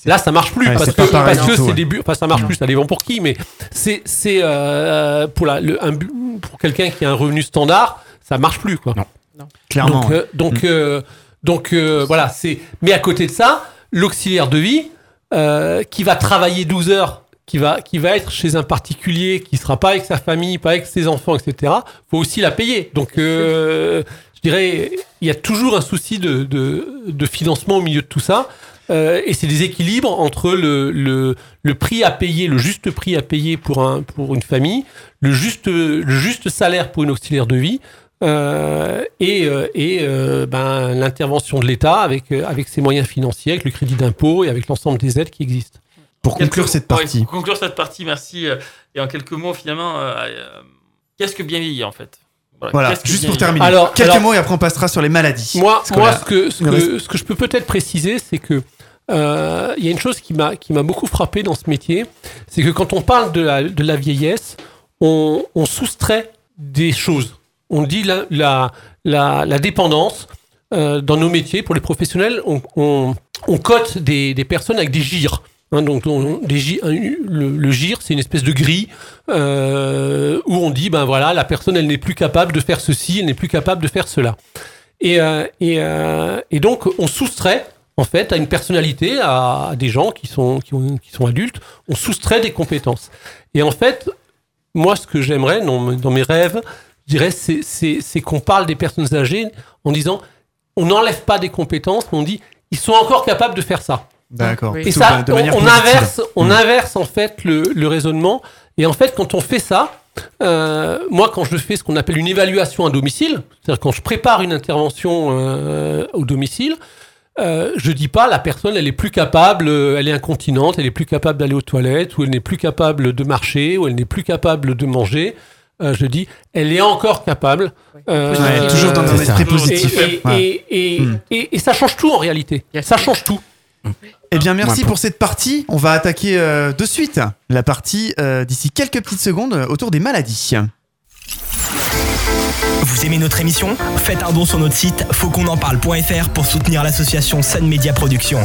Là, ça marche plus Ouais, parce c'est que, pas pareil parce du que tout, c'est ouais. des bu- enfin ça marche Non. plus, ça dépend pour qui, mais c'est c'est euh, pour la le, un bu- pour quelqu'un qui a un revenu standard, ça marche plus quoi. Non. Clairement. Donc ouais. euh, donc euh, donc euh, voilà, c'est mais à côté de ça, l'auxiliaire de vie euh, qui va travailler douze heures, qui va qui va être chez un particulier, qui sera pas avec sa famille, pas avec ses enfants, et cetera. Faut aussi la payer. Donc euh, je dirais, il y a toujours un souci de de, de financement au milieu de tout ça. Euh, et c'est des équilibres entre le, le, le prix à payer, le juste prix à payer pour, un, pour une famille, le juste, le juste salaire pour une auxiliaire de vie, euh, et, euh, et euh, ben, l'intervention de l'État avec, euh, avec ses moyens financiers, avec le crédit d'impôt et avec l'ensemble des aides qui existent. Pour conclure Quelques- cette ouais, partie. pour conclure cette partie, merci. euh, Et en quelques mots, finalement, euh, euh, qu'est-ce que bien vieillir en fait Voilà, qu'est-ce que juste bien pour vieillir terminer. Alors- Quelques alors- mots et après on passera sur les maladies. Moi, Parce que moi là, ce, que, ce, il que, reste- ce que je peux peut-être préciser, c'est que euh, il y a une chose qui m'a qui m'a beaucoup frappé dans ce métier, c'est que quand on parle de la, de la vieillesse, on, on soustrait des choses. On dit la, la, la, la dépendance euh, dans nos métiers, pour les professionnels, on, on, on cote des, des personnes avec des gires. Hein, donc, on- des gi- un- le, le gire, c'est une espèce de grille euh, où on dit, ben voilà, la personne, elle n'est plus capable de faire ceci, elle n'est plus capable de faire cela. Et, euh, et, euh, et donc, on soustrait, en fait, à une personnalité, à, à des gens qui sont, qui, ont, qui sont adultes, on soustrait des compétences. Et en fait, moi, ce que j'aimerais, dans, dans mes rêves, je dirais, c'est, c'est, c'est qu'on parle des personnes âgées en disant, on n'enlève pas des compétences, mais on dit, ils sont encore capables de faire ça. D'accord. Oui. Et Plutôt ça, de on, manière on positive. inverse, on Mm. inverse en fait le, le raisonnement. Et en fait, quand on fait ça, euh, moi, quand je fais ce qu'on appelle une évaluation à domicile, c'est-à-dire quand je prépare une intervention euh, au domicile, euh, je dis pas la personne, elle est plus capable, euh, elle est incontinente, elle est plus capable d'aller aux toilettes, ou elle n'est plus capable de marcher, ou elle n'est plus capable de manger. Euh, je dis, elle est encore capable. Euh, Ouais, toujours dans un c'est ça. esprit et, positif. et, Ouais. et, et, Mm. et- et ça change tout en réalité. Yes. Ça change tout. Eh bien, merci Ouais, pour cette partie. On va attaquer euh, de suite la partie euh, d'ici quelques petites secondes euh, autour des maladies. Vous aimez notre émission ? Faites un don sur notre site faut qu'on en parle point f r pour soutenir l'association Sun Media Productions.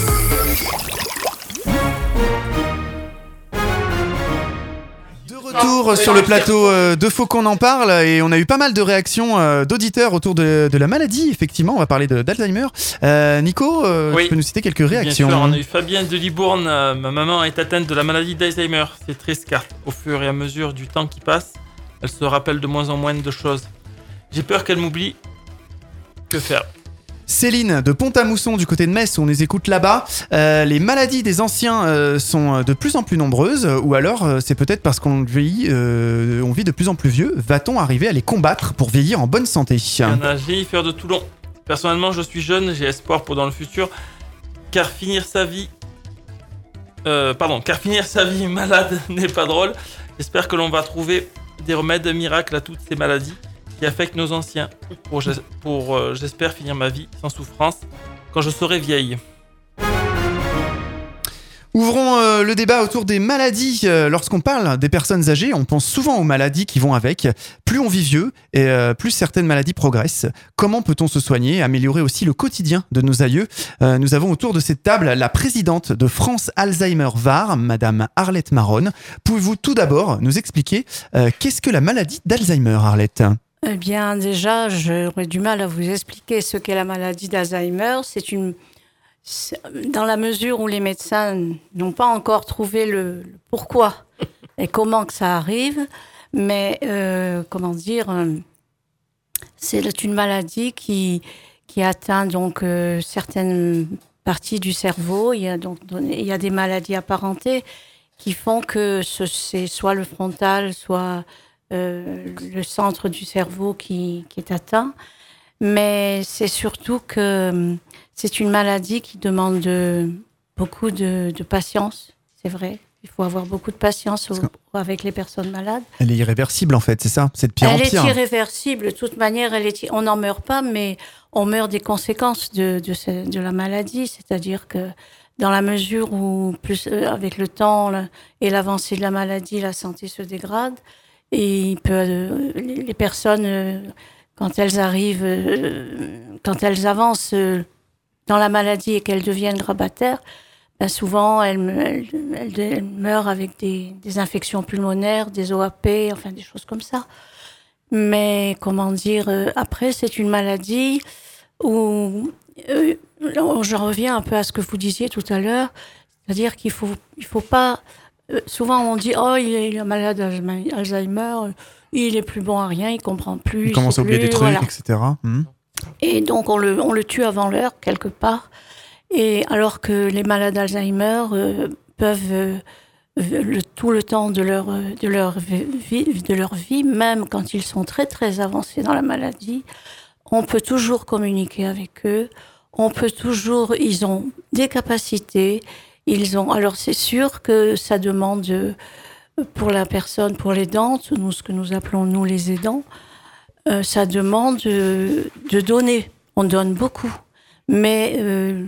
De retour sur le plateau euh, de Faut qu'on en parle et on a eu pas mal de réactions euh, d'auditeurs autour de, de la maladie. Effectivement, on va parler de- d'Alzheimer. Euh, Nico, euh, Oui. tu peux nous citer quelques Bien réactions. sûr, on a eu Fabienne de Libourne. euh, ma maman est atteinte de la maladie d'Alzheimer. C'est triste car au fur et à mesure du temps qui passe, elle se rappelle de moins en moins de choses. J'ai peur qu'elle m'oublie. Que faire ? Céline de Pont-à-Mousson du côté de Metz, où on les écoute là-bas. Euh, les maladies des anciens euh, sont de plus en plus nombreuses, ou alors euh, c'est peut-être parce qu'on vieillit, euh, on vit de plus en plus vieux. Va-t-on arriver à les combattre pour vieillir en bonne santé ? Il y en a Jennifer de Toulon. Personnellement, je suis jeune, j'ai espoir pour dans le futur, car finir sa vie, euh, pardon, car finir sa vie malade n'est pas drôle. J'espère que l'on va trouver des remèdes miracles à toutes ces maladies qui affectent nos anciens. Pour, j'es- pour euh, j'espère finir ma vie sans souffrance quand je serai vieille. Ouvrons euh, le débat autour des maladies. Euh, lorsqu'on parle des personnes âgées, on pense souvent aux maladies qui vont avec. Plus on vit vieux, et euh, plus certaines maladies progressent. Comment peut-on se soigner, améliorer aussi le quotidien de nos aïeux ? Euh, Nous avons autour de cette table la présidente de France Alzheimer Var, Madame Arlette Maronne. Pouvez-vous tout d'abord nous expliquer euh, qu'est-ce que la maladie d'Alzheimer, Arlette ? Eh bien, déjà, j'aurais du mal à vous expliquer ce qu'est la maladie d'Alzheimer. C'est une, c'est- dans la mesure où les médecins n'ont pas encore trouvé le, le pourquoi et comment que ça arrive, mais euh, comment dire, euh, c'est une maladie qui qui atteint donc euh, certaines parties du cerveau. Il y a donc il y a des maladies apparentées qui font que ce, c'est soit le frontal, soit Euh, le centre du cerveau qui, qui est atteint. Mais c'est surtout que euh, c'est une maladie qui demande de, beaucoup de, de patience, c'est vrai. Il faut avoir beaucoup de patience au- avec les personnes malades. Elle est irréversible en fait, c'est ça ? C'est de pire Elle en est pire. irréversible. De toute manière, elle est, on n'en meurt pas, mais on meurt des conséquences de, de, ce- de la maladie. C'est-à-dire que dans la mesure où, plus, euh, avec le temps le- et l'avancée de la maladie, la santé se dégrade. Et il peut, euh, les les personnes, euh, quand elles arrivent, euh, quand elles avancent euh, dans la maladie et qu'elles deviennent grabataires, ben souvent, elle, me- elle, elle, elle meurt avec des, des infections pulmonaires, des O A P, enfin des choses comme ça. Mais comment dire, euh, après, c'est une maladie où, euh, j'en reviens un peu à ce que vous disiez tout à l'heure, c'est-à-dire qu'il faut, il faut pas. euh, souvent, on dit, oh, il est, il est malade d'Alzheimer, il est plus bon à rien, il comprend plus. Il commence sait à oublier plus, des trucs, voilà. et cetera. Mhm. Et donc, on le, on le tue avant l'heure, quelque part. Et alors que les malades d'Alzheimer euh, peuvent, euh, le, tout le temps de leur, euh, de, leur vie, de leur vie, même quand ils sont très, très avancés dans la maladie, on peut toujours communiquer avec eux. On peut toujours... Ils ont des capacités. Ils ont... Alors, c'est sûr que ça demande, euh, pour la personne, pour l'aidant, nous, ce que nous appelons, nous, les aidants, euh, ça demande euh, de donner. On donne beaucoup. Mais... Euh,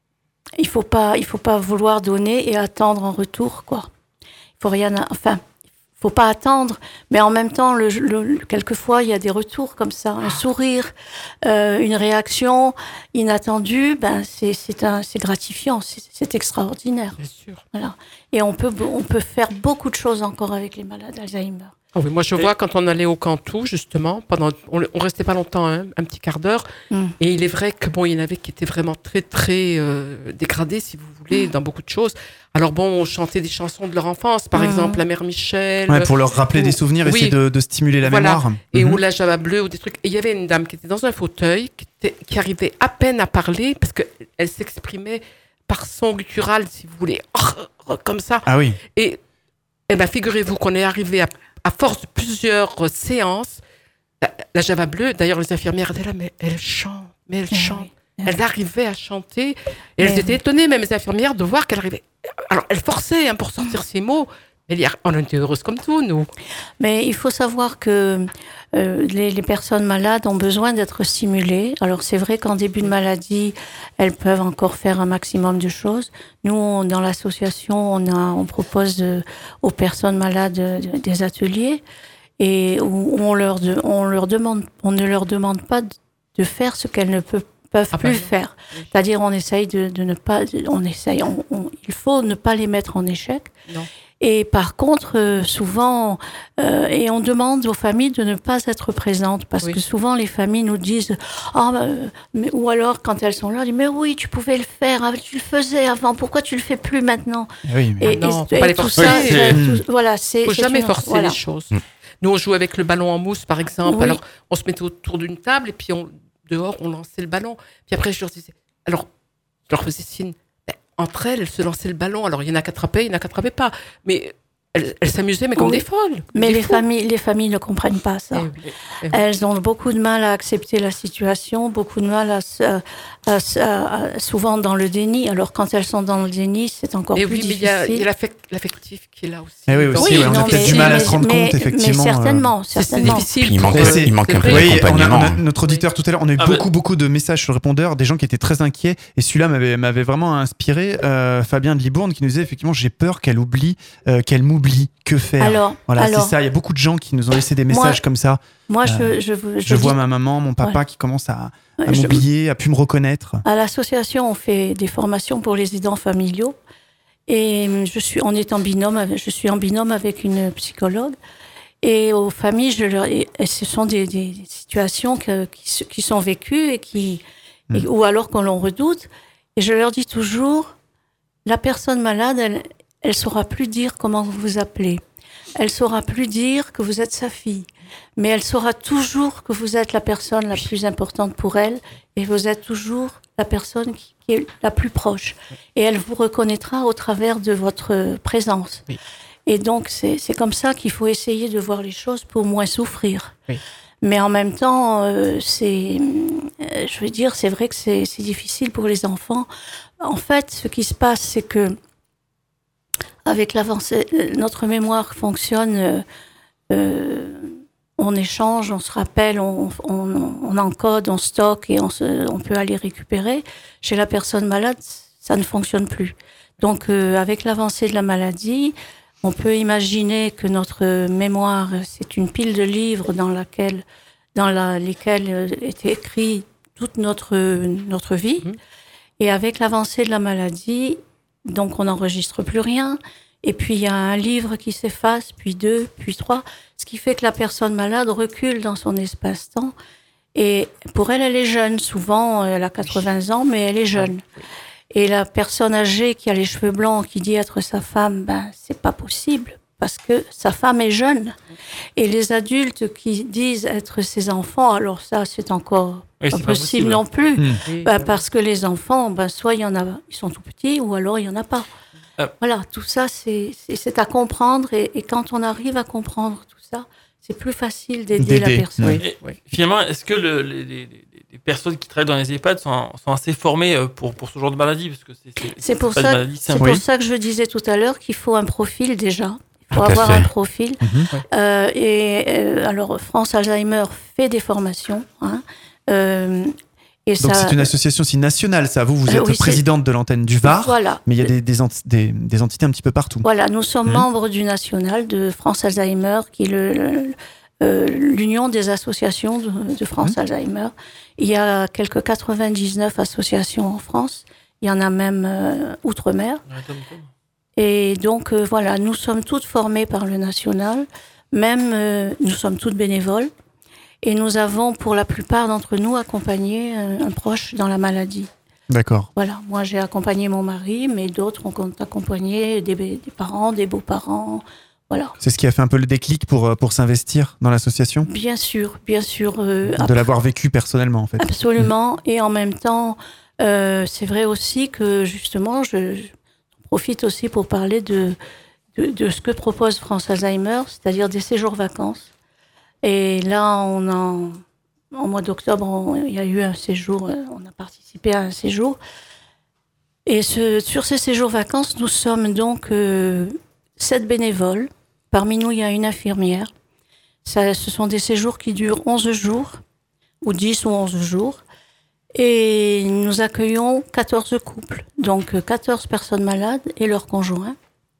Il faut pas, il faut pas vouloir donner et attendre en retour, quoi. Il faut rien, enfin, il faut pas attendre, mais en même temps, le, le, quelquefois, il y a des retours comme ça, un sourire, euh, une réaction inattendue, ben c'est, c'est un, c'est gratifiant, c'est, c'est extraordinaire. Bien sûr. Voilà. Et on peut, on peut faire beaucoup de choses encore avec les malades d'Alzheimer. Ah oui, moi je vois quand on allait au Cantou, justement, pendant, on, on restait pas longtemps, hein, un petit quart d'heure, Mm. et il est vrai que bon, il y en avait qui étaient vraiment très très euh, dégradés, si vous voulez, dans beaucoup de choses. Alors bon, on chantait des chansons de leur enfance, par Mm. exemple la Mère Michel. Ouais, pour leur rappeler ou- des souvenirs, oui. essayer de, de stimuler la Voilà. mémoire. Et Mhm. ou la Java bleue ou des trucs. Et il y avait une dame qui était dans un fauteuil, qui, était, qui arrivait à peine à parler parce que elle s'exprimait par son guttural, si vous voulez, comme ça. Ah oui. Et eh ben, figurez-vous qu'on est arrivé à, à force de plusieurs euh, séances. La, la Java bleue, d'ailleurs, les infirmières étaient là, mais elle chante, mais elle Eh chante. oui. Elle arrivait à chanter. Et Mais elles étaient oui. étonnées, même les infirmières, de voir qu'elle arrivait. Alors, elle forçait hein, pour sortir ses mots. Mais il y a- on était heureuses comme tout, nous. Mais il faut savoir que euh, les, les personnes malades ont besoin d'être stimulées. Alors c'est vrai qu'en début de maladie, elles peuvent encore faire un maximum de choses. Nous, on- dans l'association, on, a, on propose euh, aux personnes malades euh, des ateliers et où on leur, de- on leur demande, on ne leur demande pas de, de faire ce qu'elles ne peuvent peuvent Ah plus ben non. faire. C'est-à-dire, on essaye de, de ne pas, on essaye, on- on- il faut ne pas les mettre en échec. Non. Et par contre, euh, souvent, euh, et on demande aux familles de ne pas être présentes parce Oui. que souvent les familles nous disent, ah, bah, euh, mais, ou alors quand elles sont là, elles disent, mais oui, tu pouvais le faire, ah, tu le faisais avant, pourquoi tu le fais plus maintenant? Oui, mais- Et, Ah non, et- faut pas et les tout forcer. ça, Oui, c'est- c'est- tout- voilà, c'est. Il faut c'est jamais une- forcer voilà. les choses. Nous, on jouait avec le ballon en mousse, par exemple. Oui. Alors, on se mettait autour d'une table et puis on, dehors, on lançait le ballon. Puis après, je leur disais, alors, je leur faisais signe. Ben, entre elles, elles se lançaient le ballon. Alors, il y en a qui attrapaient, il y en a qui attrapaient pas. Mais elles, elles s'amusaient, mais comme Oui. des folles. comme Mais des les fous. familles, les familles ne comprennent pas ça. Eh oui, eh oui. Elles ont beaucoup de mal à accepter la situation, beaucoup de mal à, se- à- à- à- souvent dans le déni. Alors quand elles sont dans le déni, c'est encore Et plus oui, mais il y difficile. a, il y a l'affect- l'affectif qui est là aussi. Eh oui, Donc, aussi, ouais, on a non, peut-être mais- du mal à mais- se rendre mais- compte, effectivement, Mais euh. certainement, C'est c'est certainement. difficile. Puis il pour, manque, euh, il manque un peu c'est de vrai. Oui, on a, accompagnement. on a- notre auditeur tout à l'heure, on a eu Ah beaucoup, ben. beaucoup de messages sur le répondeur, des gens qui étaient très inquiets. Et celui-là m'avait, m'avait vraiment inspiré. Euh, Fabien de Libourne qui nous disait effectivement, j'ai peur qu'elle oublie, euh, qu'elle m'oublie. Que faire? Alors, Voilà, alors c'est ça. Il y a beaucoup de gens qui nous ont laissé des messages Moi, comme ça. moi, Euh, je, je, vous- je Je vois dis- ma maman, mon papa Voilà. qui commence à, à Ouais, je- m'oublier, à plus me reconnaître. À l'association, on fait des formations pour les aidants familiaux. Et je suis, on est en binôme, avec- je suis en binôme avec une psychologue. Et aux familles, je leur, et et ce sont des, des situations que- qui, se- qui sont vécues et qui, et- ou alors qu'on l'on redoute. Et je leur dis toujours, la personne malade, elle, elle saura plus dire comment vous vous appelez. Elle saura plus dire que vous êtes sa fille. Mais elle saura toujours que vous êtes la personne la plus importante pour elle et vous êtes toujours la personne qui, qui est la plus proche. Et elle vous reconnaîtra au travers de votre présence. Oui. Et donc, c'est c'est comme ça qu'il faut essayer de voir les choses pour moins souffrir. Oui. Mais en même temps, euh, c'est, euh, je veux dire, c'est vrai que c'est c'est difficile pour les enfants. En fait, ce qui se passe, c'est que avec l'avancée, euh, notre mémoire fonctionne. euh, euh, on échange, on se rappelle, on, on, on encode, on stocke et on, se, on peut aller récupérer. Chez la personne malade, ça ne fonctionne plus. Donc, euh, avec l'avancée de la maladie, on peut imaginer que notre mémoire, c'est une pile de livres dans laquelle, dans la, lesquels euh, est écrit toute notre, notre vie. Mhm. Et avec l'avancée de la maladie, donc on n'enregistre plus rien. Et puis il y a un livre qui s'efface, puis deux, puis trois, ce qui fait que la personne malade recule dans son espace-temps. Et pour elle, elle est jeune. Souvent, elle a quatre-vingts ans, mais elle est jeune. Et la personne âgée qui a les cheveux blancs, qui dit être sa femme, ben c'est pas possible parce que sa femme est jeune. Et les adultes qui disent être ses enfants, alors ça, c'est encore Oui, pas c'est possible, pas possible. non plus, Mmh. ben, parce que les enfants, ben soit il y en a, ils sont tout petits, ou alors il y en a pas. Euh. Voilà, tout ça, c'est, c'est, c'est à comprendre. Et, et quand on arrive à comprendre tout ça, c'est plus facile d'aider, D'aider, la personne. oui. Et finalement, est-ce que le- les, les- les personnes qui travaillent dans les EHPAD sont, sont assez formées euh, pour, pour ce genre de maladie? Parce que c'est, c'est, C'est pour pas ça, une maladie c'est simple. pour Oui. ça que je disais tout à l'heure qu'il faut un profil déjà. Il faut Tout à avoir fait. un profil. Mhm. Euh, et euh, alors, France Alzheimer fait des formations. Hein, euh, et Donc ça, c'est une association aussi nationale, ça. Vous, vous Euh, êtes oui, c'est- présidente de l'antenne du Var, Voilà. mais il y a des, des, enti- des, des entités un petit peu partout. Voilà, nous sommes Mhm. membres du national de France Alzheimer, qui est le, le- euh, l'union des associations de, de France Mhm. Alzheimer. Il y a quelques quatre-vingt-dix-neuf associations en France. Il y en a même euh, outre-mer. Ouais, comme- comme. Et donc, euh, voilà, nous sommes toutes formées par le national. Même, euh, nous sommes toutes bénévoles. Et nous avons, pour la plupart d'entre nous, accompagné euh, un proche dans la maladie. D'accord. Voilà, moi j'ai accompagné mon mari, mais d'autres ont accompagné des, des parents, des beaux-parents. Voilà. C'est ce qui a fait un peu le déclic pour, euh, pour s'investir dans l'association, Bien sûr, bien sûr. euh, de l'avoir vécu personnellement en fait. Absolument. Et en même temps, euh, c'est vrai aussi que justement, je, je profite aussi pour parler de, de, de ce que propose France Alzheimer, c'est-à-dire des séjours vacances. Et là, on en, en mois d'octobre, on- il y a eu un séjour, euh, on a participé à un séjour. Et ce, sur ces séjours vacances, nous sommes donc euh, sept bénévoles. Parmi nous, il y a une infirmière. Ça, ce sont des séjours qui durent onze jours, ou dix ou onze jours. Et nous accueillons quatorze couples, donc euh, quatorze personnes malades et leurs conjoints.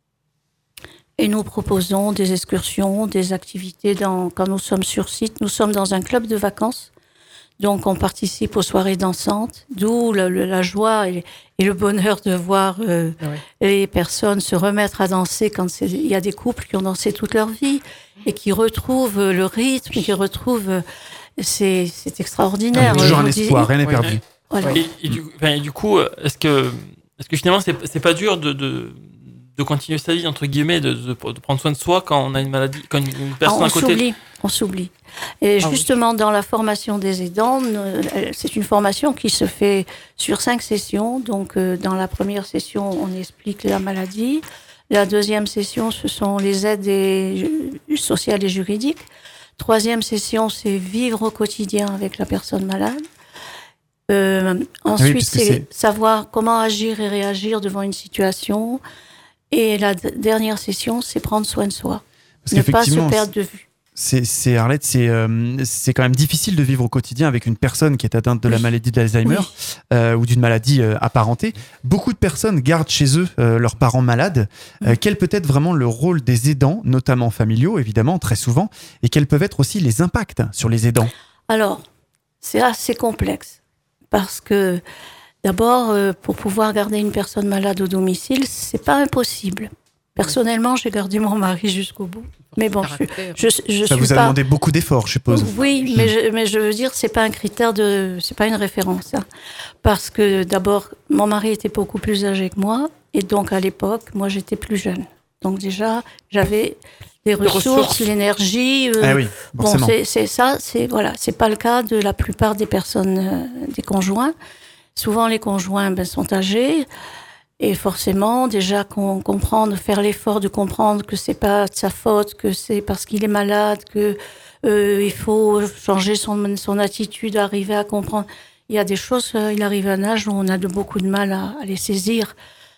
Et nous proposons des excursions, des activités dans, quand nous sommes sur site. Nous sommes dans un club de vacances, donc on participe aux soirées dansantes, d'où le- le- la joie et, et le bonheur de voir euh, Ah ouais. les personnes se remettre à danser quand c'est- il y a des couples qui ont dansé toute leur vie et qui retrouvent euh, le rythme, qui retrouvent... euh, c'est, c'est extraordinaire. Toujours Je un vous dis- espoir, rien n'est Oui. perdu. Voilà. Et, et du, enfin, et du coup, est-ce que, est-ce que finalement, c'est, c'est pas dur de, de, de continuer sa vie, entre guillemets, de, de, de prendre soin de soi quand on a une maladie, quand une, une Ah, personne on à côté? s'oublie, on s'oublie. Et Ah oui. justement, dans la formation des aidants, euh, c'est une formation qui se fait sur cinq sessions. Donc, euh, dans la première session, on explique la maladie. La deuxième session, ce sont les aides et- sociales et juridiques. Troisième session, c'est vivre au quotidien avec la personne malade. Euh, ensuite, puisque c'est c'est- savoir comment agir et réagir devant une situation. Et la d- dernière session, c'est prendre soin de soi. Parce Ne pas se qu'effectivement, perdre de vue. c'est, c'est Arlette, c'est, euh, c'est quand même difficile de vivre au quotidien avec une personne qui est atteinte de la Oui. maladie d'Alzheimer Oui. euh, ou d'une maladie euh, apparentée. Beaucoup de personnes gardent chez eux euh, leurs parents malades. Euh, quel peut être vraiment le rôle des aidants, notamment familiaux, évidemment, très souvent, et quels peuvent être aussi les impacts sur les aidants? Alors, c'est assez complexe parce que d'abord, euh, pour pouvoir garder une personne malade au domicile, c'est pas impossible. Personnellement, j'ai gardé mon mari jusqu'au bout. Mais bon, je, Caractère. je, je Ça suis vous a pas. demandé beaucoup d'efforts, je suppose. Oui, mais je, mais je veux dire, c'est pas un critère de, c'est pas une référence, hein. Parce que d'abord, mon mari était beaucoup plus âgé que moi, et donc à l'époque, moi j'étais plus jeune. Donc déjà, j'avais des ressources, ressources. l'énergie. euh, Ah oui, Bon, forcément. c'est, c'est ça, c'est voilà, c'est pas le cas de la plupart des personnes, euh, des conjoints. Souvent, les conjoints ben, sont âgés et forcément, déjà qu'on comprendre, faire l'effort de comprendre que c'est pas de sa faute, que c'est parce qu'il est malade, que euh, il faut changer son son attitude, arriver à comprendre. Il y a des choses, euh, il arrive à un âge où on a de beaucoup de mal à, à les saisir.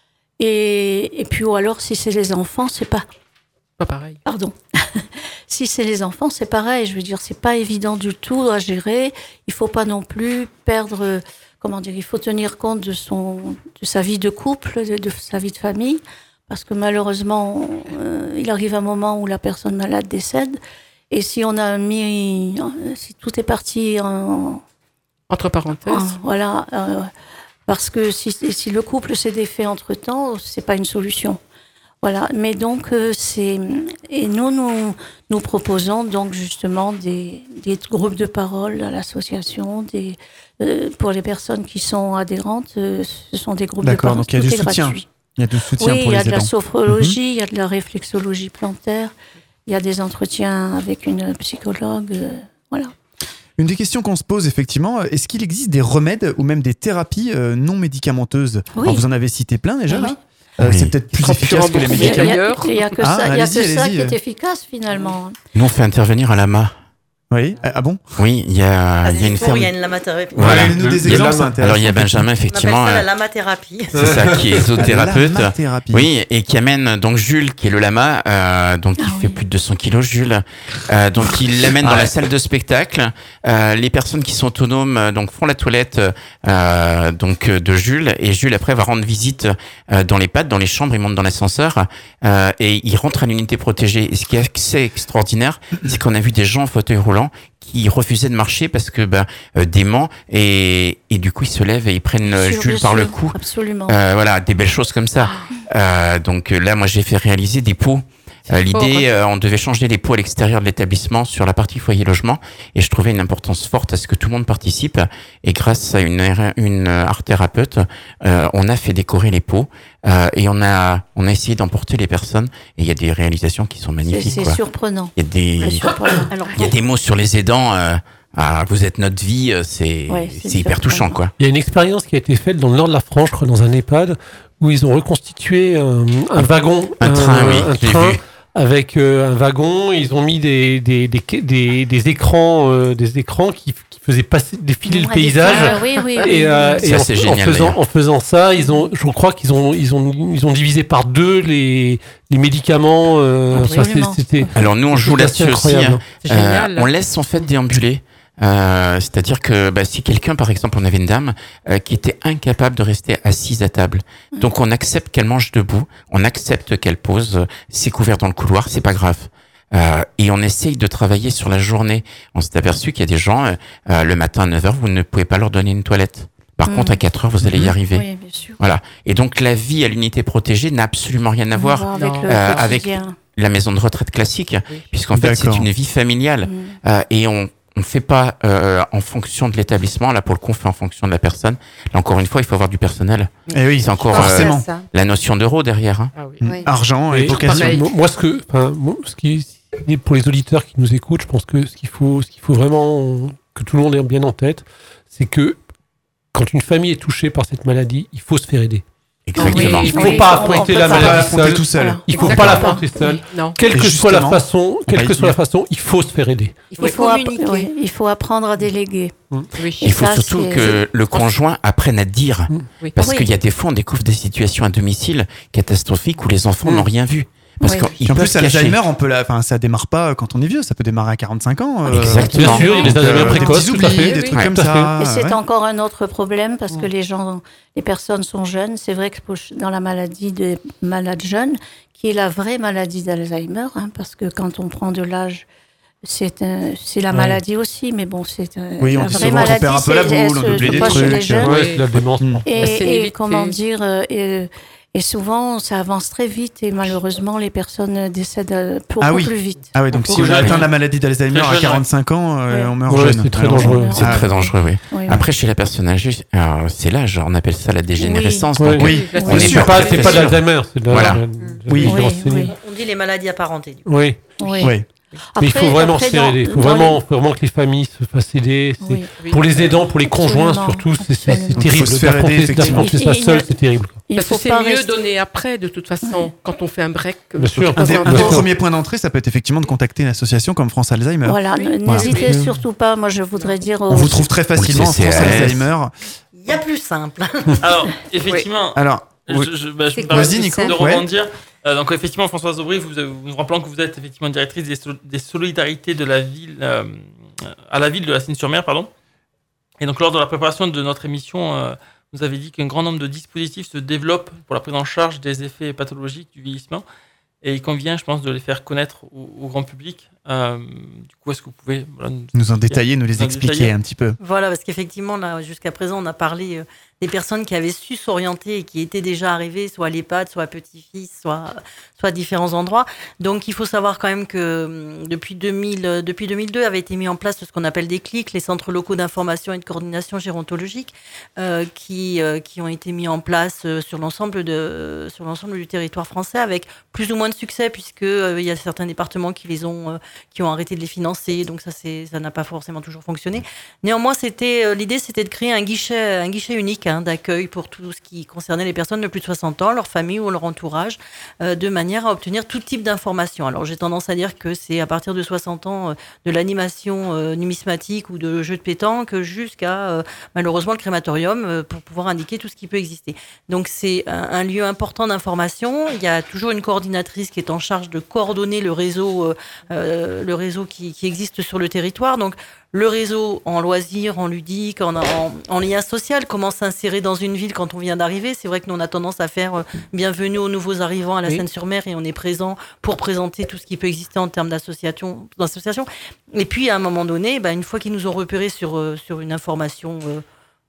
Et, et puis ou alors, si c'est les enfants, c'est pas. Pas pareil. Pardon. Si c'est les enfants, c'est pareil. Je veux dire, c'est pas évident du tout à gérer. Il faut pas non plus perdre. euh, Comment dire? Il faut tenir compte de son, de sa vie de couple, de, de sa vie de famille, parce que malheureusement, euh, il arrive un moment où la personne malade décède. Et si on a mis, si tout est parti en, Entre parenthèses. en- voilà, euh, parce que si, si le couple s'est défait entre-temps, c'est pas une solution. Voilà, mais donc euh, c'est et nous nous nous proposons donc justement des, des groupes de parole à l'association, des euh, pour les personnes qui sont adhérentes, euh, ce sont des groupes D'accord, de parole. donc il y a du tout est soutien. gratuit. Il y a du soutien Oui, pour il y les a de la aidants. sophrologie, il y a de la réflexologie plantaire, il y a des entretiens avec une psychologue, euh, voilà. Une des questions qu'on se pose effectivement, est-ce qu'il existe des remèdes ou même des thérapies euh, non médicamenteuses? Oui. Alors, vous en avez cité plein déjà, Oui. là. Euh, Oui. C'est peut-être plus efficace que les Il y a- il y a- médicaments. il y a que Ah, ça, il y a allez-y, que ça allez-y. qui est efficace finalement. Nous, on fait intervenir un lama. Oui. Ah ah bon? Oui, il y a, Ah, il y a une c'est ferme. Il y a une lamathérapie. Voilà. Nous des Il y a- exemples, ça intéresse. Alors, il y a Benjamin, On appelle effectivement. ça la euh, lamathérapie. C'est ça, qui est exothérapeute. Lamathérapie. Oui, et qui amène donc Jules, qui est le lama, euh, donc il Ah fait oui. plus de deux cents kilos, Jules. Euh, donc il l'amène dans Ouais. la salle de spectacle. Euh, les personnes qui sont autonomes euh, donc font la toilette euh, donc euh, de Jules, et Jules après va rendre visite euh, dans les pattes, dans les chambres. Il monte dans l'ascenseur euh, et il rentre à l'unité protégée. Et ce qui est assez extraordinaire, c'est qu'on a vu des gens en fauteuil roulant qui refusaient de marcher parce que ben euh, dément, et et du coup ils se lèvent et ils prennent euh, Bien sûr, Jules bien par le sûr, cou. Absolument. Euh, voilà, des belles choses comme ça. Euh, donc euh, là, moi, j'ai fait réaliser des pots. Euh, L'idée, euh, on devait changer les pots à l'extérieur de l'établissement sur la partie foyer logement, et je trouvais une importance forte à ce que tout le monde participe. Et grâce à une une art thérapeute, euh, on a fait décorer les pots euh, et on a on a essayé d'emporter les personnes. Et il y a des réalisations qui sont C'est magnifiques. c'est quoi. surprenant. Il y a des C'est surprenant. Alors, il y a des mots sur les aidants. Euh, ah, vous êtes notre vie. euh, C'est Ouais, c'est c'est hyper surprenant. touchant, quoi. Il y a une expérience qui a été faite dans le nord de la France, je crois, dans un EHPAD, où ils ont reconstitué un, un wagon, Un train, oui, un je l'ai train vu. avec euh, un wagon. Ils ont mis des des des des, des écrans, euh, des écrans qui, qui faisaient passer défiler le Ouais, paysage. ah, oui, oui, oui. Et, euh, Ça, et en, c'est en génial, faisant d'ailleurs. en faisant ça, ils ont, je crois qu'ils ont ils ont ils ont divisé par deux les les médicaments. Euh, enfin, Absolument. c'est- c'était Alors nous, on joue c'était assez là-dessus aussi. incroyable. hein. C'est Euh, génial. on laisse en fait déambuler. Euh, c'est-à-dire que bah, si quelqu'un, par exemple, on avait une dame euh, qui était incapable de rester assise à table, donc on accepte qu'elle mange debout, on accepte qu'elle pose euh, ses couverts dans le couloir, c'est pas grave. Euh, et on essaye de travailler sur la journée. On s'est aperçu qu'il y a des gens, euh, euh, le matin à neuf heures, vous ne pouvez pas leur donner une toilette. Par Mhm. contre, à quatre heures, vous allez y arriver. Oui, bien sûr. Voilà. Et donc, la vie à l'unité protégée n'a absolument rien à voir On va avec le euh, avec quotidien. la maison de retraite classique, puisqu'en fait, c'est D'accord. une vie familiale. Mm. Euh, et on on fait pas euh, en fonction de l'établissement. Là, pour le coup, on fait en fonction de la personne. Là, encore une fois, il faut avoir du personnel. Eh oui, C'est encore forcément. euh, la notion d'euro derrière. Hein. Ah oui. Mm. Oui. Argent et Et vocation. pareil. Moi, moi, ce que, enfin, moi, ce qui est pour les auditeurs qui nous écoutent, je pense que ce qu'il faut, ce qu'il faut vraiment que tout le monde ait bien en tête, c'est que quand une famille est touchée par cette maladie, il faut se faire aider. Exactement. Oui, Il ne oui, faut pas on- on affronter peut la pas Faut pas maladie affronter seul. tout seul. Voilà. Il faut pas Exactement. l'affronter seul. Non. Quelle Et que soit la justement, façon, on va quelle y que soit la venir. façon, il faut se faire aider. il faut Il faut, app- communiquer. oui, il faut apprendre à déléguer. Oui. Et Il faut ça, surtout c'est- que le conjoint apprenne à dire. Oui. Parce Oui. qu'il y a des fois, on découvre des situations à domicile catastrophiques où les enfants Mm. n'ont rien vu. Parce Oui. qu'ils Puis en peuvent plus, cacher. Alzheimer, on peut la, enfin, ça démarre pas quand on est vieux, ça peut démarrer à quarante-cinq ans. euh, Exactement. Bien sûr, il y a des donc, Alzheimer euh, précoces, des petits tout à oublis, fait. des Oui, trucs oui, comme tout à ça. Et c'est ouais. encore un autre problème parce que les gens, les personnes sont jeunes. C'est vrai que pour- dans la maladie des malades jeunes, qui est la vraie maladie d'Alzheimer, hein, parce que quand on prend de l'âge, c'est un- c'est la Ouais. maladie aussi, mais bon, c'est un- Oui, on la dit vraie souvent qu'on maladie. perd un peu la c'est- elle boule, on se- oublie se des passe chez les trucs. jeunes. Ouais, c'est la démence. Mm. Et, La et sénilité. comment dire, euh, et, et souvent ça avance très vite et malheureusement les personnes décèdent euh, beaucoup Ah oui. plus vite. Ah ouais, donc si Beaucoup on jeune, atteint oui. la maladie d'Alzheimer Très à jeune, quarante-cinq ans, euh, Ouais. on meurt Ouais, jeune. c'est très Alors, dangereux. C'est Ah, très dangereux, oui. Oui, oui. Après, chez la personne âgée, alors, c'est l'âge, on appelle ça la dégénérescence. Oui. donc, Oui. La on n'est C'est pas pas, très c'est pas de sûr. l'Alzheimer, c'est de la- Voilà. de la- Oui. de la Oui, sénile. oui. On dit les maladies apparentées. Du coup. Oui. Oui. Oui. Mais il faut Après- vraiment après, se faire dans- aider. Il faut dans vraiment, faut vraiment que les familles se fassent aider. C'est- Oui. Oui. Pour les aidants, pour les conjoints Absolument, surtout, c'est- c'est c'est absolument. Il terrible. faut se faire aider, D'affronter effectivement. d'affronter Il- ça il- seul, c'est terrible. Il Parce faut que c'est pas mieux rester- donner après, de toute façon, quand on fait un break. Bien sûr. Un des, un des Bien sûr. premiers points d'entrée, ça peut être effectivement de contacter une association comme France Alzheimer. Voilà, n- Voilà. n'hésitez Oui. surtout pas. Moi, je voudrais dire. On aux- vous trouve très facilement en C C France A S. Alzheimer. Il y a plus simple. Alors, effectivement, Alors, oui. je, je, bah, je C'est me quoi, permets Vas-y, de- Nico. de Ouais. rebondir. Euh, donc, effectivement, Françoise Aubry, vous, vous nous rappelant que vous êtes effectivement directrice des, sol- des solidarités de la ville, euh, à la ville de la Seine-sur-Mer, pardon. Et donc, lors de la préparation de notre émission, euh, vous avez dit qu'un grand nombre de dispositifs se développent pour la prise en charge des effets pathologiques du vieillissement. Et il convient, je pense, de les faire connaître au, au grand public. Euh, du coup, est-ce que vous pouvez voilà, nous, Nous en détailler, nous les nous en expliquer détailler un petit peu. Voilà, parce qu'effectivement, là, jusqu'à présent, on a parlé euh, des personnes qui avaient su s'orienter et qui étaient déjà arrivées, soit à l'EHPAD, soit à Petit-Fils, soit, soit à différents endroits. Donc, il faut savoir quand même que euh, depuis, deux mille, euh, depuis deux mille deux avait été mis en place ce qu'on appelle des C L I C, les centres locaux d'information et de coordination gérontologique, euh, qui, euh, qui ont été mis en place euh, sur l'ensemble de, sur l'ensemble du territoire français avec plus ou moins de succès, puisque euh, il y a certains départements qui les ont, euh, qui ont arrêté de les financer. Donc, ça, c'est, ça n'a pas forcément toujours fonctionné. Néanmoins, c'était, euh, l'idée, c'était de créer un guichet, un guichet unique hein, d'accueil pour tout ce qui concernait les personnes de plus de soixante ans, leur famille ou leur entourage, euh, de manière à obtenir tout type d'informations. Alors, j'ai tendance à dire que c'est à partir de soixante ans euh, de l'animation euh, numismatique ou de jeux de pétanque jusqu'à, euh, malheureusement, le crématorium euh, pour pouvoir indiquer tout ce qui peut exister. Donc, c'est un, un lieu important d'information. Il y a toujours une coordinatrice qui est en charge de coordonner le réseau, euh, euh, le réseau qui, qui existe sur le territoire. Donc, le réseau en loisirs, en ludique, en, en, en lien social, comment s'insérer dans une ville quand on vient d'arriver. C'est vrai que nous, on a tendance à faire euh, bienvenue aux nouveaux arrivants à la Oui. Seine-sur-Mer et on est présent pour présenter tout ce qui peut exister en termes d'association, d'association. Et puis, à un moment donné, bah, une fois qu'ils nous ont repérés sur, euh, sur une information euh,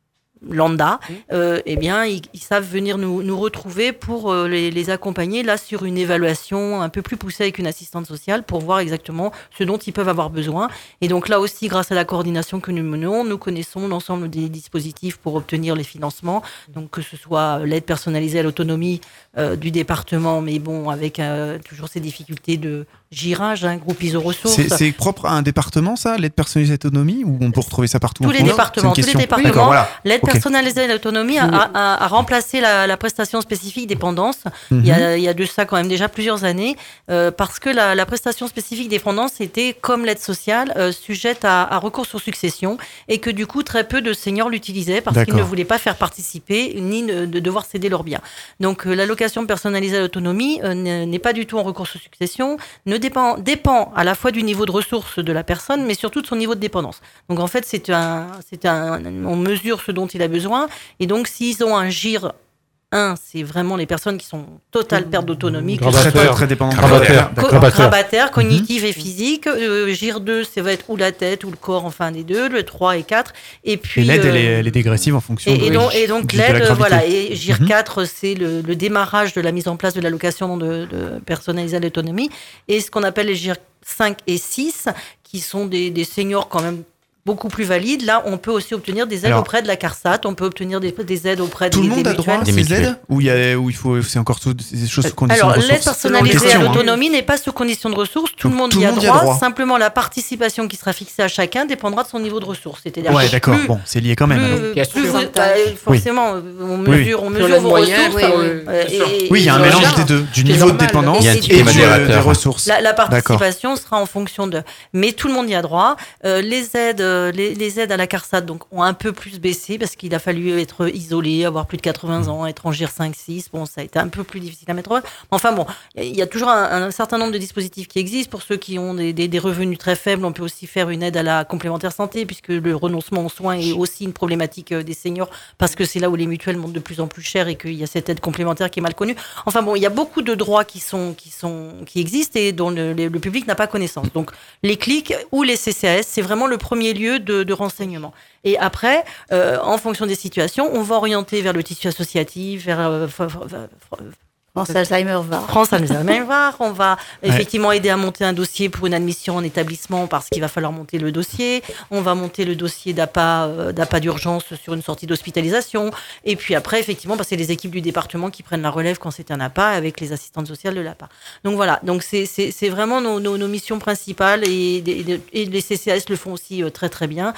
lambda, euh, eh bien, ils, ils savent venir nous, nous retrouver pour euh, les, les accompagner là sur une évaluation un peu plus poussée avec une assistante sociale pour voir exactement ce dont ils peuvent avoir besoin. Et donc là aussi, grâce à la coordination que nous menons, nous connaissons l'ensemble des dispositifs pour obtenir les financements. Donc que ce soit l'aide personnalisée à l'autonomie euh, du département, mais bon, avec euh, toujours ces difficultés de girage, hein, groupe I S O ressources. C'est, c'est propre à un département, ça, l'aide personnalisée à l'autonomie, ou on peut retrouver ça partout Tous en les France? départements, C'est une tous les question. départements. D'accord, voilà. L'aide Ok. personnalisée à l'autonomie a, a, a remplacé la, la prestation spécifique dépendance. Mhm. Il, y a, il y a de ça quand même déjà plusieurs années, euh, parce que la, la prestation spécifique dépendance était, comme l'aide sociale, euh, sujette à, à recours sur succession, et que du coup, très peu de seniors l'utilisaient parce qu'ils D'accord. ne voulaient pas faire participer, ni ne- de devoir céder leurs biens. Donc euh, l'allocation personnalisée à l'autonomie euh, n'est n'est pas du tout en recours sur succession, ne dépend, dépend à la fois du niveau de ressources de la personne, mais surtout de son niveau de dépendance. Donc en fait, c'est un, c'est un, on mesure ce dont il a besoin. Et donc, s'ils ont un G I R un, c'est vraiment les personnes qui sont en totale perte d'autonomie. que ce Très, Grabataire. très, très dépendant. Grabataire. Co- D'accord. grabataire, cognitive et physique. Euh, G I R deux, ça va être ou la tête ou le corps, enfin des deux, le trois et quatre. Et puis. Et l'aide, euh, elle, est, elle est dégressive en fonction et, de, et donc, et donc de- de la l'aide, gravité. voilà. Et G I R Mhm. quatre, c'est le, le démarrage de la mise en place de l'allocation de, de personnalisée à l'autonomie. Et ce qu'on appelle les G I R cinq et six, qui sont des, des seniors quand même beaucoup plus valides. Là, on peut aussi obtenir des aides Alors, auprès de la CARSAT, on peut obtenir des, des aides auprès Tout des, le monde des a droit à mutuelles. Des ces mutuelles. aides ou, il y a, ou il faut, c'est encore sous des choses sous condition Alors, de l'aide ressources? personnalisée Question, à hein. l'autonomie n'est pas sous condition de ressources. Tout Donc, le monde tout y le a monde y a droit. droit. Simplement, la participation qui sera fixée à chacun dépendra de son niveau de ressources. C'est-à-dire Ouais, que d'accord. plus- Bon, c'est lié quand même. plus- alors. Bien plus sûr. vous- bah, forcément, on mesure, on Sur mesure l'aide vos moyenne, ressources. oui, euh, oui, et- bien sûr. et- Oui, il y a un et mélange voilà. des deux, du C'est niveau normal. de dépendance Il y a un et petit du- peu modérateur. des ressources. La, la D'accord. participation sera en fonction de. Mais tout le monde y a droit. Euh, les aides, euh, les, les aides à la CARSAT donc ont un peu plus baissé parce qu'il a fallu être isolé, avoir plus de quatre-vingts ans, être en G I R cinq six. Bon, ça a été un peu plus difficile à mettre en œuvre. Enfin bon, il y a toujours un, un certain nombre de dispositifs qui existent pour ceux qui ont des, des, des revenus très faibles. On peut aussi faire une aide à la complémentaire santé puisque le renoncement aux soins est aussi une problématique euh, des seniors parce que c'est là où les mutuelles montent de plus en plus cher et qu'il y a cette aide complémentaire qui est mal connue. Enfin bon, il y a beaucoup de droits qui sont qui sont qui existent et dont le, le public n'a pas connaissance. Donc les C L I C ou les C C A S, c'est vraiment le premier lieu de, de renseignement. Et après, euh, en fonction des situations, on va orienter vers le tissu associatif, vers euh, f- f- f- France Alzheimer va. France Alzheimer var. On va effectivement aider à monter un dossier pour une admission en établissement parce qu'il va falloir monter le dossier. On va monter le dossier d'A P A, euh, d'A P A d'urgence sur une sortie d'hospitalisation. Et puis après, effectivement, bah, c'est les équipes du département qui prennent la relève quand c'est un A P A avec les assistantes sociales de l'A P A. Donc voilà, donc c'est, c'est, c'est vraiment nos, nos, nos missions principales et, et, et les C C A S le font aussi euh, très très bien.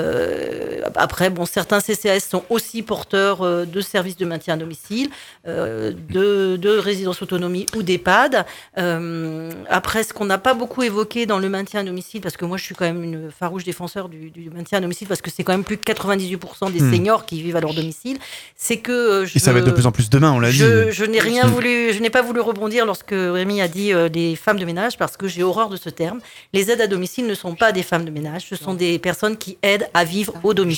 Euh, après, bon, certains C C A S sont aussi porteurs euh, de services de maintien à domicile, euh, de de résidence autonomie ou d'EHPAD. Euh, après, ce qu'on n'a pas beaucoup évoqué dans le maintien à domicile, parce que moi je suis quand même une farouche défenseur du, du maintien à domicile, parce que c'est quand même plus de quatre-vingt-dix-huit pour cent des Hmm. seniors qui vivent à leur domicile, c'est que euh, je, Et ça va être de plus en plus demain, on l'a dit. je, je n'ai rien Hmm. voulu, je n'ai pas voulu rebondir lorsque Rémi a dit euh, les femmes de ménage, parce que j'ai horreur de ce terme. Les aides à domicile ne sont pas des femmes de ménage, ce sont des personnes qui aident à vivre au domicile.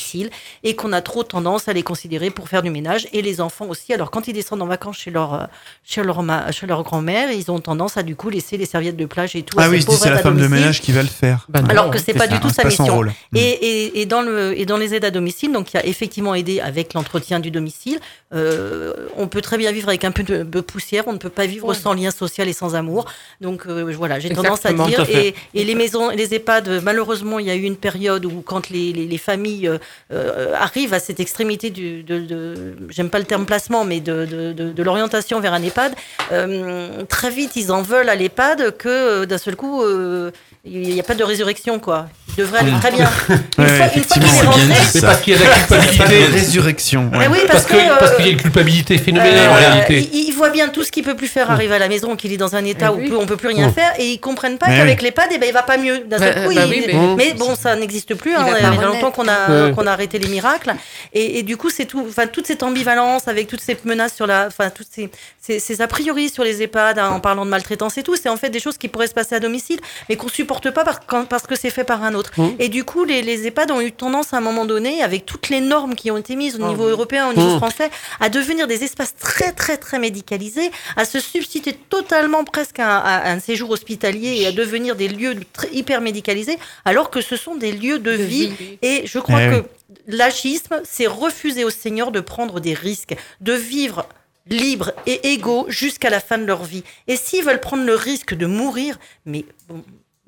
domicile et qu'on a trop tendance à les considérer pour faire du ménage. Et les enfants aussi, alors quand ils descendent en vacances chez leur, chez leur, ma, chez leur grand-mère, ils ont tendance à du coup laisser les serviettes de plage et tout. Ah oui, je dis c'est la femme de ménage qui va le faire. Bah non, alors que c'est, c'est pas ça, du tout sa mission. Rôle. Et, et, et, dans le, et dans les aides à domicile, donc il y a effectivement aidé avec l'entretien du domicile. Euh, on peut très bien vivre avec un peu de, de poussière, on ne peut pas vivre ouais. sans lien social et sans amour. Donc euh, voilà, j'ai Exactement, tendance à dire. À et, et les maisons, les EHPAD, malheureusement, il y a eu une période où quand les, les, les familles euh, arrivent à cette extrémité du, de, de, j'aime pas le terme placement, mais de, de, de, de l'orientation vers un EHPAD, euh, très vite ils en veulent à l'EHPAD que euh, d'un seul coup. Euh, il n'y a pas de résurrection, quoi. Il devrait aller très bien. Une ouais, fois, une fois qu'il est rentré, c'est parce qu'il y a de la culpabilité. Résurrection. Ouais. Oui, parce, parce, que, que, parce qu'il y a une culpabilité phénoménale euh, en réalité. Il, il voit bien tout ce qu'il peut plus faire arriver à la maison, qu'il est dans un état oui. où on peut plus rien mmh. faire, et ils comprennent pas mais qu'avec oui. l'EHPAD, eh ben, il va pas mieux. D'un seul bah, coup, bah il, oui, mais, mais, mais bon, ça n'existe plus. Hein, Il il y a longtemps qu'on a ouais. qu'on a arrêté les miracles, et, et du coup, c'est tout. Enfin, toute cette ambivalence avec toutes ces menaces sur la, enfin, toutes ces, ces, ces a priori sur les EHPAD, hein, en parlant de maltraitance et tout, c'est en fait des choses qui pourraient se passer à domicile, mais qu'on supporte pas parce, parce que c'est fait par un autre. Mmh. Et du coup, les, les EHPAD ont eu tendance à un moment donné, avec toutes les normes qui ont été mises au niveau oh, oui. européen, au niveau mmh. français, à devenir des espaces très, très, très médicalisés, à se substituer totalement presque à, à un séjour hospitalier et à devenir des lieux très, hyper médicalisés, alors que ce sont des lieux de, de vie. vie. Et je crois eh que oui. l'agisme, c'est refuser aux seniors de prendre des risques, de vivre libres et égaux jusqu'à la fin de leur vie. Et s'ils veulent prendre le risque de mourir, mais bon,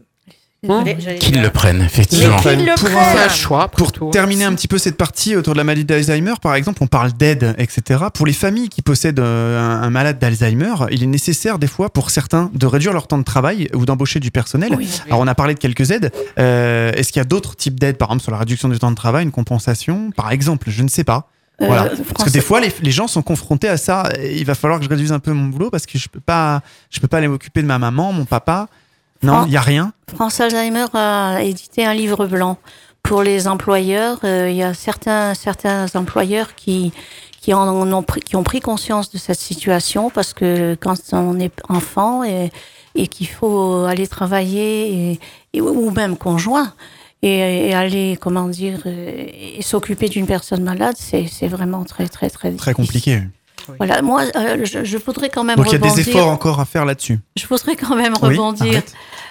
Mmh. Qu'ils le prennent, effectivement. Qu'ils le pour prennent. un choix. Pour, pour terminer un petit peu cette partie autour de la maladie d'Alzheimer, par exemple, on parle d'aide, et cetera. Pour les familles qui possèdent un, un malade d'Alzheimer, il est nécessaire des fois pour certains de réduire leur temps de travail ou d'embaucher du personnel. Oui, oui. Alors on a parlé de quelques aides. Euh, est-ce qu'il y a d'autres types d'aides, par exemple sur la réduction du temps de travail, une compensation, par exemple, je ne sais pas. Euh, voilà. Parce François... que des fois, les, les gens sont confrontés à ça. Il va falloir que je réduise un peu mon boulot parce que je peux pas, je peux pas aller m'occuper de ma maman, mon papa. Non, il n'y a rien. France Alzheimer a édité un livre blanc pour les employeurs. Il euh, y a certains, certains employeurs qui, qui, en ont pris, qui ont pris conscience de cette situation parce que quand on est enfant et, et qu'il faut aller travailler et, et, ou même conjoint et, et aller, comment dire, et s'occuper d'une personne malade, c'est, c'est vraiment très, très, très Très compliqué. Oui. Voilà, moi, euh, je, je voudrais quand même Donc rebondir. Donc il y a des efforts encore à faire là-dessus. Je voudrais quand même oui, rebondir.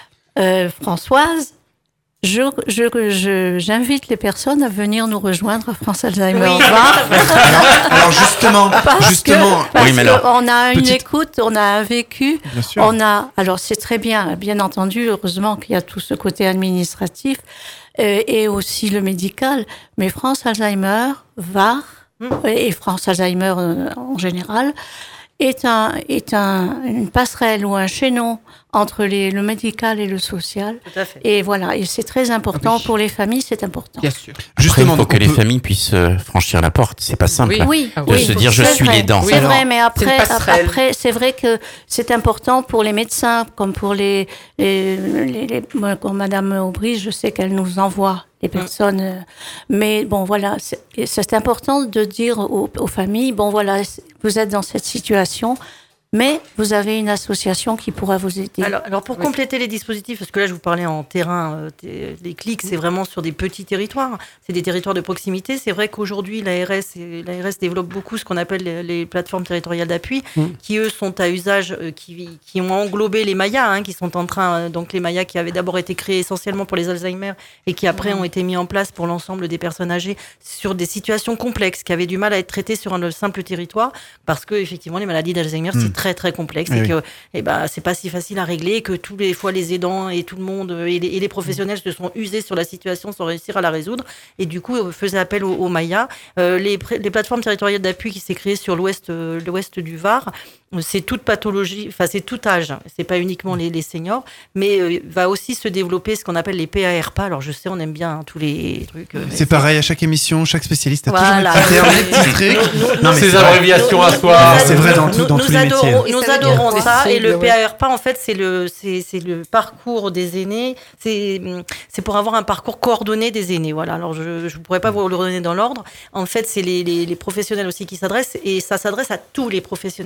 Euh, Françoise, je, je, je, j'invite les personnes à venir nous rejoindre à France Alzheimer. Oui. alors, alors justement, parce justement, que, parce oui, mais que on a une petite... écoute, on a un vécu, bien sûr. On a. Alors c'est très bien, bien entendu. Heureusement qu'il y a tout ce côté administratif euh, et aussi le médical. Mais France Alzheimer, V A R et France Alzheimer en général, est, un, est un, une passerelle ou un chaînon entre les, le médical et le social. Tout à fait. Et voilà, et c'est très important. Oui. Pour les familles, c'est important. Bien sûr. Après, Justement, il faut que les peut... familles puissent franchir la porte. C'est pas simple. Oui, oui. De oui, se dire, je suis vrai. l'aidant. C'est Alors, vrai, mais après, après, c'est vrai que c'est important pour les médecins, comme pour les, les, les, les comme Madame Aubry, je sais qu'elle nous envoie les personnes. Mmh. Mais bon, voilà, c'est, c'est important de dire aux, aux familles, bon voilà, vous êtes dans cette situation, mais vous avez une association qui pourra vous aider. Alors, alors pour oui. compléter les dispositifs, parce que là je vous parlais en terrain, euh, t- les clics, c'est vraiment sur des petits territoires, c'est des territoires de proximité. C'est vrai qu'aujourd'hui l'A R S, et, l'A R S développe beaucoup ce qu'on appelle les, les plateformes territoriales d'appui, mmh. qui eux sont à usage, euh, qui, qui ont englobé les Maya, hein, qui sont en train, euh, donc les Maya qui avaient d'abord été créés essentiellement pour les Alzheimer et qui après mmh. ont été mis en place pour l'ensemble des personnes âgées sur des situations complexes qui avaient du mal à être traitées sur un simple territoire, parce que effectivement les maladies d'Alzheimer mmh. c'est très très complexe oui, et que oui. eh ben, c'est pas si facile à régler, que tous les fois les aidants et tout le monde et les, et les professionnels se sont usés sur la situation sans réussir à la résoudre et du coup faisaient appel aux, aux Maya. Euh, les, les plateformes territoriales d'appui qui s'est créée sur l'ouest, euh, l'ouest du Var, c'est toute pathologie, enfin c'est tout âge, c'est pas uniquement les, les seniors, mais euh, va aussi se développer ce qu'on appelle les P A R P A. Alors je sais, on aime bien hein, tous les trucs. Euh, c'est pareil, à chaque émission, chaque spécialiste a voilà. toujours des petits termes, des petits trucs. Nous, nous, non, mais ces abréviations à soi. C'est vrai dans, tout, dans nous, tous nous les adorons, métiers. Nous adorons ça, et le P A R P A, en fait, c'est le, c'est, c'est le parcours des aînés. C'est, c'est pour avoir un parcours coordonné des aînés. Voilà. Alors je ne pourrais pas vous le redonner dans l'ordre. En fait, c'est les, les, les professionnels aussi qui s'adressent, et ça s'adresse à tous les professionnels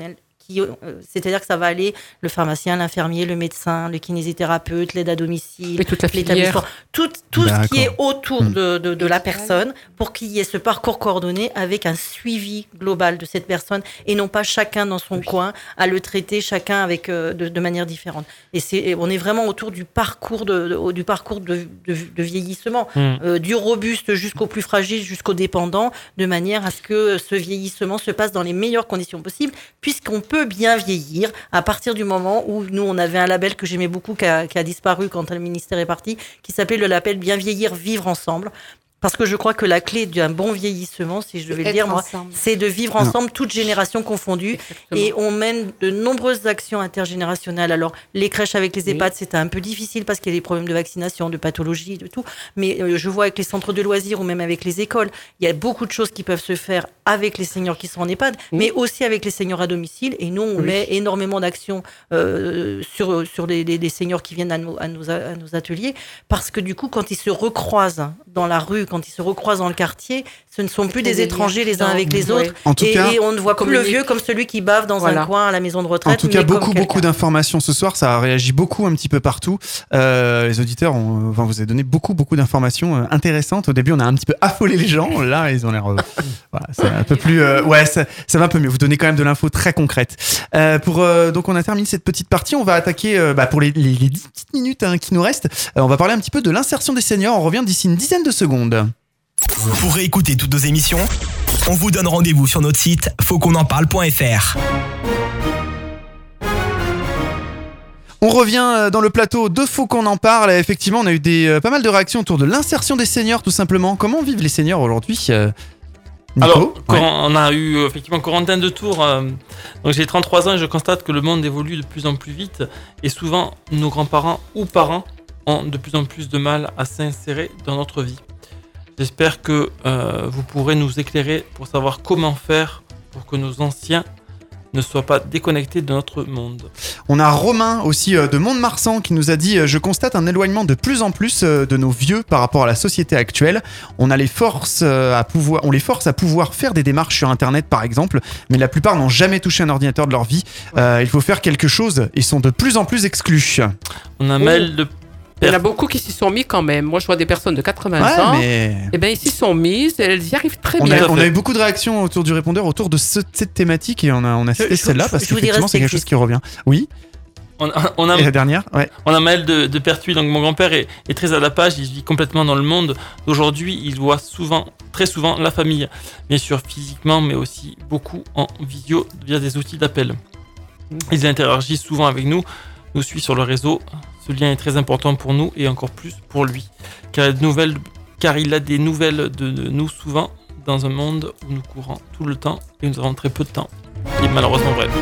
qui, euh, c'est-à-dire que ça va aller le pharmacien, l'infirmier, le médecin, le kinésithérapeute, l'aide à domicile, Et toute la l'établissement, filière. tout, tout ce D'accord. qui est autour Hmm. de, de, de la personne pour qu'il y ait ce parcours coordonné avec un suivi global de cette personne et non pas chacun dans son coin à le traiter chacun avec euh, de, de manière différente. Et c'est, et on est vraiment autour du parcours de, de- du parcours de, de, de vieillissement, Mm. euh, du robuste jusqu'au plus fragile, jusqu'au dépendant, de manière à ce que ce vieillissement se passe dans les meilleures conditions possibles, puisqu'on peut bien vieillir à partir du moment où nous, on avait un label que j'aimais beaucoup, qui a, qui a disparu quand le ministère est parti, qui s'appelait le label Bien vieillir, vivre ensemble. Parce que je crois que la clé d'un bon vieillissement, si je devais le Être dire, moi, ensemble. c'est de vivre ensemble, toutes générations confondues. Et on mène de nombreuses actions intergénérationnelles. Alors, les crèches avec les EHPAD, c'était un peu difficile parce qu'il y a des problèmes de vaccination, de pathologie, de tout. Mais euh, je vois avec les centres de loisirs ou même avec les écoles, il y a beaucoup de choses qui peuvent se faire avec les seniors qui sont en EHPAD, mais aussi avec les seniors à domicile. Et nous, on Oui. met énormément d'actions euh, sur, sur les, les, les seniors qui viennent à nos, à, nos, à nos ateliers parce que du coup, quand ils se recroisent dans la rue, quand ils se recroisent dans le quartier, ce ne sont plus crée des des étrangers liens. les uns Non. avec les Oui. autres. En tout et, cas, et on ne voit plus le communique. vieux comme celui qui bave dans Voilà. un coin à la maison de retraite. En tout cas, mais comme beaucoup, quelqu'un. beaucoup d'informations ce soir. Ça a réagi beaucoup un petit peu partout. Euh, les auditeurs, ont, enfin, vous avez donné beaucoup, beaucoup d'informations euh, intéressantes. Au début, on a un petit peu affolé les gens. Là, ils ont l'air, euh, voilà, c'est un peu plus, euh, ouais, ça, ça va un peu mieux. Vous donnez quand même de l'info très concrète. Euh, pour, euh, donc, on a terminé cette petite partie. On va attaquer, euh, bah, pour les, les, les dix petites minutes hein, qui nous restent. Euh, on va parler un petit peu de l'insertion des seniors. On revient d'ici une dizaine de secondes. Pour réécouter toutes nos émissions, on vous donne rendez-vous sur notre site faut qu'on en parle point f r. On revient euh, dans le plateau de Faut qu'on en parle. Effectivement, on a eu des, euh, pas mal de réactions autour de l'insertion des seniors, tout simplement. Comment vivent les seniors aujourd'hui euh, Nico Alors, Ouais. Coran- on a eu euh, effectivement Corentin de Tours. euh, donc j'ai trente-trois ans et je constate que le monde évolue de plus en plus vite et souvent nos grands-parents ou parents ont de plus en plus de mal à s'insérer dans notre vie. J'espère que euh, vous pourrez nous éclairer pour savoir comment faire pour que nos anciens ne soient pas déconnectés de notre monde. On a Romain aussi euh, de Mont-de-Marsan qui nous a dit euh, « Je constate un éloignement de plus en plus euh, de nos vieux par rapport à la société actuelle. On, a les forces, euh, à pouvoir, on les force à pouvoir faire des démarches sur Internet par exemple, mais la plupart n'ont jamais touché un ordinateur de leur vie. Euh, il faut faire quelque chose. Ils sont de plus en plus exclus. On a Oh. mail de Il y en a beaucoup qui s'y sont mis quand même. Moi, je vois des personnes de quatre-vingts Ouais, ans. mais... Eh bien, ils s'y sont mises. Elles y arrivent très On bien. a, on a eu beaucoup de réactions autour du répondeur, autour de ce- cette thématique et on a, on a cité je- celle-là je- parce je vous dirais qu'effectivement c'est ce quelque qui chose qui revient. Oui, On a, on a- et la dernière ouais. On a Maël de, de Pertuis, donc mon grand-père est, est très à la page, il vit complètement dans le monde d'aujourd'hui, il voit souvent, très souvent la famille, bien sûr physiquement, mais aussi beaucoup en visio via des outils d'appel. Ils interagissent souvent avec nous, nous suivent sur le réseau, ce lien est très important pour nous et encore plus pour lui, car il a, de nouvelles, car il a des nouvelles de, de nous souvent dans un monde où nous courons tout le temps et nous avons très peu de temps. Et malheureusement vrai.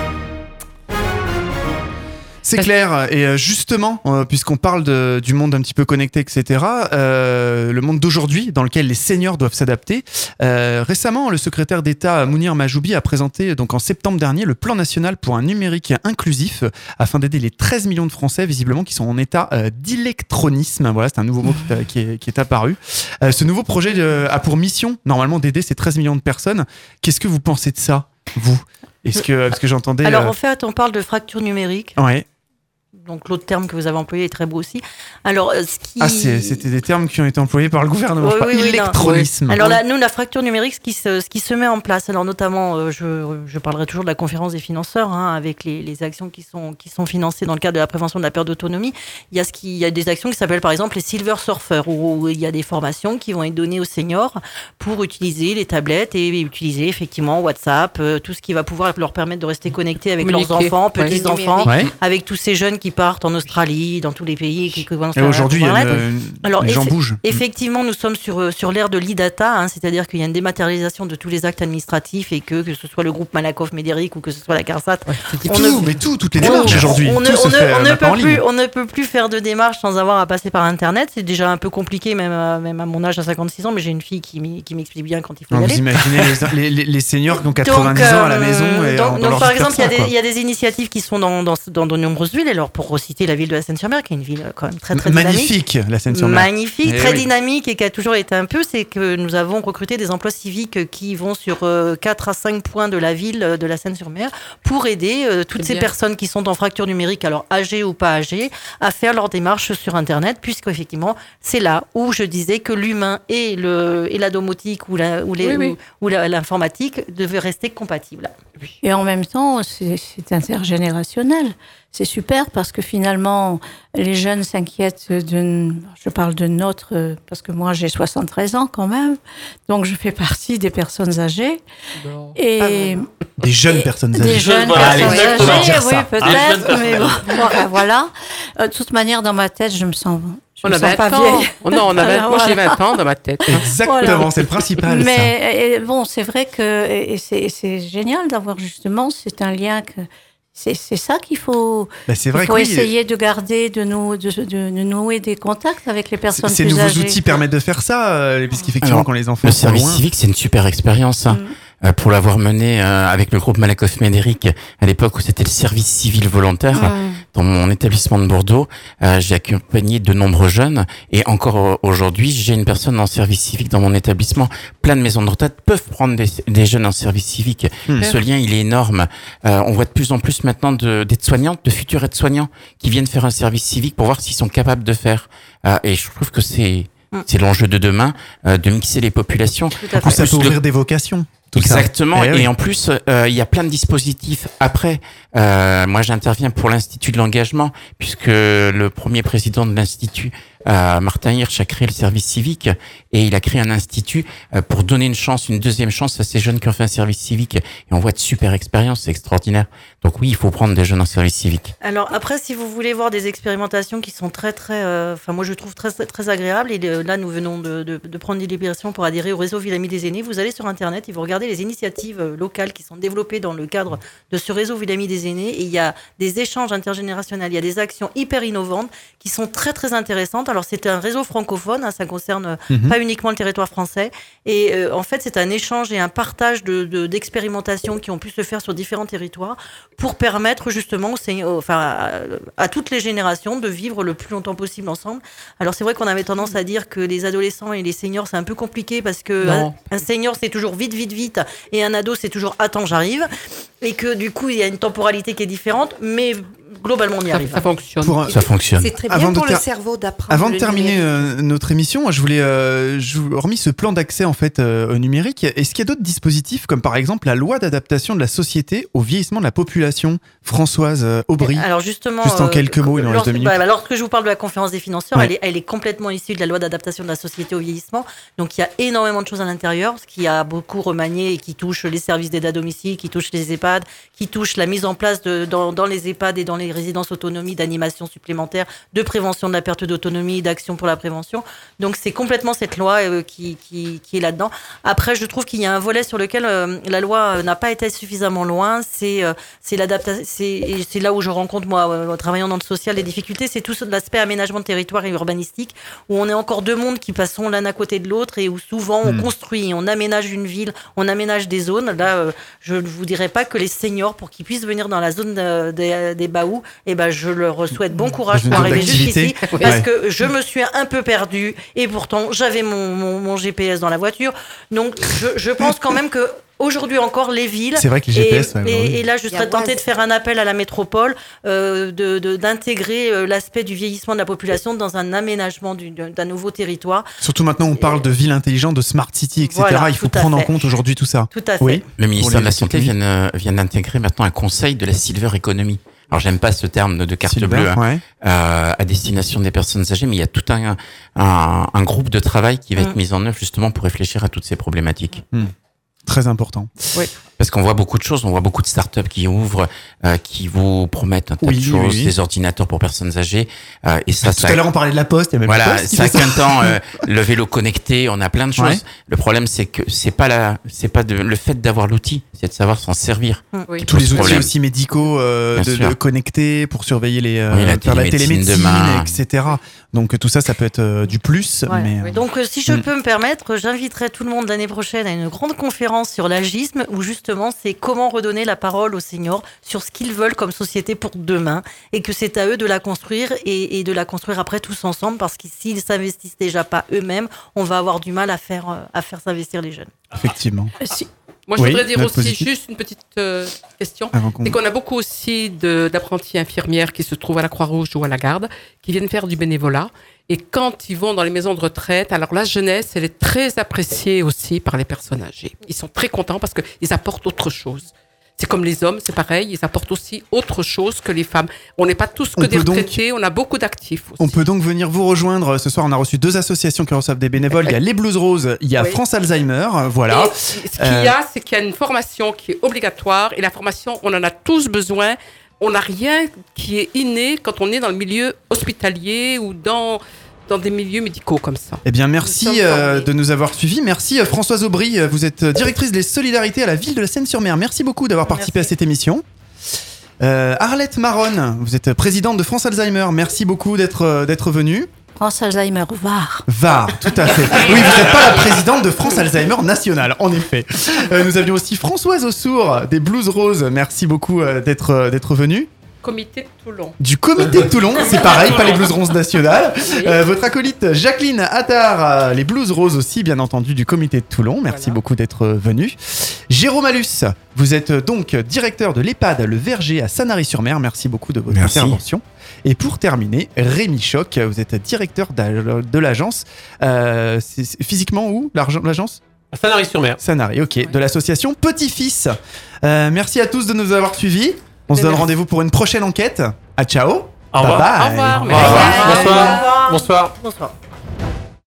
C'est clair, et euh, justement, euh, puisqu'on parle de- du monde un petit peu connecté, et cetera, euh, le monde d'aujourd'hui dans lequel les seniors doivent s'adapter. Euh, récemment, le secrétaire d'État Mounir Majoubi a présenté donc en septembre dernier le plan national pour un numérique inclusif euh, afin d'aider les treize millions de Français visiblement qui sont en état euh, d'électronisme. Voilà, c'est un nouveau mot qui, est- qui est, qui est apparu. Euh, ce nouveau projet euh, a pour mission normalement d'aider ces treize millions de personnes. Qu'est-ce que vous pensez de ça, vous Est-ce que parce que j'entendais Alors euh, en fait, on parle de fracture numérique. ouais. Donc l'autre terme que vous avez employé est très beau aussi. Alors euh, ce qui Ah, c'est- c'était des termes qui ont été employés par le gouvernement, Oui, pas oui, oui, non. électronisme. Alors là, nous, la fracture numérique, ce qui se, ce qui se met en place, alors notamment, euh, je, je parlerai toujours de la conférence des financeurs, hein, avec les, les actions qui sont, qui sont financées dans le cadre de la prévention de la perte d'autonomie. Il y a, ce qui, il y a des actions qui s'appellent par exemple les Silver Surfers, où, où il y a des formations qui vont être données aux seniors pour utiliser les tablettes et utiliser effectivement WhatsApp, euh, tout ce qui va pouvoir leur permettre de rester connectés avec leurs Communiquer. enfants, Ouais. petits-enfants, Ouais. avec tous ces jeunes qui partent en Australie, dans tous les pays qui commencent Et à- aujourd'hui, il y a à- une- Alors, les gens effe- bougent. Effectivement, nous sommes sur, euh, sur l'ère de l'e-data, hein, c'est-à-dire qu'il y a une dématérialisation de tous les actes administratifs et que, que ce soit le groupe Malakoff Médéric ou que ce soit la CARSAT, Et on tout, ne- mais tout, toutes les on- démarches aujourd'hui. on ne, Tout se on ne- fait, on euh, ne maintenant en peut ligne. plus, on ne peut plus faire de démarches sans avoir à passer par Internet. C'est déjà un peu compliqué, même à, même à mon âge, à cinquante-six ans, mais j'ai une fille qui, m'y- qui m'explique bien quand il faut y Non, aller. vous imaginez les, les- les seniors qui ont quatre-vingt-dix Donc, ans à la euh, maison et donc, en- dans donc, leur par vie de exemple, il y, a faire ça, des- il y a des initiatives qui sont dans, dans, dans de nombreuses villes. Alors, pour reciter la ville de la Seine-sur-Mer, qui est une ville quand même très très dynamique. Magnifique, la Seine-sur-Mer. Magnifique, Eh très oui. dynamique et qui a toujours été un peu, c'est que nous avons recruté des emplois civiques qui vont sur euh, quatre à cinq points de la ville euh, de la Seine-sur-Mer pour aider euh, toutes C'est ces bien. personnes qui sont en fracture numérique, alors âgées ou pas âgées, à faire leur démarche sur Internet, puisqu'effectivement, c'est là où je disais que l'humain et, le, et la domotique ou, la, ou, les, Oui, oui. ou, ou la- l'informatique devaient rester compatibles. Et en même temps, c'est c'est intergénérationnel. C'est super parce que finalement, les jeunes s'inquiètent de... Je parle de notre... Parce que moi, j'ai soixante-treize ans quand même. Donc, je fais partie des personnes âgées. Et... Des jeunes Et- personnes Des âgées. jeunes Voilà, personnes exactement. âgées, Dire oui, ça. Des jeunes peut-être. Mais bon, personnes voilà, voilà. Euh, De toute manière, dans ma tête, je me sens... Je On me a sens pas vingt ans. vieille. Oh non, on a vingt... Alors, Moi, j'ai voilà. vingt ans dans ma tête. Exactement, Voilà. c'est le principal. ça. Mais et, bon, c'est vrai que et c'est et c'est génial d'avoir justement, c'est un lien que c'est c'est ça qu'il faut. Bah, c'est Il vrai faut que oui, essayer de garder, de nous, de, de, de nouer des contacts avec les personnes ces plus nouveaux âgées. outils permettent de faire ça, euh, puisqu'effectivement, Alors, quand les enfants Le sont service loin... civique, c'est une super expérience. hein. Mm. Euh, pour l'avoir mené euh, avec le groupe Malakoff Médéric à l'époque où c'était le service civil volontaire Mm. dans mon établissement de Bordeaux, euh, j'ai accompagné de nombreux jeunes et encore euh, aujourd'hui j'ai une personne en service civique dans mon établissement. Plein de maisons de retraite peuvent prendre des, des jeunes en service civique. Hmm. Ce lien il est énorme. Euh, on voit de plus en plus maintenant de, d'aides-soignantes, de futurs aides-soignants qui viennent faire un service civique pour voir s'ils sont capables de faire. Euh, et je trouve que c'est Mm. c'est l'enjeu de demain, euh, de mixer les populations. Tout à En plus, fait. ça peut le- ouvrir des vocations. tout ça. Exactement. Eh Et oui. en plus, euh, il y a plein de dispositifs. Après, euh, moi, j'interviens pour l'Institut de l'engagement, puisque le premier président de l'Institut, euh, Martin Hirsch, a créé le service civique et il a créé un institut euh, pour donner une chance, une deuxième chance à ces jeunes qui ont fait un service civique. Et on voit de super expériences, c'est extraordinaire. Donc oui, il faut prendre des jeunes en service civique. Alors après, si vous voulez voir des expérimentations qui sont très très, euh, enfin moi je trouve très très, très agréables. Et euh, là, nous venons de, de, de prendre des libérations pour adhérer au réseau Ville Amie des Aînés. Vous allez sur Internet et vous regardez les initiatives euh, locales qui sont développées dans le cadre de ce réseau Ville Amie des Aînés. Et il y a des échanges intergénérationnels, il y a des actions hyper innovantes qui sont très très intéressantes. Alors c'est un réseau francophone, hein, ça concerne euh, Mhm. pas uniquement le territoire français. Et euh, en fait, c'est un échange et un partage de, de, d'expérimentations qui ont pu se faire sur différents territoires pour permettre justement aux seigneurs- enfin, à, à toutes les générations de vivre le plus longtemps possible ensemble. Alors c'est vrai qu'on avait tendance à dire que les adolescents et les seniors c'est un peu compliqué parce que Non. un, un senior c'est toujours vite vite vite et un ado c'est toujours attends j'arrive et que du coup il y a une temporalité qui est différente mais globalement on y Ça, arrive. ça fonctionne. Pour un- Ça fonctionne. C'est très bien Avant de pour le ter- cerveau d'apprendre. Avant de le terminer numérique. euh, notre émission, je voulais, euh, je, hormis ce plan d'accès en fait euh, au numérique, est-ce qu'il y a d'autres dispositifs comme par exemple la loi d'adaptation de la société au vieillissement de la population, Françoise euh, Aubry? Alors justement, Juste en euh, quelques mots, il nous reste lorsque, deux minutes. bah, bah, lorsque je vous parle de la conférence des financeurs, Ouais. elle, est, elle est complètement issue de la loi d'adaptation de la société au vieillissement. Donc il y a énormément de choses à l'intérieur, ce qui a beaucoup remanié et qui touche les services d'aide à domicile, qui touche les EHPAD, qui touche la mise en place de, dans, dans les EHPAD et dans les résidences autonomie d'animation supplémentaire, de prévention de la perte d'autonomie, d'action pour la prévention. Donc c'est complètement cette loi euh, qui, qui, qui est là-dedans. Après, je trouve qu'il y a un volet sur lequel euh, la loi euh, n'a pas été suffisamment loin. C'est euh, c'est l'adaptation. C'est et c'est là où je rencontre moi, euh, en travaillant dans le social, les difficultés. C'est tout l'aspect aménagement de territoire et urbanistique, où on est encore deux mondes qui passent l'un à côté de l'autre et où souvent on Hmm. construit, on aménage une ville, on aménage des zones. Là, euh, je ne vous dirais pas que les seniors, pour qu'ils puissent venir dans la zone de- des, des Baous, eh ben je leur souhaite bon courage Dans pour une arriver zone d'activité. jusqu'ici, Ouais. parce que je me suis un peu perdue et pourtant j'avais mon, mon, mon G P S dans la voiture. Donc je, je pense quand même que aujourd'hui encore les villes. C'est vrai que les G P S, Et, ouais, et- aujourd'hui. et là, je Il y a serais tentée Oise. de faire un appel à la métropole euh, de- de- d'intégrer euh, l'aspect du vieillissement de la population dans un aménagement du- d'un nouveau territoire. Surtout maintenant, on parle de ville intelligente, de smart city, et cetera. Voilà, Il faut tout à prendre en fait. compte aujourd'hui tout ça. Tout à fait. Oui. Le ministère Pour de la les Santé techniques. vient, euh, vient d'intégrer maintenant un conseil de la Silver Economy. Alors j'aime pas ce terme de, de carte Silver, bleue hein, ouais. euh, à destination des personnes âgées, mais il y a tout un, un, un groupe de travail qui va Mm. être mis en œuvre justement pour réfléchir à toutes ces problématiques. Très important. Parce qu'on voit beaucoup de choses, on voit beaucoup de startups qui ouvrent, euh, qui vous promettent un tas Oui, de oui, choses, oui. des ordinateurs pour personnes âgées, euh, et ça, Tout ça à l'heure, on parlait de la poste. Il y a même voilà, la poste qui ça a fait ça. qu'un temps, euh, le vélo connecté, on a plein de choses. Ouais. Le problème, c'est que c'est pas la, c'est pas de, le fait d'avoir l'outil, c'est de savoir s'en servir. Oui. Tous les pose outils problème. aussi médicaux euh, Bien de, sûr. de connecter pour surveiller les euh, Oui, la faire la télémédecine télémédecine, demain. et cetera. Donc tout ça, ça peut être euh, du plus. Ouais. Mais, euh, Donc, euh, si je Mm. peux me permettre, j'inviterai tout le monde l'année prochaine à une grande conférence sur l'agisme où justement justement, c'est comment redonner la parole aux seniors sur ce qu'ils veulent comme société pour demain et que c'est à eux de la construire et, et de la construire après tous ensemble parce que s'ils s'investissent déjà pas eux-mêmes, on va avoir du mal à faire, à faire s'investir les jeunes. Effectivement. Euh, si. Moi, je Oui, voudrais dire note aussi positive. juste une petite euh, question. Avant qu'on- C'est qu'on a beaucoup aussi de- d'apprentis infirmières qui se trouvent à la Croix-Rouge ou à la Garde, qui viennent faire du bénévolat. Et quand ils vont dans les maisons de retraite, alors la jeunesse, elle est très appréciée aussi par les personnes âgées. Ils sont très contents parce qu'ils apportent autre chose. C'est comme les hommes, c'est pareil, ils apportent aussi autre chose que les femmes. On n'est pas tous que On des peut donc- retraités, on a beaucoup d'actifs aussi. On peut donc venir vous rejoindre. Ce soir, on a reçu deux associations qui reçoivent des bénévoles. Il y a les Blues Roses, il y a Oui. France Alzheimer. Voilà. Et ce qu'il Euh, y a, c'est qu'il y a une formation qui est obligatoire et la formation, on en a tous besoin. On n'a rien qui est inné quand on est dans le milieu hospitalier ou dans, dans des milieux médicaux comme ça. Eh bien, Nous merci sommes euh, formés. de nous avoir suivis. Merci euh, Françoise Aubry. Euh, Vous êtes euh, directrice des solidarités à la ville de la Seine-sur-Mer. Merci beaucoup d'avoir participé Merci. à cette émission. Euh, Arlette Maronne, vous êtes présidente de France Alzheimer. Merci beaucoup d'être euh, d'être venue. France Alzheimer V A R. V A R, tout à fait. Oui, vous n'êtes pas la présidente de France Alzheimer National, en effet. Euh, nous avions aussi Françoise Aussour des Blues Roses. Merci beaucoup euh, d'être euh, d'être venue. Comité de Toulon. Du comité de Toulon, c'est pareil, pas les Blues Roses nationales. Euh, votre acolyte Jacqueline Attard, euh, les Blues Roses aussi, bien entendu, du comité de Toulon. Merci Voilà. beaucoup d'être euh, venu. Jérôme Alus, vous êtes euh, donc directeur de l'EHPAD Le Verger à Sanary-sur-Mer. Merci beaucoup de votre Merci. intervention. Et pour terminer, Rémi Choc, vous êtes directeur d'ag- de l'agence. Euh, c'est- c'est physiquement où l'argent- l'agence À Sanary-sur-Mer. Sanary, ok, de l'association Petit-Fils. Euh, merci à tous de nous avoir suivis. On se Mais donne merci. rendez-vous pour une prochaine enquête. À ciao. Au revoir. Bye bye. Au revoir. Au Merci. revoir. Bonsoir. Bonsoir. Bonsoir.